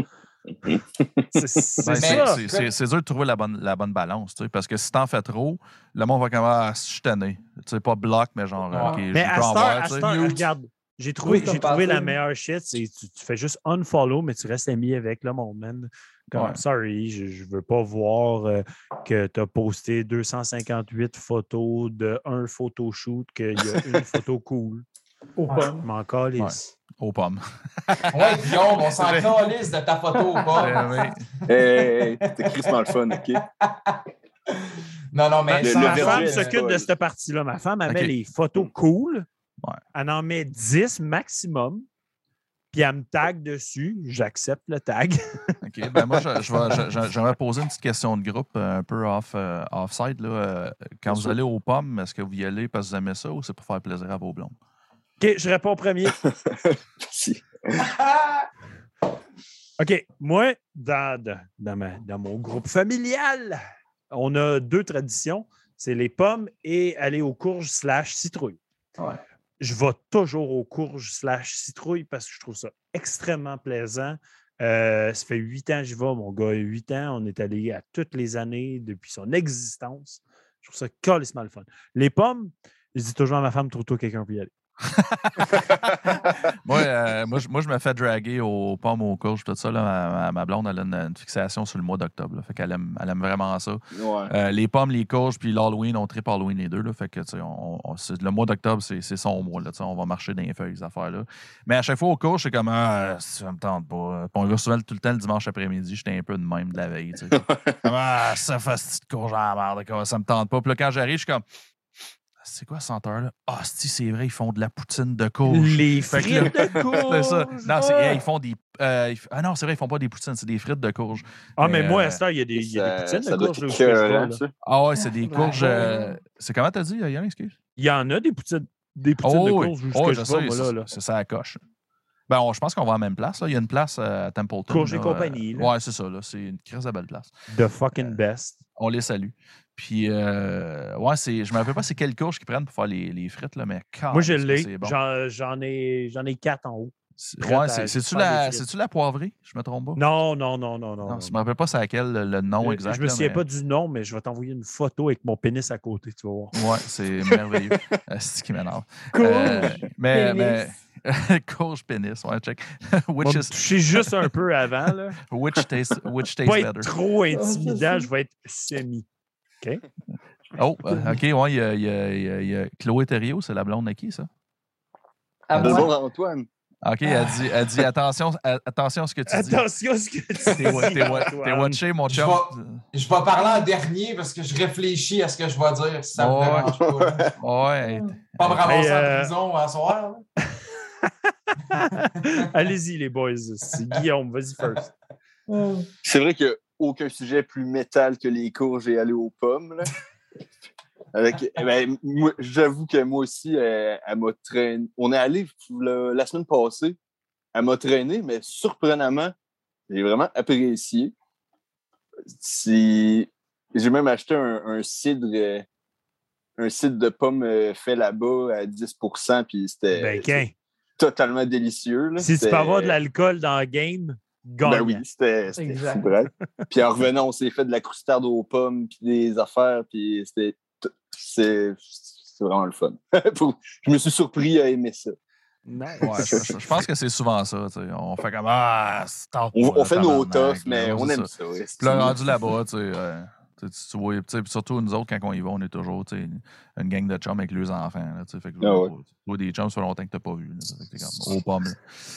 C'est Ben, ça. c'est dur de trouver la bonne balance, tu sais, parce que si t'en fais trop, le monde va commencer à se tanner. Tu sais, pas bloc, mais genre, Ouais. OK, Mais je à peux en cette voir, heure, tu sais. regarde, j'ai trouvé comme la passé. meilleure shit, c'est tu fais juste unfollow, mais tu restes ami avec le monde, man. Comme, Ouais. sorry, je veux pas voir que tu as posté 258 photos de un photoshoot, qu'il y a une photo cool. Aux Ouais. pommes. Je m'en calisse. Aux pommes. Ouais, Guillaume, on s'en calisse de ta photo ou pas. Oui. Hey, t'es crissement le fun, OK? Non, mais Le Ma verger femme est s'occupe de folle. cette partie-là. Ma femme, elle met OK. les photos cool. Ouais. Elle en met 10 maximum. puis elle me tag dessus, j'accepte le tag. OK. Ben moi, j'aimerais poser une petite question de groupe un peu off-side. Quand vous allez aux pommes, est-ce que vous y allez parce que vous aimez ça ou c'est pour faire plaisir à vos blondes? OK, je réponds premier. Merci. OK, moi, dans mon groupe familial, on a 2 traditions. C'est les pommes et aller aux courges / citrouilles. Ouais. Je vais toujours aux courges / citrouilles parce que je trouve ça extrêmement plaisant. Ça fait 8 ans que j'y vais, mon gars. 8 ans, on est allé à toutes les années depuis son existence. Je trouve ça calissement le fun. Les pommes, je dis toujours à ma femme, trouve-toi quelqu'un pour y aller. Moi, je me fais draguer aux pommes, aux courges, tout ça. Là, ma blonde, elle a une fixation sur le mois d'octobre. Là, fait qu'elle aime vraiment ça. Ouais. Les pommes, les courges, puis l'Halloween, on tripe Halloween les deux. Là, fait que, le mois d'octobre, c'est son mois. Là, on va marcher dans les feuilles, ces affaires-là. Mais à chaque fois, aux courges, c'est comme ça me tente pas. Puis on y va souvent tout le temps le dimanche après-midi. J'étais un peu de même de la veille. Ça fait cette courge à la merde. Ça me tente pas. Puis là, quand j'arrive, je suis comme. C'est quoi cette senteur-là? Ah, c'est vrai, ils font de la poutine de courge. Les frites de courge! C'est ça. Non, ils font des. Non, c'est vrai, ils font pas des poutines, c'est des frites de courge. Ah, mais moi, à cette heure, il y a des poutines ça de doit courge. être Là, où je vais, écœurant, là. ça. Ah ouais, c'est des courges. Ouais. C'est comment t'as dit, Yann, excuse? Il y en a des poutines de courge où je vais, moi, là. C'est ça à coche. Ben, je pense qu'on va à la même place. Là. Il y a une place à Templeton. Courge et là, compagnie. Là. Ouais, c'est ça. Là. C'est une très belle place. The fucking best. On les salue. Puis, je me rappelle pas c'est quelle courge qu'ils prennent pour faire les frites, là, mais moi, je l'ai. c'est bon. J'en ai 4 en haut. Ouais, c'est-tu la poivrée? Je me trompe pas? Non. Non, je me rappelle pas c'est laquelle le nom exact. Je me souviens pas du nom, mais je vais t'envoyer une photo avec mon pénis à côté, tu vas voir. Ouais, c'est merveilleux. C'est ce qui m'énerve. Pénis. Courge pénis, ouais, check. Je suis juste un peu avant, là. Which tastes Pas better? être trop intimidant, ça. je vais être semi. OK? Oh, OK, ouais, il y a Chloé Thériault, c'est la blonde de qui, ça? À De moi. bon, Antoine. OK, elle dit attention à ce que tu dis. Attention à ce que tu dis. T'es watché, mon chum. Je vais parler en dernier parce que je réfléchis à ce que je vais dire si ça me dérange pas. Là. Ouais. Pas me ramasser Hey, en prison à soir. Allez-y, les boys. C'est Guillaume, vas-y first. C'est vrai qu'il n'y a aucun sujet plus métal que les courges et aller aux pommes. Là. J'avoue que moi aussi, elle m'a traîné. On est allé la semaine passée. Elle m'a traîné, mais surprenamment, j'ai vraiment apprécié. J'ai même acheté un cidre de pommes fait là-bas à 10%, puis c'était totalement délicieux. Là. Si tu peux avoir de l'alcool dans le game, gagne. Ben oui, c'était fou, bref. Puis en revenant, on s'est fait de la croustarde aux pommes, puis des affaires, puis c'est vraiment le fun. Je me suis surpris à aimer ça. Nice. Ouais, je pense que c'est souvent ça. T'sais. On fait comme on fait nos toughs, mais on aime ça. Ouais, puis là, rendu là-bas, tu vois, surtout nous autres, quand on y va, on est toujours une gang de chums avec leurs enfants. Là, fait que, tu vois des chums, ça fait longtemps que tu n'as pas vu. Là, fait que t'es comme aux pommes.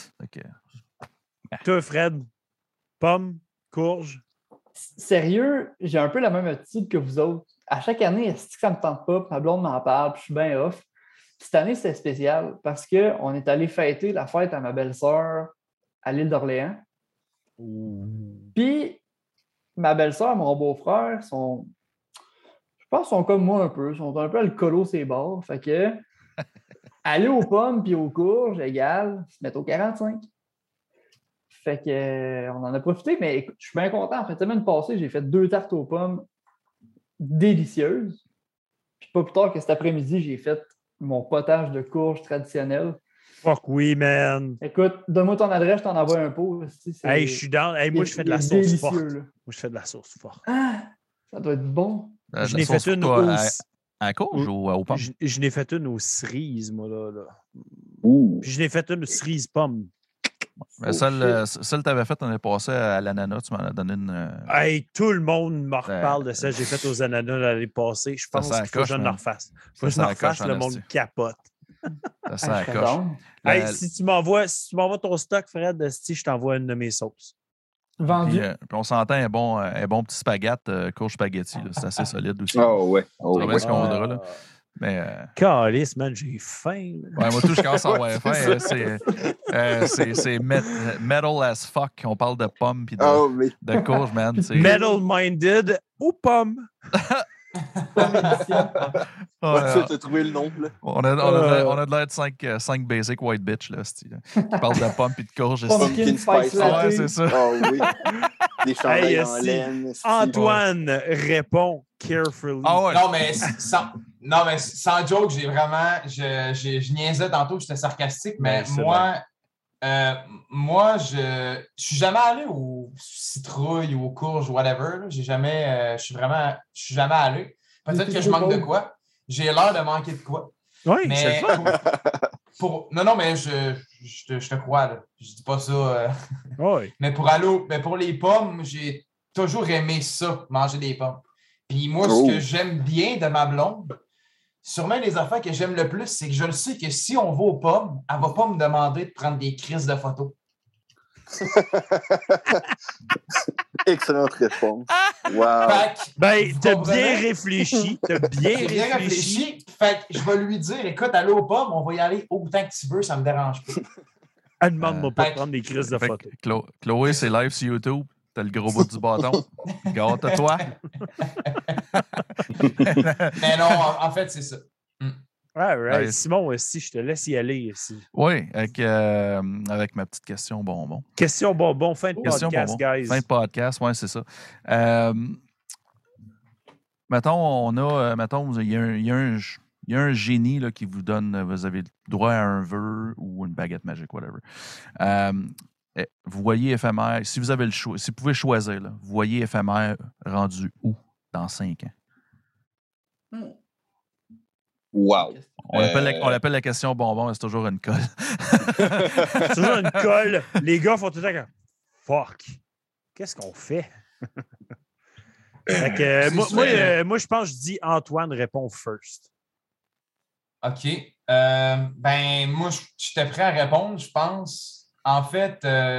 Toi, Fred, pommes, courges. Sérieux, j'ai un peu la même attitude que vous autres. À chaque année, est-ce que ça me tente pas? Ma blonde m'en parle, puis je suis bien off. Cette année, c'était spécial parce qu'on est allé fêter la fête à ma belle-sœur à l'île d'Orléans. Puis, ma belle-sœur, mon beau-frère, je pense qu'ils sont comme moi un peu. Ils sont un peu alcoolos ces bords. Fait que aller aux pommes puis aux courges égale se mettre au 45. Fait que on en a profité, mais écoute, je suis bien content. En fait, la semaine passée, j'ai fait 2 tartes aux pommes délicieuses. Puis pas plus tard que cet après-midi, j'ai fait mon potage de courges traditionnel. Fuck oui, man. Écoute, donne-moi ton adresse, je t'en envoie un pot. Hey, je suis down. Hey, moi, je fais de la sauce forte. Moi, je fais de la sauce forte. Ah, ça doit être bon. Je n'ai fait une à la courge ou aux pommes? Je n'ai fait une aux cerises, moi, là. Puis je n'ai fait une aux cerises pommes. Celle que tu avais faite, on est passé à l'ananas. Tu m'en as donné une. Hey, tout le monde me reparle de ça. J'ai fait aux ananas l'année passée. Je pense qu'il faut que je ne refasse. Il faut que je ne refasse. Le monde capote. Ça sent la coche. Hey, si tu m'envoies ton stock, Fred, je t'envoie une de mes sauces. Vendu. Puis on s'entend un bon petit spaghette, courge spaghetti. C'est assez solide aussi. Oh ouais. On ce qu'on voudra, là. Mais, Calice, man, j'ai faim. ouais, moi, tout, je commence à avoir Ouais, faim. C'est metal as fuck. On parle de pommes puis Ah, mais de courges, man. Metal-minded ou pomme? Comme édition. ouais, tu as trouvé le nom, là. On a de l'air de 5 basic white bitch, là, qui parlent de pommes et de courges. Pumpkin spice latte. Ouais, c'est ça. Ah oui. Des chandails Hey, en laine. Antoine répond carefully. Ah ouais. Non, mais sans joke, j'ai vraiment. Je niaisais tantôt, j'étais sarcastique, mais c'est moi, je suis jamais allé aux citrouilles ou aux courges, whatever. Là. Je suis jamais allé. Peut-être que je manque de quoi. J'ai l'air de manquer de quoi. Oui, c'est Mais le fun. non, mais je te crois, là. Je dis pas ça. Oui. Mais pour les pommes, j'ai toujours aimé ça, manger des pommes. Puis moi, Oh. ce que j'aime bien de ma blonde, sûrement les affaires que j'aime le plus, c'est que je le sais que si on va aux pommes, elle va pas me demander de prendre des crises de photos. Excellente réponse. Wow. Fait que, Ben, vous t'as comprenez? bien réfléchi. T'as bien J'ai bien réfléchi. réfléchi. Fait que je vais lui dire, écoute, allez aux pommes, on va y aller autant que tu veux, ça me dérange pas. Elle demande-moi pas de Fait- prendre des crises de Fait que photos. Chloé, c'est live sur YouTube. T'as le gros bout du bâton. Gâte-toi. Mais non, en fait, c'est ça. All right. Nice. Simon, aussi, je te laisse y aller ici. Oui, avec ma petite question bonbon. Question bonbon, fin de Question podcast, bonbon. guys. Fin de podcast, oui, c'est ça. Mettons, il y a un génie là, qui vous donne, vous avez droit à un vœu ou une baguette magique, whatever. Vous voyez éphémère, si vous avez le choix, si vous pouvez choisir, là, vous voyez éphémère rendu où dans 5 ans? Wow. On l'appelle la question bonbon, mais c'est toujours une colle. C'est toujours une colle. Les gars font tout le temps comme fuck. Qu'est-ce qu'on fait? Fait que, moi, je pense que je dis Antoine répond first. OK. Ben, moi, j'étais prêt à répondre, je pense. En fait,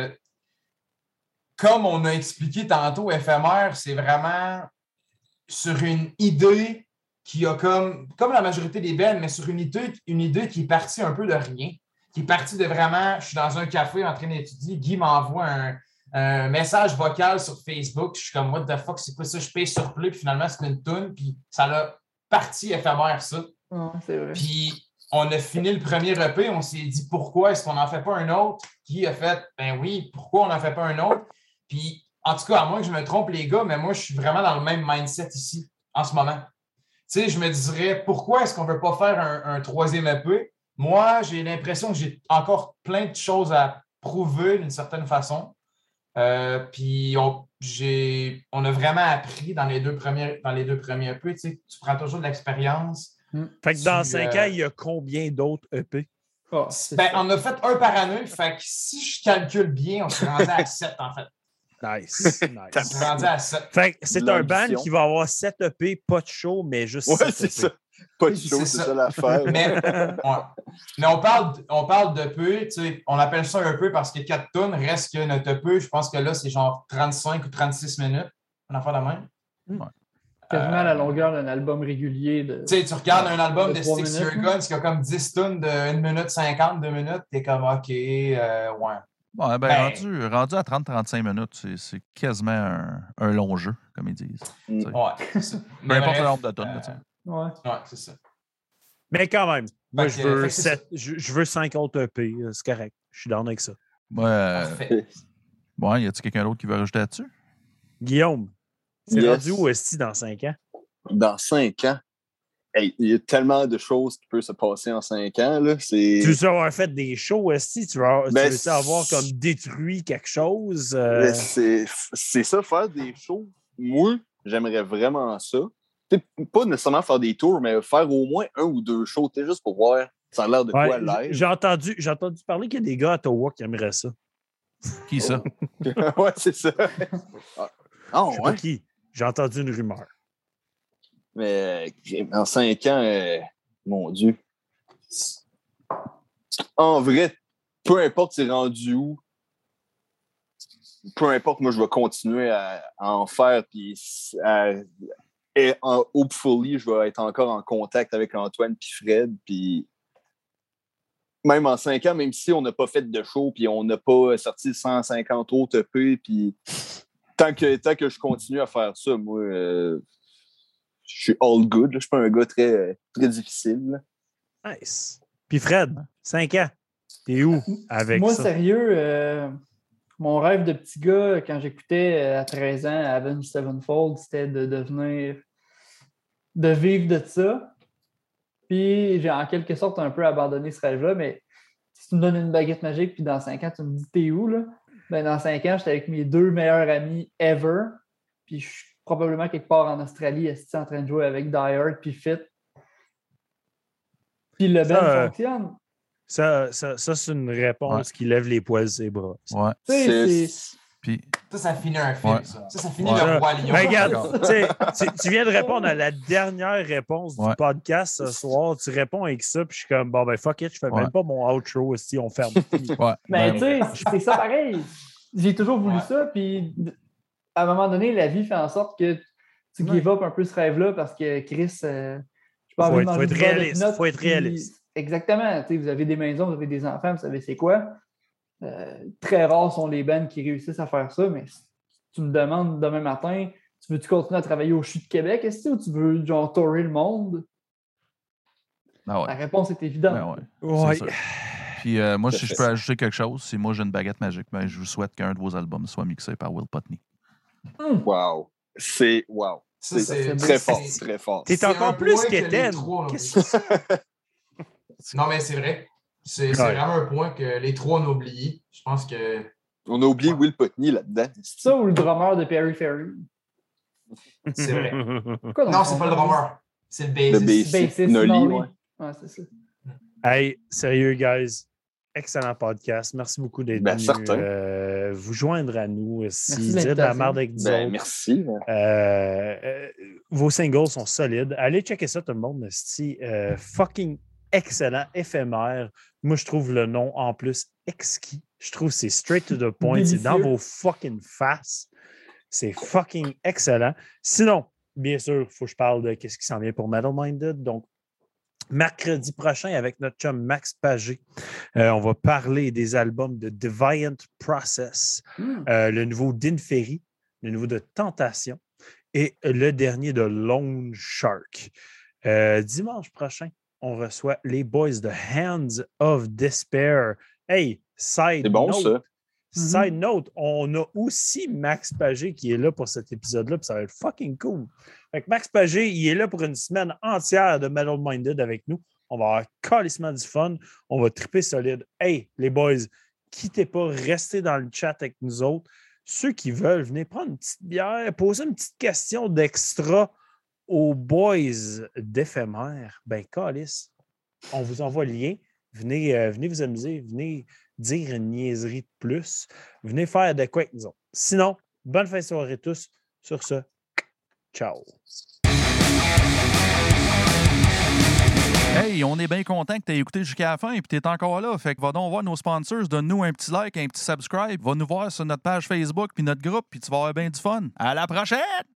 comme on a expliqué tantôt, éphémère, c'est vraiment sur une idée qui a comme la majorité des belles, mais sur une idée qui est partie un peu de rien, qui est partie de vraiment, je suis dans un café en train d'étudier, Guy m'envoie un message vocal sur Facebook, je suis comme, what the fuck, c'est quoi ça? Je paye sur play, puis finalement, c'est une toune, puis ça l'a parti éphémère, ça. Ouais, c'est vrai. Puis on a fini le premier EP, on s'est dit pourquoi est-ce qu'on n'en fait pas un autre? Qui a fait, ben oui, pourquoi on n'en fait pas un autre? Puis en tout cas, à moins que je me trompe, les gars, mais moi, je suis vraiment dans le même mindset ici, en ce moment. Tu sais, je me dirais, pourquoi est-ce qu'on ne veut pas faire un troisième EP? Moi, j'ai l'impression que j'ai encore plein de choses à prouver d'une certaine façon. Puis on a vraiment appris dans les deux premiers EP. Tu sais, tu prends toujours de l'expérience. Fait que dans 5 ans, il y a combien d'autres EP? Ah, c'est Ben, ça. on a fait un par année. Fait que si je calcule bien, on s'est rendu à 7 en fait. Nice. On s'est rendu à 7. Fait que c'est un band L'ambition. qui va avoir 7 EP, pas de show, mais juste Ouais, 7 c'est EP. ça. Pas de show, C'est c'est ça. ça l'affaire. Mais on parle d'EP, tu sais, on appelle ça un EP parce que 4 tonnes reste que notre EP, je pense que là, c'est genre 35 ou 36 minutes. On en fait la même. Quasiment à la longueur d'un album régulier. Tu sais, tu regardes un album de 3 Sticks to Your minutes, Guns qui a comme 10 tonnes de 1 minute 50, 2 minutes, t'es comme OK, ouais. Ouais, Ben- rendu à 30-35 minutes, c'est quasiment un long jeu, comme ils disent. Ouais, c'est ça. Peu Mais importe bref, le nombre de tonnes. là, tu sais. Ouais. Ouais, c'est ça. Mais quand même, moi, Fait que c'est je veux 5 autres EP. C'est correct. Je suis down avec ça. Ouais, Parfait. ouais, y a-t-il quelqu'un d'autre qui veut rajouter là-dessus? Guillaume, c'est Yes. rendu où est-ce dans 5 ans? Dans 5 ans, hey, il y a tellement de choses qui peuvent se passer en 5 ans. Là. Tu veux avoir fait des shows, est-ce tu veux Ben, avoir comme détruit quelque chose? C'est ça, faire des shows. Moi, j'aimerais vraiment ça. T'sais, pas nécessairement faire des tours, mais faire au moins 1 ou 2 shows, juste pour voir ça a l'air de Ouais, quoi live. j'ai entendu parler qu'il y a des gars à Ottawa qui aimeraient ça. Qui ça? Ouais, c'est ça. Ah, Je sais pas ouais. qui. J'ai entendu une rumeur. Mais en 5 ans, mon Dieu. En vrai, peu importe c'est rendu où, peu importe, moi, je vais continuer à en faire puis à Et hopefully, je vais être encore en contact avec Antoine puis Fred. Puis même en 5 ans, même si on n'a pas fait de show puis on n'a pas sorti 150 autres EP, puis tant que je continue à faire ça, moi, je suis all good. Là. Je suis pas un gars très, très difficile. Là. Nice. Puis Fred, 5 ans, t'es où avec Moi, ça? sérieux, mon rêve de petit gars, quand j'écoutais à 13 ans Avenged Sevenfold, c'était de vivre de ça. Puis j'ai en quelque sorte un peu abandonné ce rêve-là, mais si tu me donnes une baguette magique, puis dans 5 ans, tu me dis t'es où, là? Ben, dans 5 ans, j'étais avec mes 2 meilleurs amis ever, puis je suis probablement quelque part en Australie, en train de jouer avec Die Hard, puis Fit. Puis le band fonctionne. Ça, c'est une réponse qui lève les poils de ses bras. Ouais. Puis... Ça finit un film, ça. Ça finit le Roi Lion. Ben, regarde, tu viens de répondre à la dernière réponse du podcast ce soir. Tu réponds avec ça, puis je suis comme, bon, ben, fuck it, je fais même pas mon outro si on ferme. Mais tu sais, c'est ça pareil. J'ai toujours voulu ça, puis à un moment donné, la vie fait en sorte que tu give up un peu ce rêve-là parce que Chris, je pas envie de manger du beurre de pinot, faut être réaliste. Exactement. Vous avez des maisons, vous avez des enfants, vous savez c'est quoi. Très rares sont les bands qui réussissent à faire ça, mais si tu me demandes demain matin, tu veux-tu continuer à travailler au CHU de Québec, ou tu veux genre tourer le monde? La réponse est évidente. Ouais. Puis moi, si je peux ajouter quelque chose, si moi j'ai une baguette magique, ben, je vous souhaite qu'un de vos albums soit mixé par Will Putney. Wow. C'est très fort, très fort. T'es encore plus qu'Étienne. Non, mais c'est vrai. C'est vraiment un point que les 3 ont oublié. Je pense que... On a oublié Will Putney là-dedans. Ça ou le drummer de Perry Ferry? C'est vrai. Non, c'est pas le drummer. C'est le bassiste. Le bassiste. Nolly, ouais, c'est ça. Hey, sérieux, guys. Excellent podcast. Merci beaucoup d'être venu vous joindre à nous. Si vous êtes de la merde avec nous autres. Merci. Vos singles sont solides. Allez checker ça, tout le monde. Fucking excellent, éphémère. Moi, je trouve le nom en plus exquis. Je trouve que c'est straight to the point. C'est dans vos fucking faces. C'est fucking excellent. Sinon, bien sûr, il faut que je parle de ce qui s'en vient pour Metal Minded. Donc, mercredi prochain, avec notre chum Max Pagé, on va parler des albums de Deviant Process, le nouveau d'Inferi, le nouveau de Tentation et le dernier de Lone Shark. Dimanche prochain, on reçoit les boys de Hands of Despair. Hey, side bon, note. Ça. Side note, on a aussi Max Pagé qui est là pour cet épisode-là, puis ça va être fucking cool. Fait que Max Pagé, il est là pour une semaine entière de Metal Minded avec nous. On va avoir calissement du fun. On va triper solide. Hey, les boys, quittez pas, restez dans le chat avec nous autres. Ceux qui veulent, venez prendre une petite bière, poser une petite question d'extra aux boys d'éphémère. Ben, calisse, on vous envoie le lien. Venez vous amuser, venez dire une niaiserie de plus. Venez faire de quoi avec nous autres. Sinon, bonne fin de soirée tous. Sur ce, ciao. Hey, on est bien content que tu aies écouté jusqu'à la fin et que tu es encore là. Fait que va donc voir nos sponsors, donne-nous un petit like, un petit subscribe. Va nous voir sur notre page Facebook puis notre groupe, puis tu vas avoir bien du fun. À la prochaine!